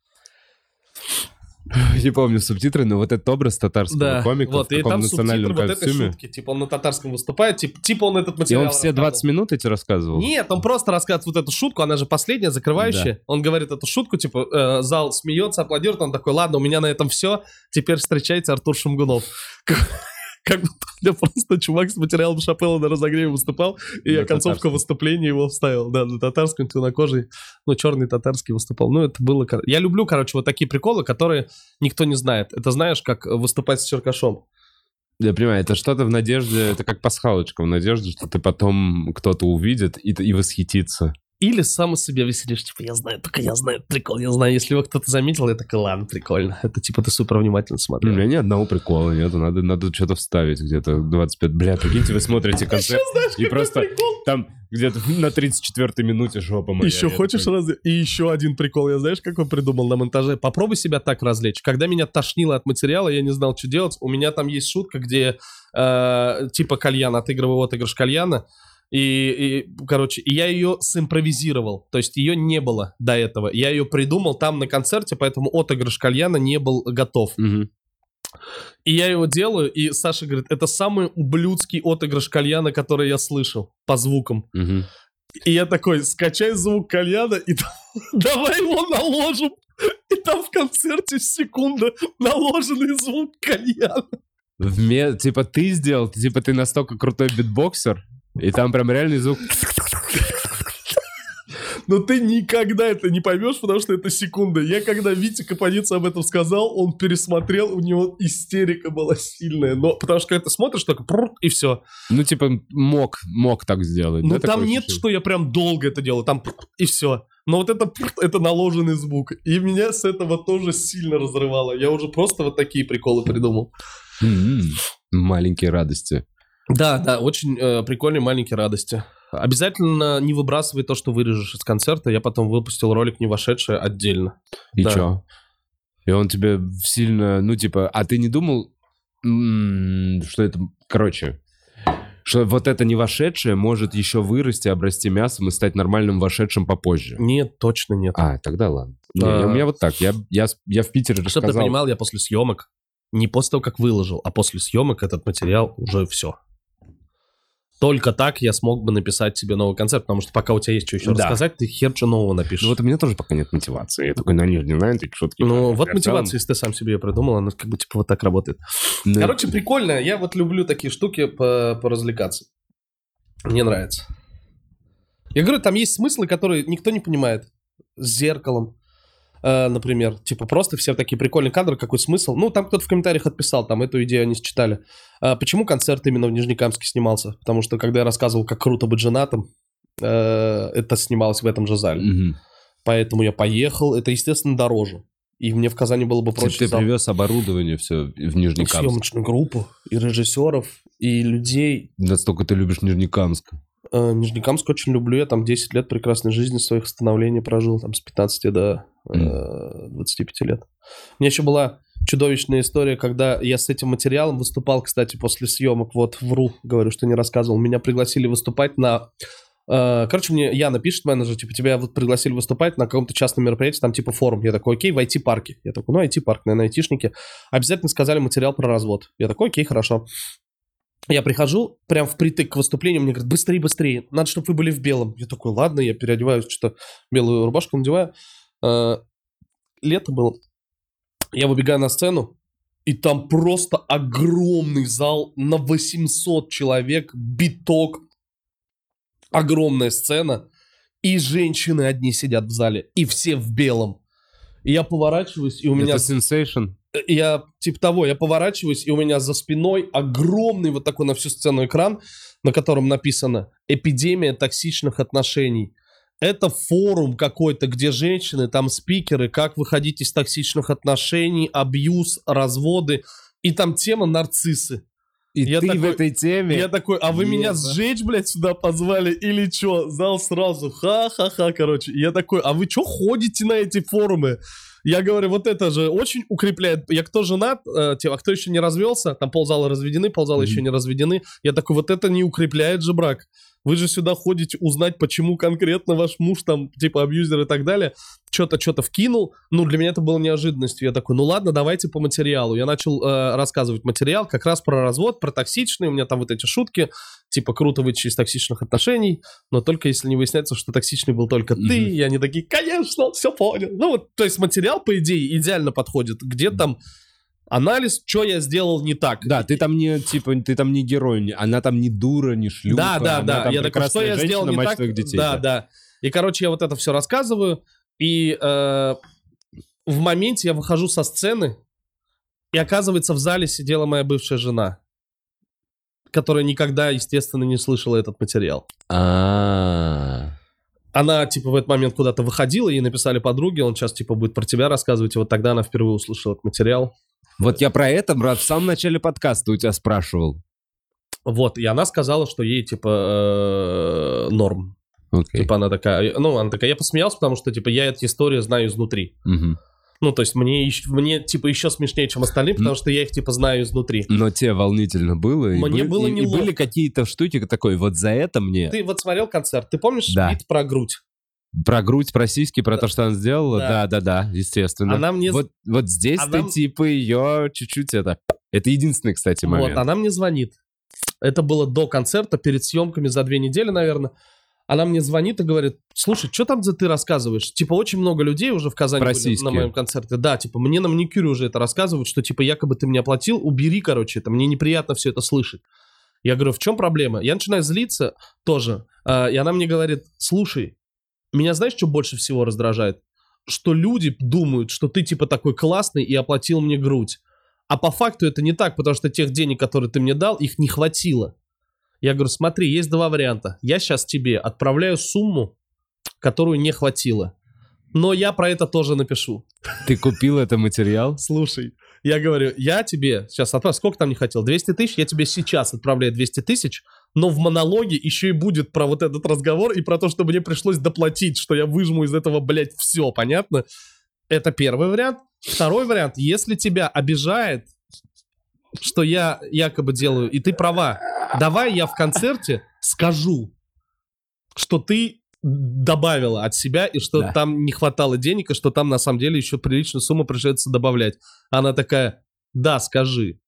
Не помню субтитры, но вот этот образ татарского комика вот, в таком национальном костюме. Вот этой шутки, типа он на татарском выступает, типа он этот материал И он все 20 минут эти рассказывал? Нет, он просто рассказывает вот эту шутку, она же последняя, закрывающая. Да. Он говорит эту шутку, типа зал смеется, аплодирует, он такой, ладно, у меня на этом все, теперь встречайте Артур Шумгунов. Как будто у меня просто чувак с материалом Шапелла на разогреве выступал, и я концовку выступления его вставил. Да, на татарском, темнокожий, черный татарский выступал. Ну, это было... Я люблю, короче, вот такие приколы, которые никто не знает. Это знаешь, как выступать с Черкашом. Я понимаю, это что-то в надежде, это как пасхалочка в надежде, что ты потом кто-то увидит и восхитится. Или сам из себя веселишь, типа, я знаю, только я знаю, прикол, я знаю. Если его кто-то заметил, я такой, ладно, прикольно. Это типа ты супер внимательно У смотрел. меня ни одного прикола нету, надо что-то вставить где-то 25. Бля, прикиньте, вы смотрите концерт, и просто там где-то на 34-й минуте жопа моя. Еще хочешь И еще один прикол, я знаешь, какой придумал на монтаже? Попробуй себя так развлечь. Когда меня тошнило от материала, я не знал, что делать. У меня там есть шутка, где типа кальян, отыгрываю отыгрыш кальяна. Короче, я ее симпровизировал. То есть ее не было до этого. Я ее придумал там на концерте, поэтому отыгрыш кальяна не был готов. Мгм. И я его делаю, и Саша говорит, это самый ублюдский отыгрыш кальяна, который я слышал по звукам. Мгм. И я такой, скачай звук кальяна и давай его наложим. И там в концерте секунда наложенный звук кальяна. Типа ты сделал, типа ты настолько крутой битбоксер, и там прям реальный звук. Но ты никогда это не поймешь, потому что это секунда. Я когда Вите Капанице об этом сказал, он пересмотрел, у него истерика была сильная. Но потому что когда ты смотришь, только и все. Ну, типа, мог так сделать. Ну да, там такое нет, ощущение? что я прям долго это делаю, там и все. Но вот это наложенный звук. И меня с этого тоже сильно разрывало. Я уже просто вот такие приколы придумал. Маленькие радости. Да, очень прикольные маленькие радости. Обязательно не выбрасывай то, что вырежешь из концерта. Я потом выпустил ролик, не вошедший, отдельно. И Да. чё? И он тебе сильно, ну, типа, а ты не думал, что это, короче, что вот это не вошедшее может еще вырасти, обрасти мясом и стать нормальным вошедшим попозже? Нет, точно нет. А, тогда ладно. Не, Да. у меня вот так. Я в Питере Чтобы ты рассказал. понимал, я после съемок, не после того, как выложил, а после съемок этот материал уже все. Только так я смог бы написать себе новый концерт, потому что пока у тебя есть что еще Да. рассказать, ты хер что нового напишешь. Ну вот у меня тоже пока нет мотивации. Я такой на нижний лайн, такие шутки. Ну, вот Я в мотивация, целом- если ты сам себе ее придумал, она как бы типа вот так работает. Ну, Короче, прикольно. Я вот люблю такие штуки поразвлекаться. Мне нравится. Я говорю, там есть смыслы, которые никто не понимает. С зеркалом, например. Типа просто все такие прикольные кадры, какой смысл. Ну, там кто-то в комментариях отписал, там эту идею они считали. Почему концерт именно в Нижнекамске снимался? Потому что, когда я рассказывал, как круто быть женатым, это снималось в этом же зале. мгм. Поэтому я поехал. Это, естественно, дороже. И мне в Казани было бы Типа проще... ты привез оборудование все в Нижнекамск. съемочную группу, и режиссеров, и людей. Настолько ты любишь Нижнекамск. Нижнекамск очень люблю. Я там 10 лет прекрасной жизни своих становлений прожил. Там с 15 до 25 лет. У меня еще была чудовищная история, когда я с этим материалом выступал, кстати, после съемок. Вот вру, говорю, что не рассказывал. Меня пригласили выступать на... Короче, мне Яна пишет, менеджер, типа, тебя вот пригласили выступать на каком-то частном мероприятии, там типа форум. Я такой, окей, в IT-парке. Я такой, ну, IT-парк, наверное, айтишники. Обязательно сказали материал про развод. Я такой, окей, хорошо. Я прихожу, прям впритык к выступлению, мне говорят, быстрее, быстрее, надо, чтобы вы были в белом. Я такой, ладно, я переодеваюсь, что-то белую рубашку надеваю. Лето было. Я выбегаю на сцену, и там просто огромный зал на 800 человек, биток, огромная сцена, и женщины одни сидят в зале, и все в белом. И я поворачиваюсь, и у меня... Это сенсейшн. Я типа того, я поворачиваюсь, и у меня за спиной огромный вот такой на всю сцену экран, на котором написано «Эпидемия токсичных отношений». Это форум какой-то, где женщины, там спикеры, как выходить из токсичных отношений, абьюз, разводы. И там тема нарциссы. И Я ты в такой- этой теме. Я такой, а вы Нет, меня да. сжечь, блядь, сюда позвали или чё? Зал сразу, ха-ха-ха, короче. Я такой, а вы чё ходите на эти форумы? Я говорю, вот это же очень укрепляет. Я кто женат, а кто еще не развелся, там ползала разведены, ползала еще не разведены. Я такой, вот это не укрепляет же брак. Вы же сюда ходите узнать, почему конкретно ваш муж там, типа, абьюзер и так далее. Что-то вкинул. Ну, для меня это было неожиданностью. Я такой, ну ладно, давайте по материалу. Я начал рассказывать материал как раз про развод, про токсичные. У меня там вот эти шутки, типа, круто выйти из токсичных отношений, но только если не выясняется, что токсичный был только ты. И они такие, конечно, все понял. Ну, вот, то есть материал, по идее, идеально подходит. Где там анализ, что я сделал не так. Да, ты там не, типа, ты там не герой, она там не дура, не шлюха. Да. она там Я такой, что прекрасная я сделал женщина, не мать так? твоих детей. Да. И, короче, я вот это все рассказываю, и в моменте я выхожу со сцены, и оказывается, в зале сидела моя бывшая жена, которая никогда, естественно, не слышала этот материал. А. Она, типа, в этот момент куда-то выходила, ей написали подруги, он сейчас, типа, будет про тебя рассказывать, и вот тогда она впервые услышала этот материал. Вот я про это, брат, в самом начале подкаста у тебя спрашивал. Вот, и она сказала, что ей, типа, норм. Окей. Типа, она такая, я посмеялся, потому что, типа, я эту историю знаю изнутри. Мгм. Ну, то есть мне, типа, еще смешнее, чем остальным, потому что я их, типа, знаю изнутри. Но тебе волнительно было? Мне было и неловко. были какие-то штуки такой, вот за это мне... Ты вот смотрел концерт, ты помнишь Да. бит про грудь? Про грудь, про сиськи, про Да. то, что она сделала? Да. Да, естественно. Она мне... Вот здесь она- ты, типа, ее чуть-чуть это... Это единственный, кстати, момент. Вот, она мне звонит. Это было до концерта, перед съемками за 2 недели, наверное. Она мне звонит и говорит: слушай, что там ты рассказываешь? Типа, очень много людей уже в Казани Про были сиськи. на моем концерте. Да, типа, мне на маникюре уже это рассказывают, что, типа, якобы ты мне оплатил, убери, короче, это, мне неприятно все это слышать. Я говорю, в чем проблема? Я начинаю злиться тоже. И она мне говорит: слушай, меня знаешь, что больше всего раздражает? Что люди думают, что ты, типа, такой классный и оплатил мне грудь. А по факту это не так, потому что тех денег, которые ты мне дал, их не хватило. Я говорю, смотри, есть 2 варианта. Я сейчас тебе отправляю сумму, которую не хватило. Но я про это тоже напишу. Ты купил это материал? Слушай, я говорю, я тебе сейчас отправлю, сколько там не хотел? 200 тысяч? Я тебе сейчас отправляю 200 тысяч, но в монологе еще и будет про вот этот разговор и про то, что мне пришлось доплатить, что я выжму из этого, блядь, все, понятно? Это первый вариант. Второй вариант, если тебя обижает, что я якобы делаю, и ты права, давай я в концерте скажу, что ты добавила от себя, и что Да. там не хватало денег, и что там на самом деле еще приличную сумму придется добавлять. Она такая, да, скажи.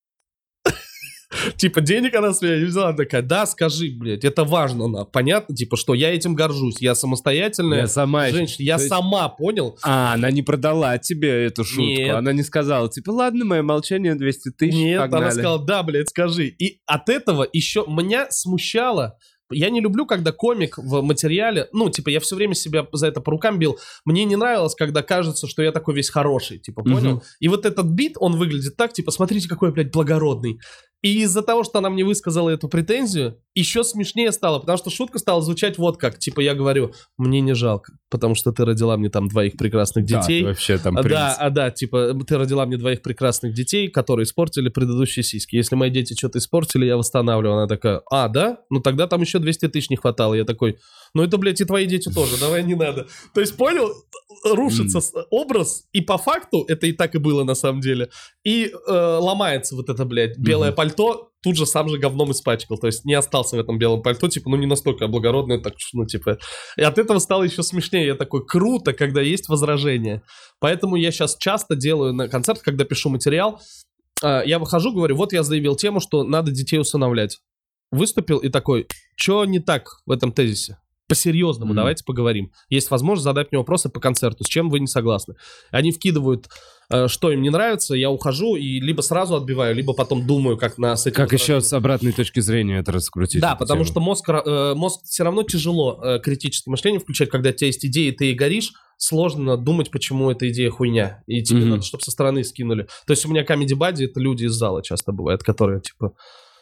Типа, денег она с меня не взяла, она такая, да, скажи, блядь, это важно, понятно, типа, что я этим горжусь, я самостоятельная Я сама... женщина, я То есть- сама, понял? она не продала тебе эту шутку. Нет. Она не сказала, типа, ладно, мое молчание 200 тысяч, Нет, погнали. она сказала, да, блядь, скажи. И от этого еще меня смущало. Я не люблю, когда комик в материале, ну, типа, я все время себя за это по рукам бил. Мне не нравилось, когда кажется, что я такой весь хороший, типа, понял? Мгм. И вот этот бит, он выглядит так, типа, смотрите, какой я, блядь, благородный. И из-за того, что она мне высказала эту претензию, еще смешнее стало, потому что шутка стала звучать вот как. Типа, я говорю, мне не жалко, потому что ты родила мне там 2 прекрасных Да, детей. ты вообще там А, принц. да, типа, ты родила мне 2 прекрасных детей, которые испортили предыдущие сиськи. Если мои дети что-то испортили, я восстанавливаю. Она такая, да? Ну тогда там еще 200 тысяч не хватало. Я такой, ну это, блядь, и твои дети тоже, давай не надо. То есть, понял, рушится образ, и по факту, это и так и было на самом деле, и ломается вот это, блядь, белое пальто, тут же сам же говном испачкал, то есть не остался в этом белом пальто, типа, ну не настолько благородное, так, ну типа, и от этого стало еще смешнее, я такой, круто, когда есть возражения, поэтому я сейчас часто делаю на концертах, когда пишу материал, я выхожу, говорю, вот я заявил тему, что надо детей усыновлять, выступил и такой, что не так в этом тезисе? По-серьезному, давайте поговорим. Есть возможность задать мне вопросы по концерту, с чем вы не согласны. Они вкидывают, что им не нравится, я ухожу и либо сразу отбиваю, либо потом думаю, как с этим... Как еще с обратной точки зрения это раскрутить? Да, эту потому тему? что мозг все равно тяжело критическое мышление включать, когда у тебя есть идея, ты и горишь, сложно думать, почему эта идея хуйня. И тебе надо, чтобы со стороны скинули. То есть у меня comedy buddy это люди из зала часто бывают, которые, типа...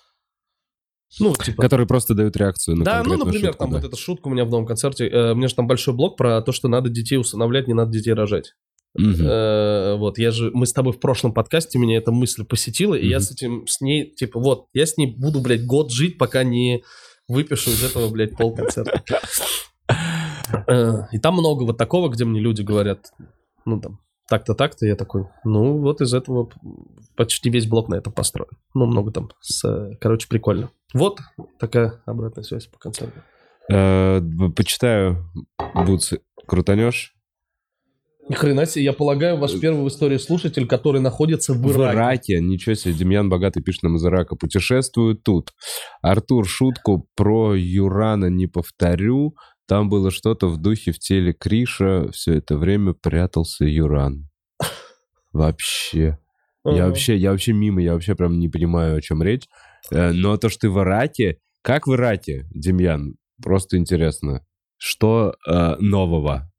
Ну, типа... Которые просто дают реакцию на Да, ну, конкретную например, шутку, там да. вот эта шутка у меня в новом концерте. У меня же там большой блок про то, что надо детей усыновлять, не надо детей рожать. Мгм. Вот, мы с тобой в прошлом подкасте, меня эта мысль посетила, и я с ней, типа, вот, я с ней буду, блядь, год жить, пока не выпишу из этого, блядь, полконцерта. И там много вот такого, где мне люди говорят, ну, там, так-то, так-то, я такой, ну, вот из этого почти весь блок на это построен. Ну, много там, короче, прикольно. Вот такая обратная связь по концерту. Почитаю, Буц, крутанешь? Ни хрена себе, я полагаю, ваш первый в истории слушатель, который находится в В Ираке. Ираке, ничего себе, Демьян Богатый пишет нам из Ирака. Путешествую тут. Артур, шутку про Юрана не повторю. Там было что-то в духе в теле Криша. Все это время прятался Юран. Вообще. Я вообще мимо, я вообще прям не понимаю, о чем речь. Но то, что ты в Ираке... Как в Ираке, Демьян? Просто интересно. Что нового?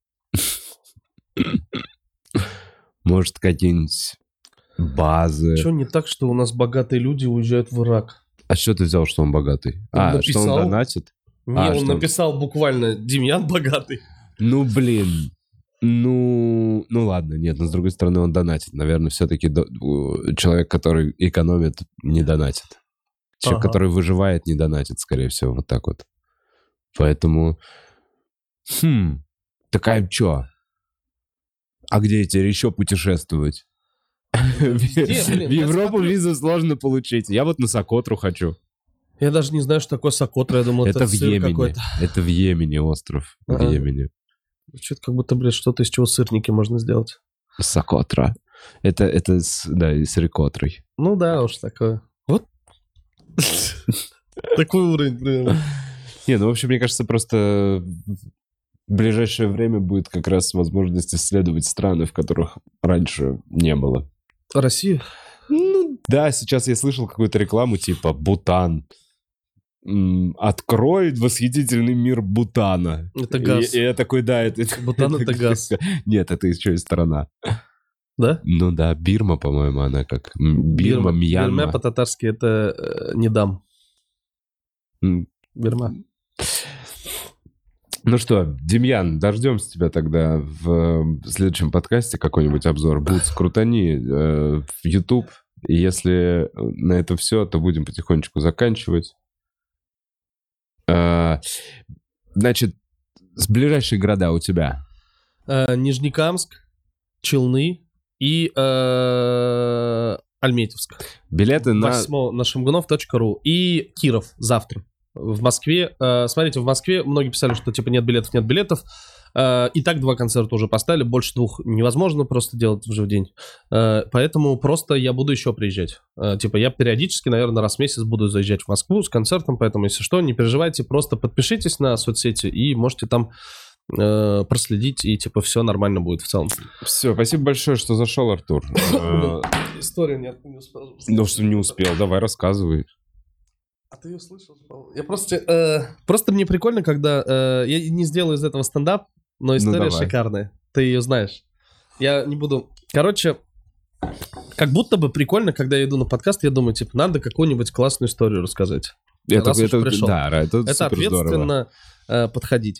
Может, какие-нибудь базы? Что не так, что у нас богатые люди уезжают в Ирак? А что ты взял, что он богатый? Он Что написал. он донатит? Он что? написал буквально «Демьян богатый». Ну, блин. Ну ладно, нет, но с другой стороны он донатит. Наверное, все-таки человек, который экономит, не донатит. Человек, который выживает, не донатит, скорее всего, вот так вот. Поэтому... такая чё? А где теперь еще путешествовать? В Европу визу сложно получить. Я вот на Сокотру хочу. Я даже не знаю, что такое Сокотра. Я думал, Это это в сыр Йемене. какой-то. Это в Йемене остров. В Йемене. Что-то как будто, блядь, что-то из чего сырники можно сделать. Сокотра. Это и с рикотрой. Ну да, уж такое. Вот. Такой уровень, прям. Не, ну, в общем, мне кажется, просто в ближайшее время будет как раз возможность исследовать страны, в которых раньше не было. Россия? Ну, да, сейчас я слышал какую-то рекламу, типа Бутан. Открой восхитительный мир Бутана. Это газ. И я такой, да, это... Бутан — это газ. Нет, это еще и страна. Да? Ну да, Бирма, по-моему, она как... Бирма, Мьянма. Бирма по-татарски это не дам. Бирма. Ну что, Демьян, дождемся тебя тогда в следующем подкасте, какой-нибудь обзор. Будь крутани в YouTube. И если на это все, то будем потихонечку заканчивать. Значит, ближайшие города у тебя? Нижнекамск, Челны и Альметьевск. Билеты на... На шамгунов.ру. И Киров завтра. В Москве, смотрите, в Москве многие писали, что типа нет билетов. И так 2 концерта уже поставили, больше 2 невозможно просто делать уже в день. Поэтому просто я буду еще приезжать. Типа я периодически, наверное, раз в месяц буду заезжать в Москву с концертом, поэтому, если что, не переживайте, просто подпишитесь на соцсети и можете там проследить, и типа все нормально будет в целом. Все, спасибо большое, что зашел, Артур. История не успел. Ну, что не успел, давай рассказывай. А ты ее слышал? Я просто мне прикольно, когда я не сделаю из этого стендап, но история шикарная. Ты ее знаешь. Я не буду... Короче, как будто бы прикольно, когда я иду на подкаст, я думаю, типа, надо какую-нибудь классную историю рассказать. Это пришел. Да, это ответственно подходить.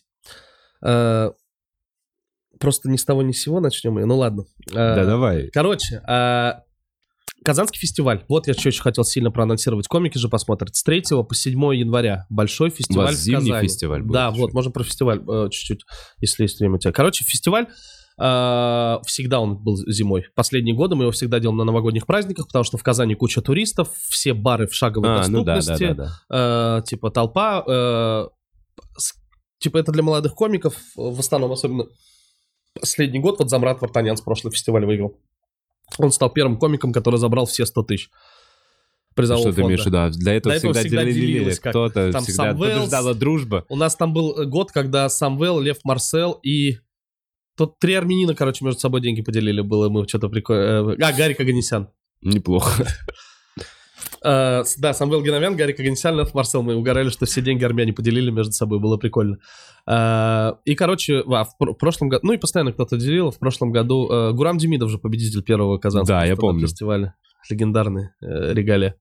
Просто ни с того ни с сего начнем ее. Ну ладно. Да, давай. Короче, Казанский фестиваль. Вот я что еще хотел сильно проанонсировать. Комики же посмотрят. С 3 по 7 января. Большой фестиваль в Казани. Зимний фестиваль будет. Да, вот, можем про фестиваль чуть-чуть, если есть время у тебя. Короче, фестиваль, всегда он был зимой. Последние годы мы его всегда делаем на новогодних праздниках, потому что в Казани куча туристов, все бары в шаговой доступности. Типа толпа. Типа это для молодых комиков, в основном, особенно последний год. Вот Замрат Вартанян с прошлого фестиваля выиграл. Он стал первым комиком, который забрал все 100 тысяч призового фонда. Что ты имеешь в виду? Для этого всегда делились. Кто-то там всегда побеждала дружба. У нас там был год, когда Самвел, Лев Марсел и... Тут 3 армянина, короче, между собой деньги поделили. Было мы что-то прикольное. Гарик Аганесян. Неплохо. Да, Самвел Геновян, Гарик Аганесян, Лев Марсел. Мы угорали, что все деньги армяне поделили между собой. Было прикольно. И, короче, в прошлом году... Ну и постоянно кто-то делил. В прошлом году Гурам Демидов же победитель первого казанского фестиваля. Легендарный регалия.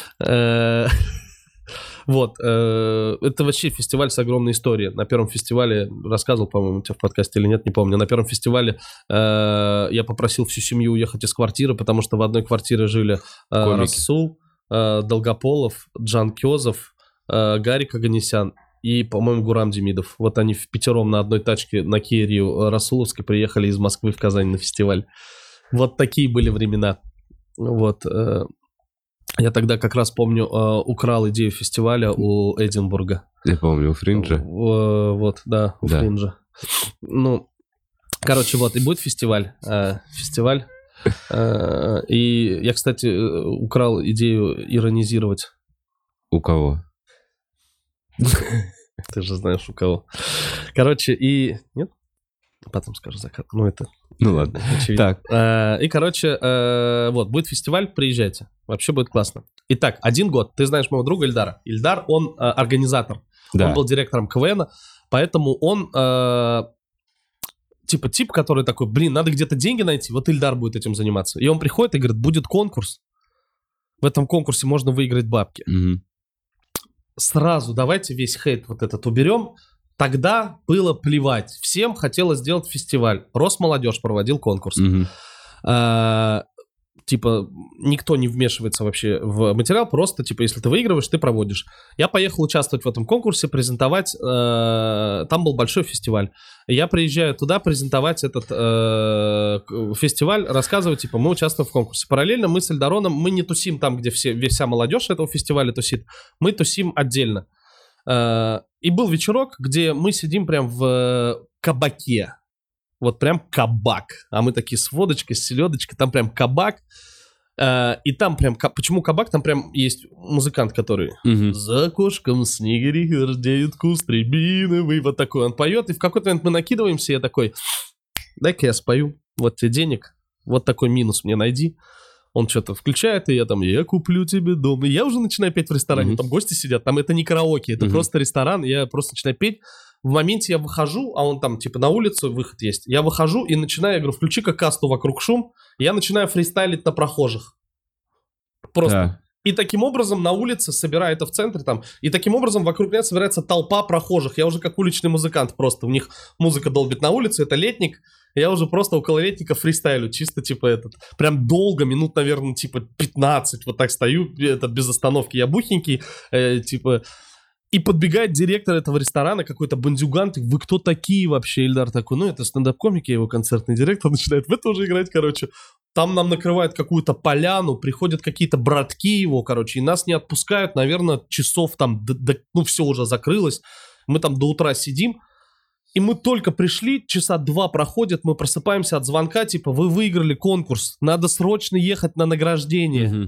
Вот. Это вообще фестиваль с огромной историей. На первом фестивале, рассказывал, по-моему, у тебя в подкасте или нет, не помню. На первом фестивале я попросил всю семью уехать из квартиры, потому что в одной квартире жили Расул, Долгополов, Джан Кёзов, Гарик Аганесян и, по-моему, Гурам Демидов. Вот они впятером на одной тачке на Kia Rio Расуловской приехали из Москвы в Казань на фестиваль. Вот такие были времена. Вот. Я тогда как раз помню, украл идею фестиваля у Эдинбурга. Я помню, у Фринджа. Вот, да, у Фринджа. Ну, короче, вот, и будет фестиваль. И я, кстати, украл идею иронизировать. У кого? Ты же знаешь, у кого. Короче, и... Нет? Потом скажу закат. Ну, это... Ну, ладно. Очевидно. Так. И, короче, вот, будет фестиваль, приезжайте. Вообще будет классно. Итак, 1 год. Ты знаешь моего друга Ильдара. Ильдар, он организатор. Да. Он был директором КВН, поэтому он... Тип, который такой, надо где-то деньги найти, вот Ильдар будет этим заниматься. И он приходит и говорит, будет конкурс. В этом конкурсе можно выиграть бабки. Угу. сразу давайте весь хейт вот этот уберем. Тогда было плевать. Всем хотелось сделать фестиваль. Росмолодежь проводил конкурс. Типа, никто не вмешивается вообще в материал, просто, типа, если ты выигрываешь, ты проводишь. Я поехал участвовать в этом конкурсе, презентовать, там был большой фестиваль. Я приезжаю туда презентовать этот фестиваль, рассказывать, типа, мы участвуем в конкурсе. Параллельно мы с Эльдароном, мы не тусим там, где вся молодежь этого фестиваля тусит, мы тусим отдельно. И был вечерок, где мы сидим прям в кабаке. Вот прям кабак. А мы такие с водочкой, с селедочкой, там прям кабак. И там прям... Почему кабак? Там прям есть музыкант, который... За окошком снегири рдеют куст рябиновый. Вот такой он поет. И в какой-то момент мы накидываемся, и я такой... Дай-ка я спою. Вот тебе денег. Вот такой минус мне найди. Он что-то включает, и я там... Я куплю тебе дом. И я уже начинаю петь в ресторане. Там гости сидят. Там это не караоке. Это просто ресторан. Я просто начинаю петь. В моменте я выхожу, а он там, типа, на улицу выход есть. Я выхожу и начинаю, я говорю, включи-ка касту «Вокруг шум». Я начинаю фристайлить на прохожих. Просто. Да. И таким образом на улице, собирая это в центре там, и таким образом вокруг меня собирается толпа прохожих. Я уже как уличный музыкант просто. У них музыка долбит на улице, это летник. Я уже просто около летника фристайлю, чисто типа этот. Прям долго, минут, наверное, типа 15. Вот так стою, это без остановки. Я бухенький, типа... И подбегает директор этого ресторана, какой-то бандюган. Вы кто такие вообще? Ильдар такой, ну это стендап-комик, я его концертный директор, начинает в это уже играть, короче. Там нам накрывают какую-то поляну, приходят какие-то братки его, короче, и нас не отпускают, наверное, часов там, ну все уже закрылось. Мы там до утра сидим, и мы только пришли, часа 2 проходят, мы просыпаемся от звонка, типа, вы выиграли конкурс, надо срочно ехать на награждение.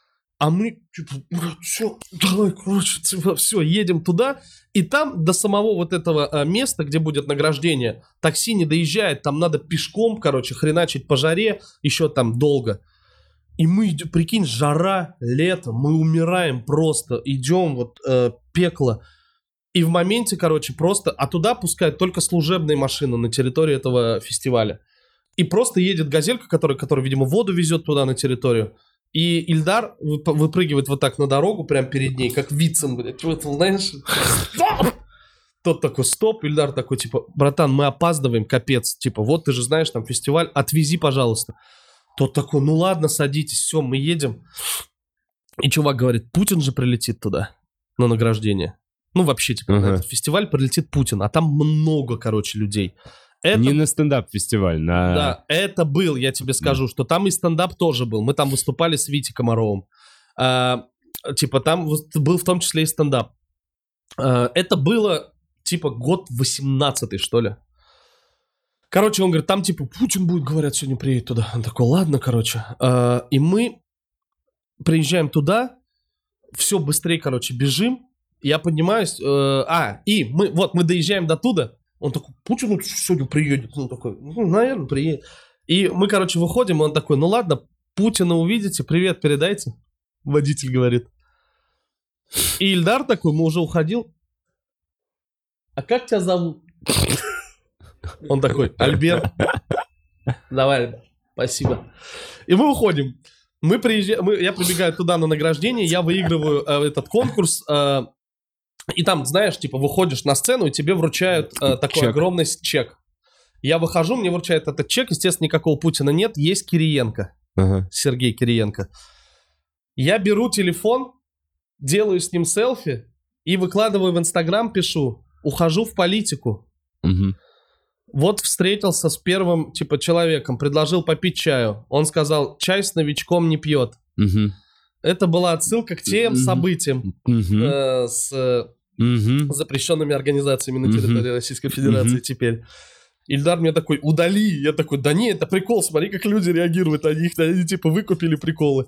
А мы, типа, все, давай, короче, типа, все, едем туда. И там до самого вот этого места, где будет награждение, такси не доезжает. Там надо пешком, короче, хреначить по жаре еще там долго. И мы идем, прикинь, жара, лето, мы умираем просто. Идем, вот, пекло. И в моменте, короче, просто... А туда пускают только служебные машины на территории этого фестиваля. И просто едет газелька, которая, видимо, воду везет туда на территорию. И Ильдар выпрыгивает вот так на дорогу, прям перед ней, как Вицин, блядь, вот, знаешь, стоп! Тот такой, стоп, Ильдар такой, типа, братан, мы опаздываем, капец, типа, вот ты же знаешь, там фестиваль, отвези, пожалуйста. Тот такой, ну ладно, садитесь, все, мы едем. И чувак говорит, Путин же прилетит туда, на награждение. Ну, вообще, типа, на этот фестиваль прилетит Путин, а там много, короче, людей. Это... Не на стендап-фестиваль, на... Да, это был, я тебе скажу, что там и стендап тоже был. Мы там выступали с Витей Комаровым. Типа там был в том числе и стендап. Это было, типа, год 18-й, что ли. Короче, он говорит, там, типа, Путин будет, говорят, сегодня приедет туда. Он такой, ладно, короче. И мы приезжаем туда, все быстрее, короче, бежим. Я поднимаюсь. И мы доезжаем до туда. Он такой, Путин сегодня приедет. Он такой, ну, наверное, приедет. И мы, короче, выходим, и он такой, ну ладно, Путина увидите, привет передайте. Водитель говорит. И Ильдар такой, мы уже уходил. А как тебя зовут? Он такой, Альберт. Давай, Альберт, спасибо. И мы уходим. Мы приезжаем, я прибегаю туда на награждение, я выигрываю этот конкурс. И там, знаешь, типа, выходишь на сцену, и тебе вручают такой огромный чек. Я выхожу, мне вручают этот чек. Естественно, никакого Путина нет. Есть Кириенко. Сергей Кириенко. Я беру телефон, делаю с ним селфи и выкладываю в Инстаграм, пишу. Ухожу в политику. Вот встретился с первым, типа, человеком, предложил попить чаю. Он сказал, чай с новичком не пьет. Это была отсылка к тем событиям с запрещенными организациями на территории Российской Федерации теперь. Ильдар мне такой, удали. Я такой, да не, это прикол, смотри, как люди реагируют, они типа выкупили приколы.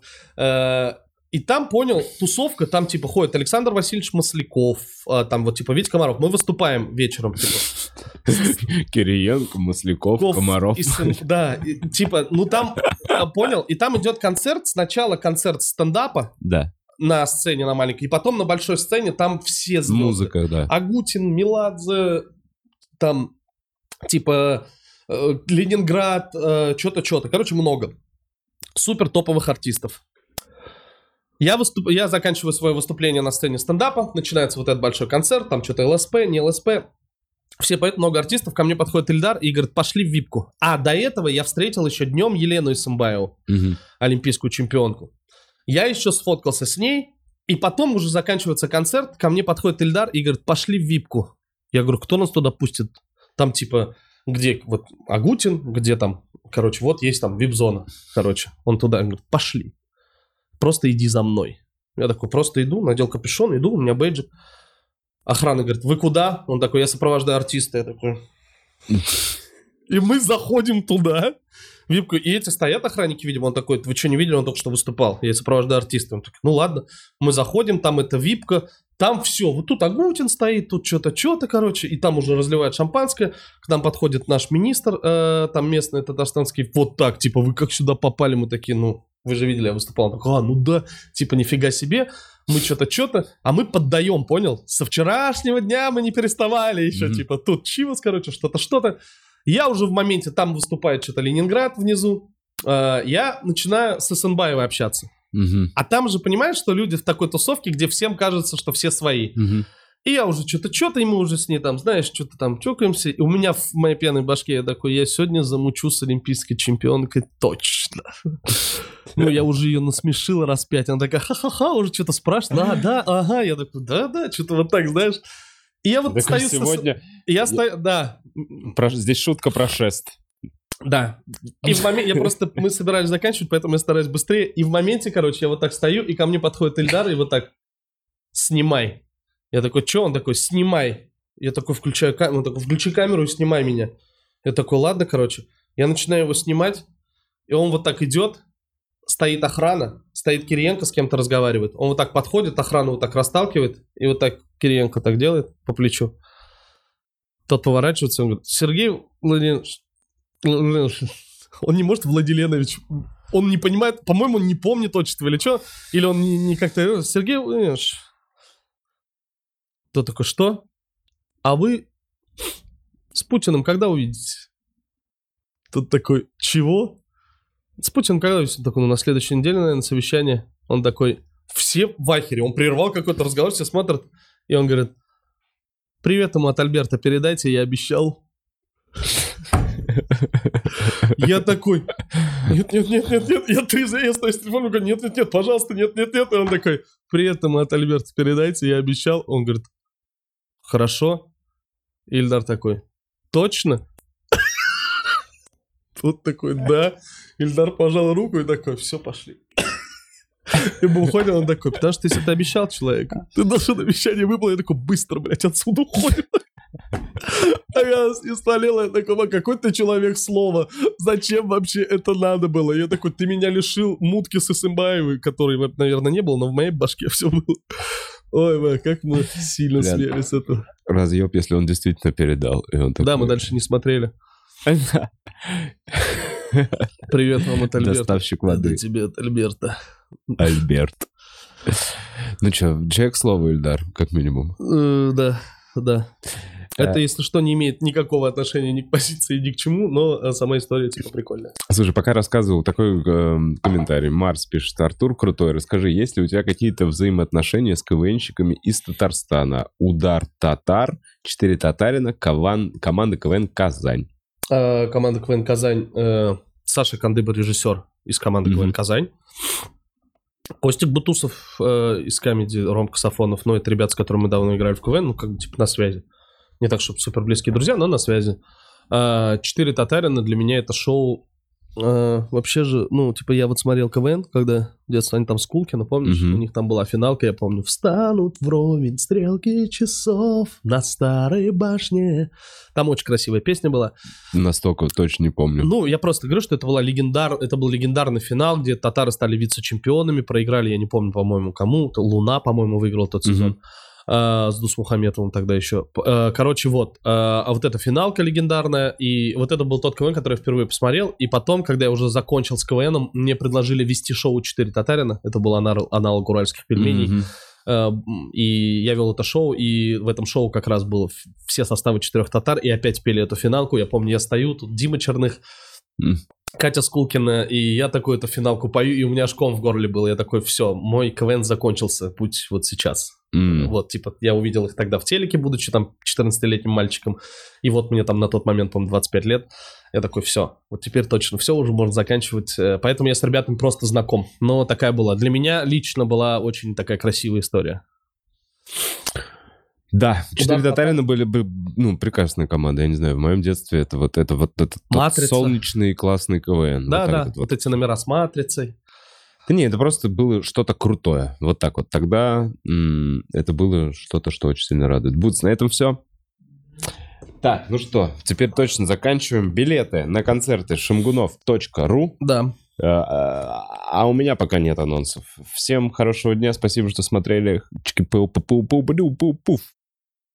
И там, понял, тусовка, там типа ходит Александр Васильевич Масляков, там вот типа Витя Комаров. Мы выступаем вечером, типа. Кириенко, Масляков, Комаров. Да, типа, ну там, понял, и там идет концерт, сначала концерт стендапа. Да. На сцене на маленькой, и потом на большой сцене там все звезды. Музыка, да. Агутин, Меладзе, там, типа, Ленинград, что-то. Короче, много. Супер топовых артистов. Я заканчиваю свое выступление на сцене стендапа, начинается вот этот большой концерт, там что-то ЛСП, не ЛСП. Все поют, много артистов, ко мне подходит Ильдар и говорит, пошли в випку. А до этого я встретил еще днем Елену Исымбаеву, олимпийскую чемпионку. Я еще сфоткался с ней, и потом уже заканчивается концерт, ко мне подходит Ильдар и говорит, пошли в випку. Я говорю, кто нас туда пустит? Там типа, где вот Агутин, где там, короче, вот есть там вип-зона, короче. Он туда говорит, пошли, просто иди за мной. Я такой, просто иду, надел капюшон, иду, у меня бейджик. Охрана говорит, вы куда? Он такой, я сопровождаю артиста. Я такой... И мы заходим туда, в випку, и эти стоят охранники, видимо, он такой, вы что, не видели, он только что выступал, я сопровождаю артиста. Он такой, ну ладно, мы заходим, там это випка, там все, вот тут Агутин стоит, тут что-то, короче, и там уже разливают шампанское, к нам подходит наш министр, там местный, татарстанский, вот так, типа, вы как сюда попали, мы такие, ну, вы же видели, я выступал, он такой, ну да, типа, нифига себе, мы что-то, а мы поддаем, понял, со вчерашнего дня мы не переставали еще, типа, тут чивос, короче, что-то. Я уже в моменте, там выступает что-то Ленинград внизу, я начинаю с Исымбаевой общаться. А там же, понимаешь, что люди в такой тусовке, где всем кажется, что все свои. И я уже что-то, и мы уже с ней там, знаешь, что-то там чокаемся. И у меня в моей пьяной башке я такой, я сегодня замучу с олимпийской чемпионкой точно. Ну, я уже ее насмешил раз 5. Она такая, ха-ха-ха, уже что-то спрашивает. Да, ага. Я такой, да, что-то вот так, знаешь. И я вот так стою... сегодня... Я стою, да. Здесь шутка про шест. Да. И в моменте, мы собирались заканчивать, поэтому я стараюсь быстрее. И в моменте, короче, я вот так стою, и ко мне подходит Ильдар, и вот так, снимай. Я такой, что? Он такой, снимай. Я такой, включаю камеру, он такой, включи камеру и снимай меня. Я такой, ладно, короче. Я начинаю его снимать, и он вот так идет, стоит охрана, стоит Кириенко, с кем-то разговаривает. Он вот так подходит, охрану вот так расталкивает, и вот так Кириенко так делает по плечу. Тот поворачивается, он говорит, Сергей Владимирович, он не может Владиленович, он не понимает, по-моему, он не помнит отчество или что, или он не как-то, Сергей Владимирович. Тот такой, что? А вы с Путиным когда увидитесь? Тот такой, чего? С Путиным когда увидитесь? Он такой, ну на следующей неделе, наверное, совещание. Он такой, все в ахере, он прервал какой-то разговор, все смотрят, и он говорит, привет ему от Альберта передайте, я обещал. Я такой, нет, я стою с телефоном, говорю, нет, пожалуйста, нет. И он такой, привет ему от Альберта передайте, я обещал. Он говорит, хорошо. И Ильдар такой, точно? Тот такой, да. Ильдар пожал руку и такой, все, пошли. И мы уходим, он такой, потому что если ты обещал человеку, ты должен обещание выполнить. Я такой, быстро, блядь, отсюда уходим. А я не столел, я такой, какой ты человек слова, зачем вообще это надо было? Я такой, ты меня лишил мутки с Исымбаевой, которой, наверное, не было, но в моей башке все было. Ой, бля, как мы сильно смеялись с этого. Разъеб, если он действительно передал. И он такой... Да, мы дальше не смотрели. Привет вам от Альберта. Доставщик воды. Это тебе от Альберта. Альберт. Ну что, человек слова, Ильдар, как минимум. Да. Это, если что, не имеет никакого отношения ни к позиции, ни к чему, но сама история, типа, прикольная. Слушай, пока рассказывал, такой комментарий. Марс пишет, Артур крутой, расскажи, есть ли у тебя какие-то взаимоотношения с КВНщиками из Татарстана? Удар Татар, 4 татарина, команда КВН Казань. Команда КВН Казань, Саша Кандыба, режиссер из команды КВН Казань. Костик Бутусов из комедии, Ромка Сафонов, это ребята, с которыми мы давно играли в КВН, как бы, типа, на связи. Не так, чтобы супер близкие друзья, но на связи. 4 татарина для меня это шоу. Вообще же, я вот смотрел КВН, когда в детстве они там с Кулкина, помнишь? У них там была финалка, я помню. Встанут вровень стрелки часов на старой башне. Там очень красивая песня была. Настолько точно не помню. Я просто говорю, что это был легендарный финал, где татары стали вице-чемпионами, проиграли, я не помню, по-моему, кому. Луна, по-моему, выиграл тот сезон. С Дусмухаметовым тогда еще. Короче, а вот эта финалка легендарная, и вот это был тот КВН, который я впервые посмотрел, и потом, когда я уже закончил с КВНом, мне предложили вести шоу «4 татарина», это был аналог уральских пельменей, и я вел это шоу, и в этом шоу как раз было все составы 4 татар, и опять пели эту финалку, я помню, я стою, тут Дима Черных, Катя Скулкина, и я такой эту финалку пою, и у меня аж ком в горле был. Я такой, все, мой КВН закончился, путь вот сейчас. Вот, типа, я увидел их тогда в телеке, будучи там 14-летним мальчиком, и вот мне там на тот момент, по-моему, 25 лет. Я такой, все, вот теперь точно все, уже можно заканчивать. Поэтому я с ребятами просто знаком. Но такая была. Для меня лично была очень такая красивая история. Да, 4 Татарина были бы, ну, прекрасная команда, я не знаю, в моем детстве это тот солнечный классный КВН. Да, вот эти номера с матрицей. Да не, это просто было что-то крутое, вот так вот. Тогда это было что-то, что очень сильно радует. Бутс, на этом все. Так, ну что, теперь точно заканчиваем. Билеты на концерты shamgunov.ru. Да. А у меня пока нет анонсов. Всем хорошего дня, спасибо, что смотрели. Чики-пу-пу-пу-пу-пу-пу-пу.